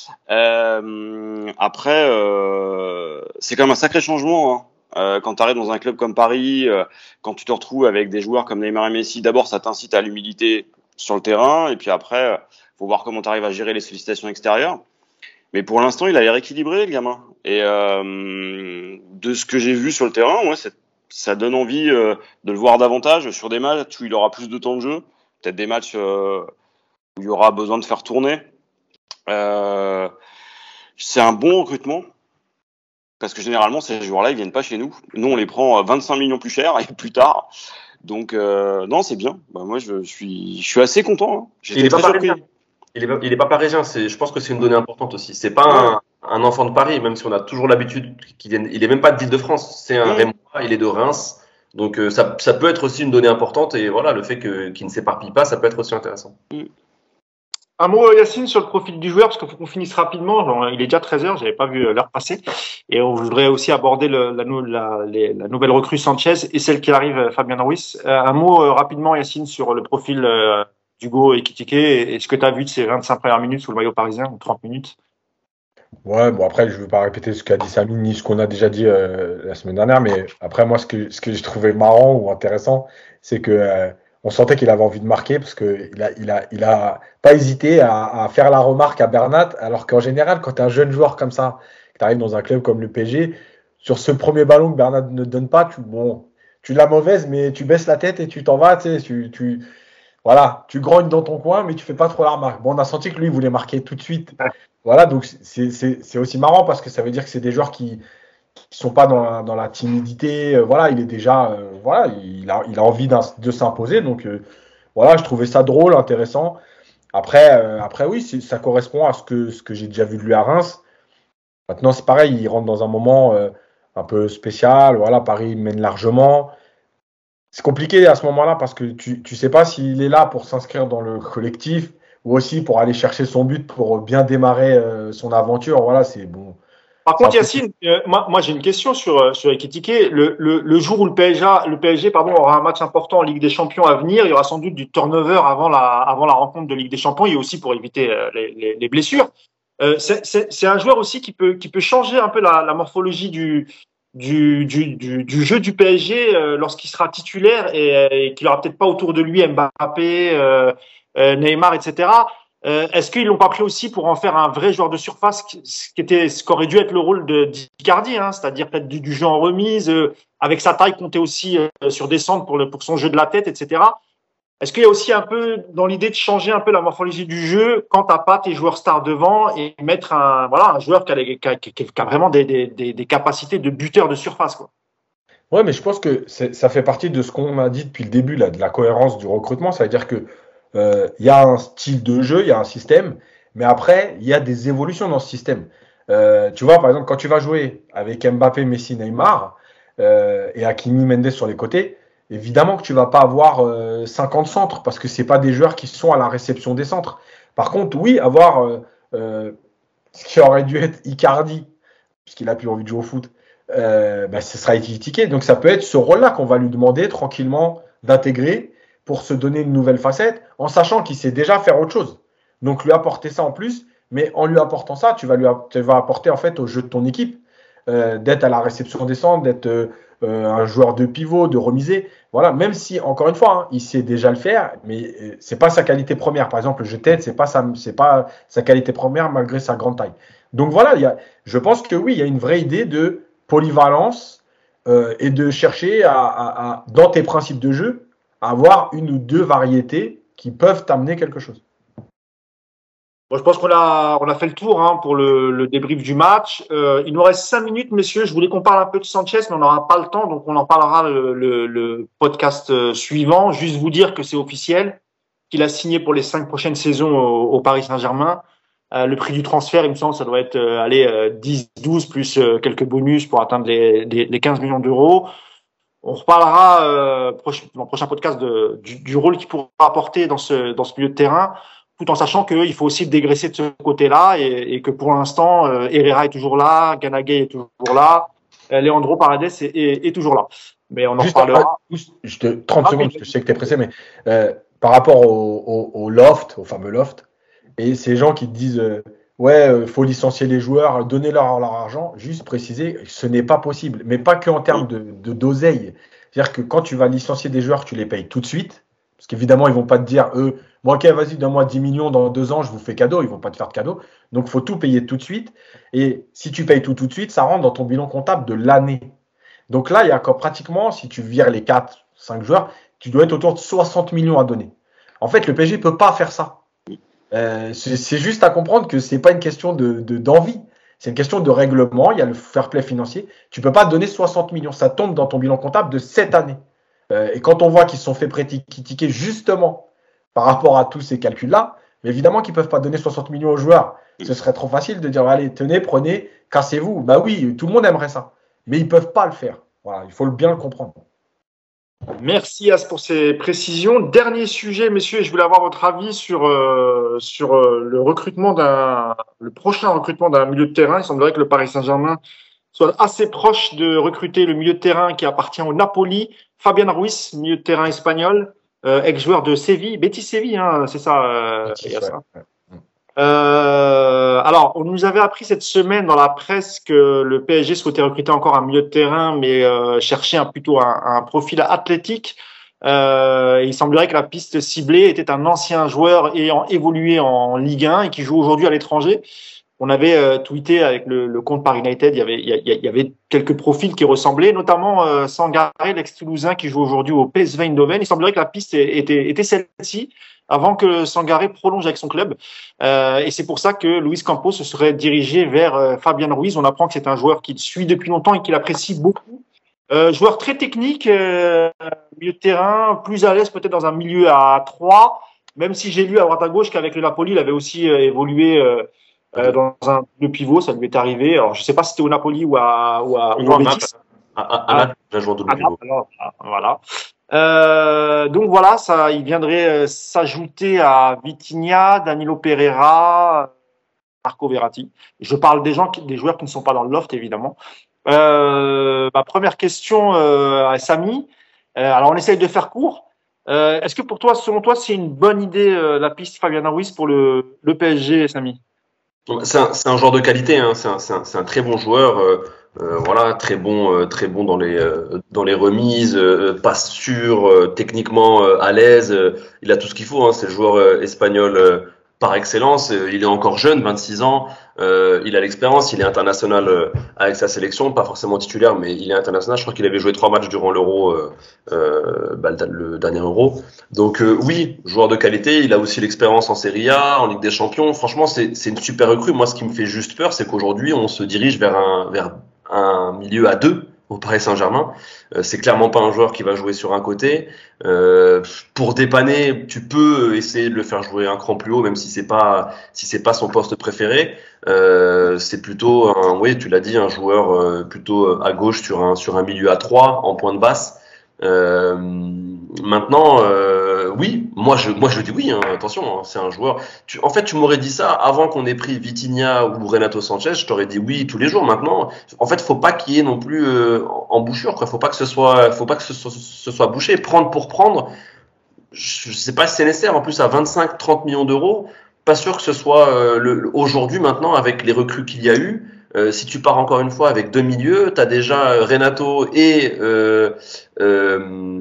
Euh, après, euh, c'est quand même un sacré changement. Hein. Euh, quand tu arrives dans un club comme Paris, euh, quand tu te retrouves avec des joueurs comme Neymar et Messi, d'abord ça t'incite à l'humilité sur le terrain, et puis après, faut voir comment tu arrives à gérer les sollicitations extérieures. Mais pour l'instant, il a l'air équilibré, le gamin. Et euh, de ce que j'ai vu sur le terrain, ouais, c'est, ça donne envie euh, de le voir davantage sur des matchs où il aura plus de temps de jeu, peut-être des matchs euh, où il y aura besoin de faire tourner. Euh, c'est un bon recrutement. Parce que généralement, ces joueurs-là, ils viennent pas chez nous. Nous, on les prend vingt-cinq millions plus cher et plus tard. Donc, euh, non, c'est bien. Bah, moi, je, je, suis, je suis assez content. Hein. J'étais Il est très pas surpris. parisien. Il est pas, il est pas parisien. C'est, je pense que c'est une donnée importante aussi. C'est pas un, un enfant de Paris, même si on a toujours l'habitude qu'il vienne. Il est même pas d'Île-de-France. C'est un Mmh. Rémois. Il est de Reims. Donc, euh, ça, ça peut être aussi une donnée importante. Et voilà, le fait que, qu'il ne s'éparpille pas, ça peut être aussi intéressant. Mmh. Un mot, Yacine, sur le profil du joueur, parce qu'il faut qu'on finisse rapidement. Genre, il est déjà treize heures, j'avais pas vu l'heure passer. Et on voudrait aussi aborder le, la, la, les, la nouvelle recrue Sanchez et celle qui arrive, Fabien Ruiz. Euh, un mot euh, rapidement, Yacine, sur le profil euh, d'Hugo Ekitike et, et ce que tu as vu de ces vingt-cinq premières minutes sous le maillot parisien, ou trente minutes. Ouais, bon après, je ne vais pas répéter ce qu'a dit Samy, ni ce qu'on a déjà dit euh, la semaine dernière, mais après, moi, ce que, ce que j'ai trouvé marrant ou intéressant, c'est que euh, on sentait qu'il avait envie de marquer parce qu'il a, il a, il a pas hésité à, à faire la remarque à Bernat, alors qu'en général, quand tu es un jeune joueur comme ça, que tu arrives dans un club comme le P S G, sur ce premier ballon que Bernat ne donne pas, tu, bon, tu l'as mauvaise, mais tu baisses la tête et tu t'en vas, tu sais, tu, tu, voilà, tu grognes dans ton coin, mais tu fais pas trop la remarque. Bon, on a senti que lui, il voulait marquer tout de suite. Voilà, donc c'est, c'est, c'est aussi marrant parce que ça veut dire que c'est des joueurs qui qui sont pas dans la, dans la timidité. Euh, voilà, il est déjà, euh, voilà, il a, il a envie de s'imposer. Donc euh, voilà, je trouvais ça drôle, intéressant. Après, euh, après oui, c'est, ça correspond à ce que, ce que j'ai déjà vu de lui à Reims. Maintenant, c'est pareil, il rentre dans un moment euh, un peu spécial. Voilà, Paris mène largement. C'est compliqué à ce moment-là parce que tu ne sais pas s'il est là pour s'inscrire dans le collectif ou aussi pour aller chercher son but pour bien démarrer euh, son aventure. Voilà, c'est bon. Par contre, Yacine, euh, moi, moi j'ai une question sur sur Ekitike. Le, le, le jour où le P S G, le P S G pardon, aura un match important en Ligue des Champions à venir, il y aura sans doute du turnover avant la avant la rencontre de Ligue des Champions et aussi pour éviter euh, les, les, les blessures. Euh, c'est, c'est, c'est un joueur aussi qui peut qui peut changer un peu la, la morphologie du du, du du du jeu du P S G euh, lorsqu'il sera titulaire et, et qu'il aura peut-être pas autour de lui Mbappé, euh, euh, Neymar, et cetera. Euh, est-ce qu'ils l'ont pas pris aussi pour en faire un vrai joueur de surface, ce qui était, ce qu'aurait dû être le rôle de d'Icardi, hein, c'est-à-dire peut-être du, du jeu en remise, euh, avec sa taille compter aussi euh, sur des centres pour le pour son jeu de la tête, et cetera. Est-ce qu'il y a aussi un peu dans l'idée de changer un peu la morphologie du jeu quand t'as pas tes joueurs stars devant et mettre un voilà un joueur qui a, qui a, qui a vraiment des, des, des, des capacités de buteur de surface, quoi. Ouais, mais je pense que c'est, ça fait partie de ce qu'on a dit depuis le début là, de la cohérence du recrutement, c'est-à-dire que il euh, y a un style de jeu, il y a un système, mais après, il y a des évolutions dans ce système. Euh, tu vois, par exemple, quand tu vas jouer avec Mbappé, Messi, Neymar euh, et Hakimi, Mendes sur les côtés, évidemment que tu vas pas avoir euh, cinquante centres parce que c'est pas des joueurs qui sont à la réception des centres. Par contre, oui, avoir euh, euh, ce qui aurait dû être Icardi, puisqu'il a plus envie de jouer au foot, euh, bah, ce sera Ekitike. Donc ça peut être ce rôle-là qu'on va lui demander tranquillement d'intégrer pour se donner une nouvelle facette, en sachant qu'il sait déjà faire autre chose. Donc lui apporter ça en plus, mais en lui apportant ça, tu vas lui tu vas apporter en fait au jeu de ton équipe, euh, d'être à la réception des centres, d'être euh, un joueur de pivot, de remiser. Voilà, même si encore une fois, hein, il sait déjà le faire, mais euh, c'est pas sa qualité première. Par exemple, le jeu de tête, c'est pas sa, c'est pas sa qualité première malgré sa grande taille. Donc voilà, il y a, je pense que oui, il y a une vraie idée de polyvalence euh, et de chercher à, à, à, dans tes principes de jeu, avoir une ou deux variétés qui peuvent t'amener quelque chose. Bon, je pense qu'on a, on a fait le tour hein, pour le, le débrief du match. Euh, il nous reste cinq minutes, messieurs. Je voulais qu'on parle un peu de Sanchez, mais on n'aura pas le temps, donc on en parlera le, le, le podcast suivant. Juste vous dire que c'est officiel, qu'il a signé pour les cinq prochaines saisons au, au Paris Saint-Germain. Euh, le prix du transfert, il me semble, ça doit être euh, aller euh, dix, douze plus euh, quelques bonus pour atteindre les, les, les quinze millions d'euros. On reparlera euh, proche, dans le prochain podcast de, du, du rôle qu'il pourra apporter dans ce, dans ce milieu de terrain, tout en sachant qu'il faut aussi dégraisser de ce côté-là et, et que pour l'instant, euh, Herrera est toujours là, Ganagay est toujours là, euh, Leandro Paredes est, est, est toujours là. Mais on en Juste reparlera. Je te, trente ah, secondes, parce que je sais que tu es pressé, mais euh, par rapport au, au, au loft, au fameux loft, et ces gens qui te disent euh, ouais, il euh, faut licencier les joueurs, donnez-leur leur argent, juste préciser, ce n'est pas possible, mais pas qu'en termes de, de d'oseille. C'est-à-dire que quand tu vas licencier des joueurs, tu les payes tout de suite, Parce qu'évidemment, ils vont pas te dire, eux, bon, ok, vas-y, donne-moi dix millions dans deux ans, je vous fais cadeau. Ils vont pas te faire de cadeau. Donc, il faut tout payer tout de suite. Et si tu payes tout tout de suite, ça rentre dans ton bilan comptable de l'année. Donc là, il y a encore pratiquement, si tu vires les quatre, cinq joueurs, tu dois être autour de soixante millions à donner. En fait, le P S G ne peut pas faire ça. Euh, c'est, c'est juste à comprendre que c'est pas une question de, de, d'envie. C'est une question de règlement. Il y a le fair play financier. Tu peux pas donner soixante millions. Ça tombe dans ton bilan comptable de cette année. Euh, et quand on voit qu'ils se sont fait critiquer justement par rapport à tous ces calculs-là, mais évidemment qu'ils peuvent pas donner soixante millions aux joueurs. Ce serait trop facile de dire, allez, tenez, prenez, cassez-vous. Bah oui, tout le monde aimerait ça. Mais ils peuvent pas le faire. Voilà, il faut bien le comprendre. Merci As pour ces précisions. Dernier sujet, messieurs, et je voulais avoir votre avis sur euh, sur euh, le recrutement d'un le prochain recrutement d'un milieu de terrain. Il semblerait que le Paris Saint-Germain soit assez proche de recruter le milieu de terrain qui appartient au Napoli, Fabian Ruiz, milieu de terrain espagnol, euh, ex-joueur de Séville, Betis Séville, hein, c'est ça. Euh, Betis, il y a ouais. ça. Euh, alors, on nous avait appris cette semaine dans la presse que le P S G souhaitait recruter encore un milieu de terrain, mais euh, cherchait un, plutôt un, un profil athlétique. Euh, il semblerait que la piste ciblée était un ancien joueur ayant évolué en Ligue un et qui joue aujourd'hui à l'étranger. On avait euh, tweeté avec le, le compte Paris United, il y avait, il y, il y avait quelques profils qui ressemblaient, notamment euh, Sangaré, l'ex-Toulousain qui joue aujourd'hui au P S V Eindhoven. Il semblerait que la piste était, était celle-ci avant que Sangaré prolonge avec son club. Euh, et c'est pour ça que Luis Campos se serait dirigé vers euh, Fabian Ruiz. On apprend que c'est un joueur qu'il suit depuis longtemps et qu'il apprécie beaucoup. Euh, joueur très technique, euh, milieu de terrain, plus à l'aise peut-être dans un milieu à trois, même si j'ai lu à droite à gauche qu'avec le Napoli, il avait aussi euh, évolué euh, euh, dans un le pivot, ça lui est arrivé. Alors je sais pas si c'était au Napoli ou à ou à, ou à Betis. À, à, à Naples, il a joué en double pivot. Alors, voilà. Euh, donc voilà, ça, il viendrait euh, s'ajouter à Vitinha, Danilo Pereira, Marco Verratti. Je parle des gens, qui, des joueurs qui ne sont pas dans le loft évidemment. Euh, ma première question euh, à Samy. Euh, alors on essaye de faire court. Euh, est-ce que pour toi, selon toi, c'est une bonne idée euh, la piste Fabian Ruiz pour le, le P S G, Samy? C'est un, c'est un joueur de qualité, hein. c'est, un, c'est, un, c'est un très bon joueur, euh, euh, voilà, très bon, euh, très bon dans les euh, dans les remises, euh, passe sûr, euh, techniquement euh, à l'aise, euh, il a tout ce qu'il faut, hein. C'est le joueur euh, espagnol euh, par excellence. Euh, il est encore jeune, vingt-six ans, euh, il a l'expérience, il est international euh, avec sa sélection, pas forcément titulaire, mais il est international. Je crois qu'il avait joué trois matchs durant l'Euro, euh, euh, bah, le, le dernier Euro. Donc euh, oui, joueur de qualité, il a aussi l'expérience en Serie A, en Ligue des Champions. Franchement, c'est, c'est une super recrue. Moi, ce qui me fait juste peur, c'est qu'aujourd'hui, on se dirige vers un, vers un milieu à deux au Paris Saint-Germain. Euh, c'est clairement pas un joueur qui va jouer sur un côté. Euh, pour dépanner, tu peux essayer de le faire jouer un cran plus haut, même si c'est pas si c'est pas son poste préféré. Euh, c'est plutôt un, oui, tu l'as dit, un joueur euh, plutôt à gauche sur un sur un milieu à trois en point de basse. Euh, maintenant, euh, oui, moi je, moi je dis oui. Hein, attention, hein, c'est un joueur. Tu, en fait, tu m'aurais dit ça avant qu'on ait pris Vitinha ou Renato Sanchez. Je t'aurais dit oui tous les jours. Maintenant, en fait, faut pas qu'il y ait non plus euh, embouchure. Quoi. Faut pas que ce soit, faut pas que ce soit, ce soit bouché. Prendre pour prendre. Je, je sais pas si c'est nécessaire. En plus, à vingt-cinq trente millions d'euros, pas sûr que ce soit euh, le, aujourd'hui maintenant avec les recrues qu'il y a eu. Euh, si tu pars encore une fois avec deux milieux, tu as déjà Renato et euh, euh,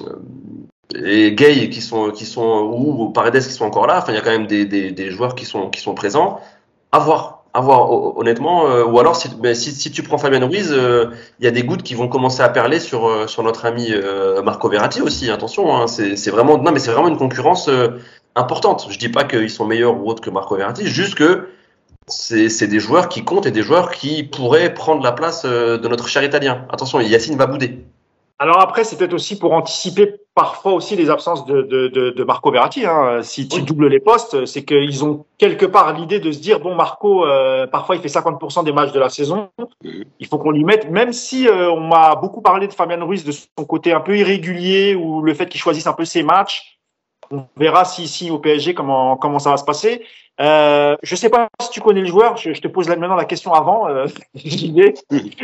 et Gay qui sont qui sont ou Paredes qui sont encore là. Enfin, il y a quand même des, des, des joueurs qui sont qui sont présents. À voir, à voir honnêtement. Euh, ou alors si, ben, si si tu prends Fabian Ruiz, il euh, y a des gouttes qui vont commencer à perler sur sur notre ami euh, Marco Verratti aussi. Attention, hein, c'est c'est vraiment non mais c'est vraiment une concurrence euh, importante. Je dis pas qu'ils sont meilleurs ou autres que Marco Verratti, juste que C'est, c'est des joueurs qui comptent et des joueurs qui pourraient prendre la place de notre cher Italien. Attention, Yacine va bouder. Alors après, c'est peut-être aussi pour anticiper parfois aussi les absences de, de, de, de Marco Verratti. Hein. Si tu oui. doubles les postes, c'est qu'ils ont quelque part l'idée de se dire, bon, Marco, euh, parfois il fait cinquante pour cent des matchs de la saison, il faut qu'on lui mette, même si euh, on m'a beaucoup parlé de Fabian Ruiz, de son côté un peu irrégulier ou le fait qu'il choisisse un peu ses matchs. On verra si ici au P S G comment comment ça va se passer. Euh, je sais pas si tu connais le joueur. Je, je te pose là maintenant la question avant. Euh, j'y vais.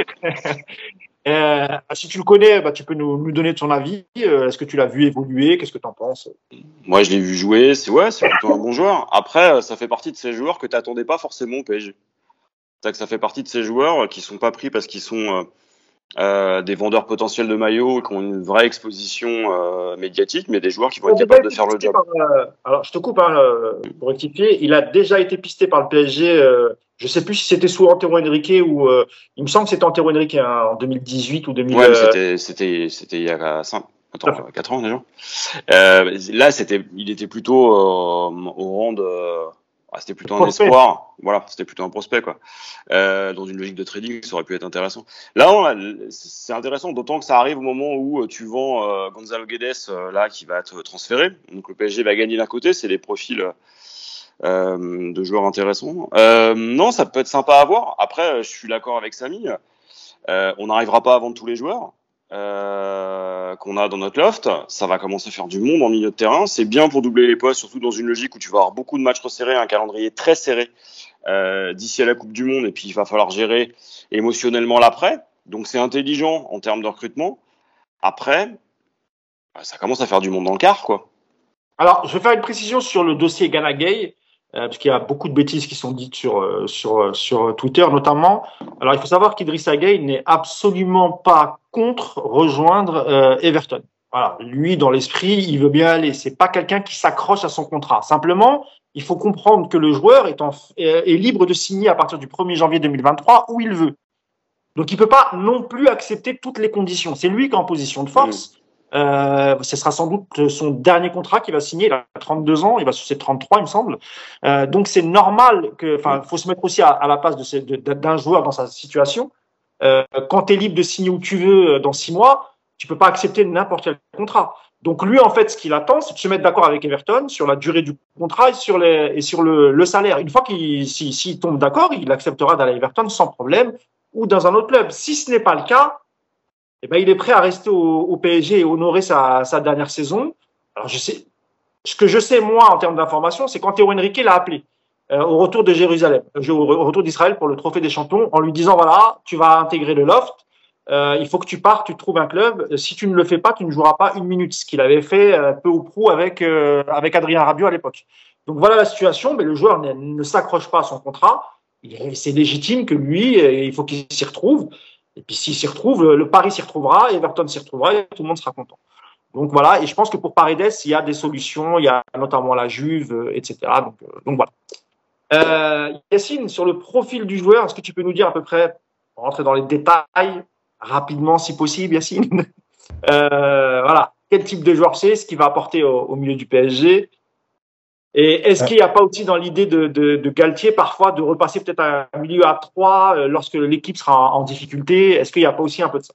euh, si tu le connais, bah, tu peux nous, nous donner ton avis. Euh, est-ce que tu l'as vu évoluer? Qu'est-ce que tu en penses? Moi, je l'ai vu jouer. C'est ouais, c'est plutôt un bon joueur. Après, ça fait partie de ces joueurs que tu attendais pas forcément au P S G. C'est que ça fait partie de ces joueurs qui sont pas pris parce qu'ils sont euh, euh, des vendeurs potentiels de maillots qui ont une vraie exposition euh, médiatique, mais des joueurs qui vont être capables de faire le job. Par, euh, alors, je te coupe hein, euh, pour rectifier. Il a déjà été pisté par le P S G. Euh, je ne sais plus si c'était sous Antero Henrique ou euh, il me semble que c'était Antero Henrique hein, en deux mille dix-huit ou deux mille. Ouais, mais c'était c'était c'était il y a cinq, attends, quatre ans déjà. Euh, là, c'était, il était plutôt euh, au rang de. Ah, c'était plutôt un prospect. Espoir, voilà, c'était plutôt un prospect quoi. Euh, dans une logique de trading, ça aurait pu être intéressant. Là, on a, c'est intéressant, d'autant que ça arrive au moment où tu vends euh, Gonzalo Guedes euh, là qui va être transféré. Donc le P S G va gagner d'un côté, c'est des profils euh, de joueurs intéressants. Euh, non, ça peut être sympa à voir. Après, je suis d'accord avec Samy. Euh, on n'arrivera pas à vendre tous les joueurs. Euh, qu'on a dans notre loft, ça va commencer à faire du monde en milieu de terrain. C'est bien pour doubler les postes, surtout dans une logique où tu vas avoir beaucoup de matchs resserrés, un calendrier très serré euh, d'ici à la Coupe du Monde, et puis il va falloir gérer émotionnellement l'après. Donc c'est intelligent en termes de recrutement. Après, ça commence à faire du monde dans le quart, quoi. Alors, je vais faire une précision sur le dossier Gana Gueye. Euh, parce qu'il y a beaucoup de bêtises qui sont dites sur euh, sur euh, sur Twitter notamment. Alors il faut savoir qu'Idrissa Gueye n'est absolument pas contre rejoindre euh, Everton. Voilà, lui dans l'esprit, il veut bien aller. C'est pas quelqu'un qui s'accroche à son contrat. Simplement, il faut comprendre que le joueur est, en, est, est libre de signer à partir du premier janvier deux mille vingt-trois où il veut. Donc il peut pas non plus accepter toutes les conditions. C'est lui qui est en position de force. Mmh. Euh, ce sera sans doute son dernier contrat qu'il va signer. Il a trente-deux ans, il va sur ses trente-trois, il me semble. Euh, donc c'est normal que, enfin, faut se mettre aussi à, à la place de ce, de, d'un joueur dans sa situation. Euh, quand tu es libre de signer où tu veux dans six mois, tu peux pas accepter n'importe quel contrat. Donc lui, en fait, ce qu'il attend, c'est de se mettre d'accord avec Everton sur la durée du contrat et sur les et sur le, le salaire. Une fois qu'il s'il, s'il tombe d'accord, il acceptera d'aller à Everton sans problème ou dans un autre club. Si ce n'est pas le cas, eh ben, il est prêt à rester au, au P S G et honorer sa, sa dernière saison. Alors, je sais, ce que je sais, moi, en termes d'information, c'est qu'Antero Henrique l'a appelé euh, au retour de Jérusalem, au retour d'Israël pour le Trophée des Champions, en lui disant, voilà, tu vas intégrer le loft, euh, il faut que tu partes, tu trouves un club. Si tu ne le fais pas, tu ne joueras pas une minute, ce qu'il avait fait euh, peu ou prou avec, euh, avec Adrien Rabiot à l'époque. Donc, voilà la situation, mais le joueur ne, ne s'accroche pas à son contrat. C'est légitime que lui, il faut qu'il s'y retrouve. Et puis s'il s'y retrouve, le Paris s'y retrouvera, Everton s'y retrouvera et tout le monde sera content. Donc voilà, et je pense que pour Paredes, il y a des solutions, il y a notamment la Juve, et cetera. Donc, euh, donc voilà. Euh, Yacine, sur le profil du joueur, est-ce que tu peux nous dire à peu près, rentrer dans les détails, rapidement si possible, Yacine, euh, voilà, quel type de joueur c'est, ce qu'il va apporter au, au milieu du P S G? Et est-ce qu'il n'y a pas aussi dans l'idée de, de, de Galtier parfois de repasser peut-être un milieu à trois euh, lorsque l'équipe sera en, en difficulté? Est-ce qu'il n'y a pas aussi un peu de ça?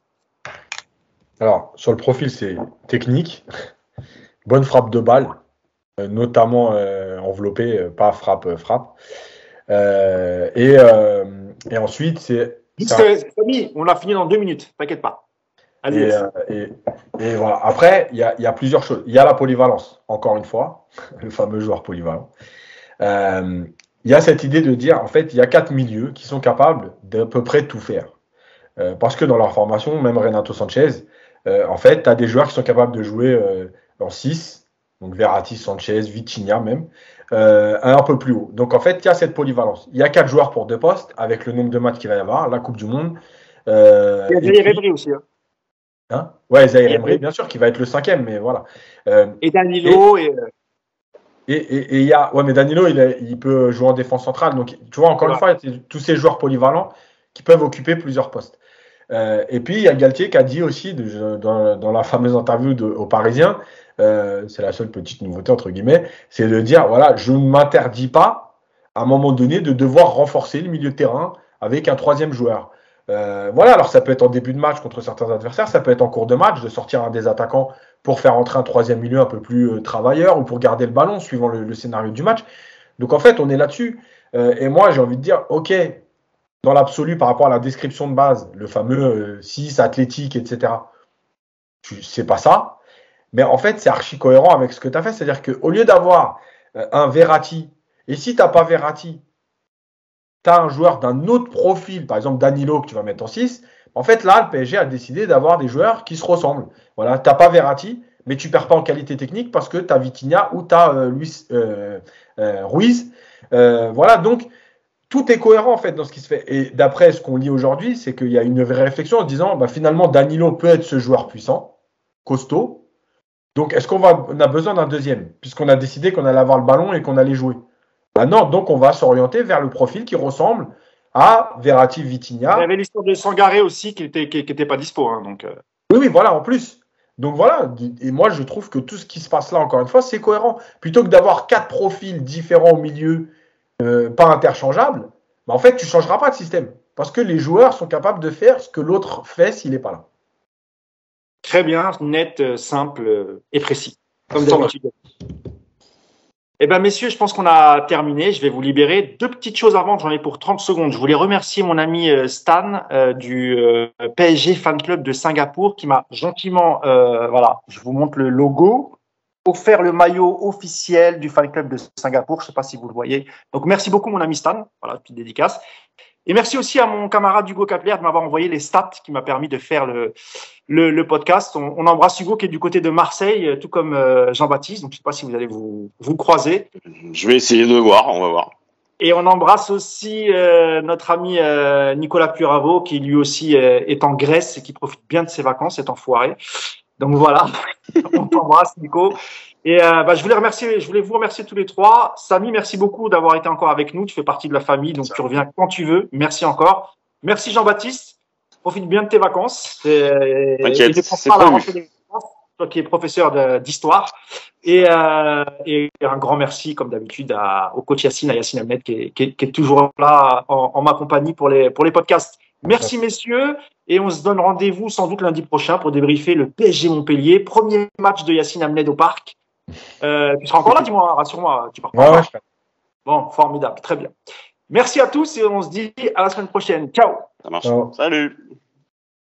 Alors, sur le profil, c'est technique, bonne frappe de balle, euh, notamment euh, enveloppée, euh, pas frappe, euh, frappe. Euh, et, euh, et ensuite, c'est... c'est un... On l'a fini dans deux minutes, t'inquiète pas. Et, euh, et, et voilà. Après, il y a, y a plusieurs choses. Il y a la polyvalence, encore une fois, le fameux joueur polyvalent. Il euh, y a cette idée de dire, en fait, il y a quatre milieux qui sont capables d'à peu près tout faire. Euh, parce que dans leur formation, même Renato Sanchez, euh, en fait, tu as des joueurs qui sont capables de jouer euh, en six, donc Verratti, Sanchez, Vitinha même, euh, un peu plus haut. Donc en fait, il y a cette polyvalence. Il y a quatre joueurs pour deux postes, avec le nombre de matchs qu'il va y avoir, la Coupe du Monde. Euh, il y a Zaïre Emery aussi. Hein. Hein ouais, Zaïre Emery, bien sûr, qui va être le cinquième, mais voilà. Euh, et Danilo et... Et il et, et y a, ouais, mais Danilo, il, est, il peut jouer en défense centrale. Donc, tu vois, encore voilà. une fois, tous ces joueurs polyvalents qui peuvent occuper plusieurs postes. Euh, et puis, il y a Galtier qui a dit aussi, de, dans, dans la fameuse interview de, aux Parisiens, euh, c'est la seule petite nouveauté, entre guillemets, c'est de dire, voilà, je ne m'interdis pas, à un moment donné, de devoir renforcer le milieu de terrain avec un troisième joueur. Euh, voilà, alors ça peut être en début de match contre certains adversaires, ça peut être en cours de match, de sortir un des attaquants pour faire entrer un troisième milieu un peu plus euh, travailleur ou pour garder le ballon suivant le, le scénario du match. Donc en fait, on est là-dessus. Euh, et moi, j'ai envie de dire, ok, dans l'absolu, par rapport à la description de base, le fameux euh, six, athlétique, et cetera, c'est pas ça. Mais en fait, c'est archi cohérent avec ce que tu as fait. C'est-à-dire qu'au lieu d'avoir euh, un Verratti, et si tu n'as pas Verratti, tu as un joueur d'un autre profil, par exemple Danilo, que tu vas mettre en six, en fait, là, le P S G a décidé d'avoir des joueurs qui se ressemblent. Voilà, tu n'as pas Verratti, mais tu ne perds pas en qualité technique parce que tu as Vitinha ou tu as euh, Luis, euh, euh, Ruiz. Euh, voilà, donc, tout est cohérent en fait dans ce qui se fait. Et d'après ce qu'on lit aujourd'hui, c'est qu'il y a une vraie réflexion en se disant bah, finalement Danilo peut être ce joueur puissant, costaud. Donc est-ce qu'on va, on a besoin d'un deuxième puisqu'on a décidé qu'on allait avoir le ballon et qu'on allait jouer. Bah non, donc on va s'orienter vers le profil qui ressemble à Verratti, Vitinha. Il y avait l'histoire de Sangaré aussi qui n'était qui, qui était pas dispo. Hein, donc, euh... Oui, oui, voilà, en plus. Donc voilà, et moi je trouve que tout ce qui se passe là, encore une fois, c'est cohérent. Plutôt que d'avoir quatre profils différents au milieu, euh, pas interchangeables, bah en fait tu ne changeras pas de système. Parce que les joueurs sont capables de faire ce que l'autre fait s'il n'est pas là. Très bien, net, simple et précis, comme d'habitude. Eh bien, messieurs, je pense qu'on a terminé. Je vais vous libérer. Deux petites choses avant, j'en ai pour trente secondes. Je voulais remercier mon ami Stan euh, du euh, P S G Fan Club de Singapour qui m'a gentiment, euh, voilà, je vous montre le logo, offert le maillot officiel du Fan Club de Singapour. Je ne sais pas si vous le voyez. Donc, merci beaucoup, mon ami Stan. Voilà, petite dédicace. Et merci aussi à mon camarade Hugo Capler de m'avoir envoyé les stats qui m'a permis de faire le, le, le podcast. On, on embrasse Hugo qui est du côté de Marseille, tout comme euh, Jean-Baptiste. Donc, je ne sais pas si vous allez vous, vous croiser. Je vais essayer de voir, on va voir. Et on embrasse aussi euh, notre ami euh, Nicolas Puravo qui lui aussi euh, est en Grèce et qui profite bien de ses vacances, cet enfoiré. Donc voilà, on t'embrasse Nico. Et euh, bah, je voulais remercier, je voulais vous remercier tous les trois. Samy, merci beaucoup d'avoir été encore avec nous. Tu fais partie de la famille, donc ça. Tu reviens quand tu veux. Merci encore. Merci Jean-Baptiste. Profite bien de tes vacances. T'inquiète, c'est pas la des vacances, toi qui es professeur d'histoire. Et, euh, et un grand merci, comme d'habitude, au coach Yacine, à Yacine Ahmed, qui est, qui est, qui est toujours là en, en ma compagnie pour les, pour les podcasts. Merci messieurs, et on se donne rendez-vous sans doute lundi prochain pour débriefer le P S G Montpellier, premier match de Yacine Ahmed au parc. Euh, tu seras encore là, dis-moi, rassure-moi. Tu pars pas. Ouais, ouais, je... Bon, formidable, très bien. Merci à tous et on se dit à la semaine prochaine. Ciao. Ça marche. Ciao. Salut.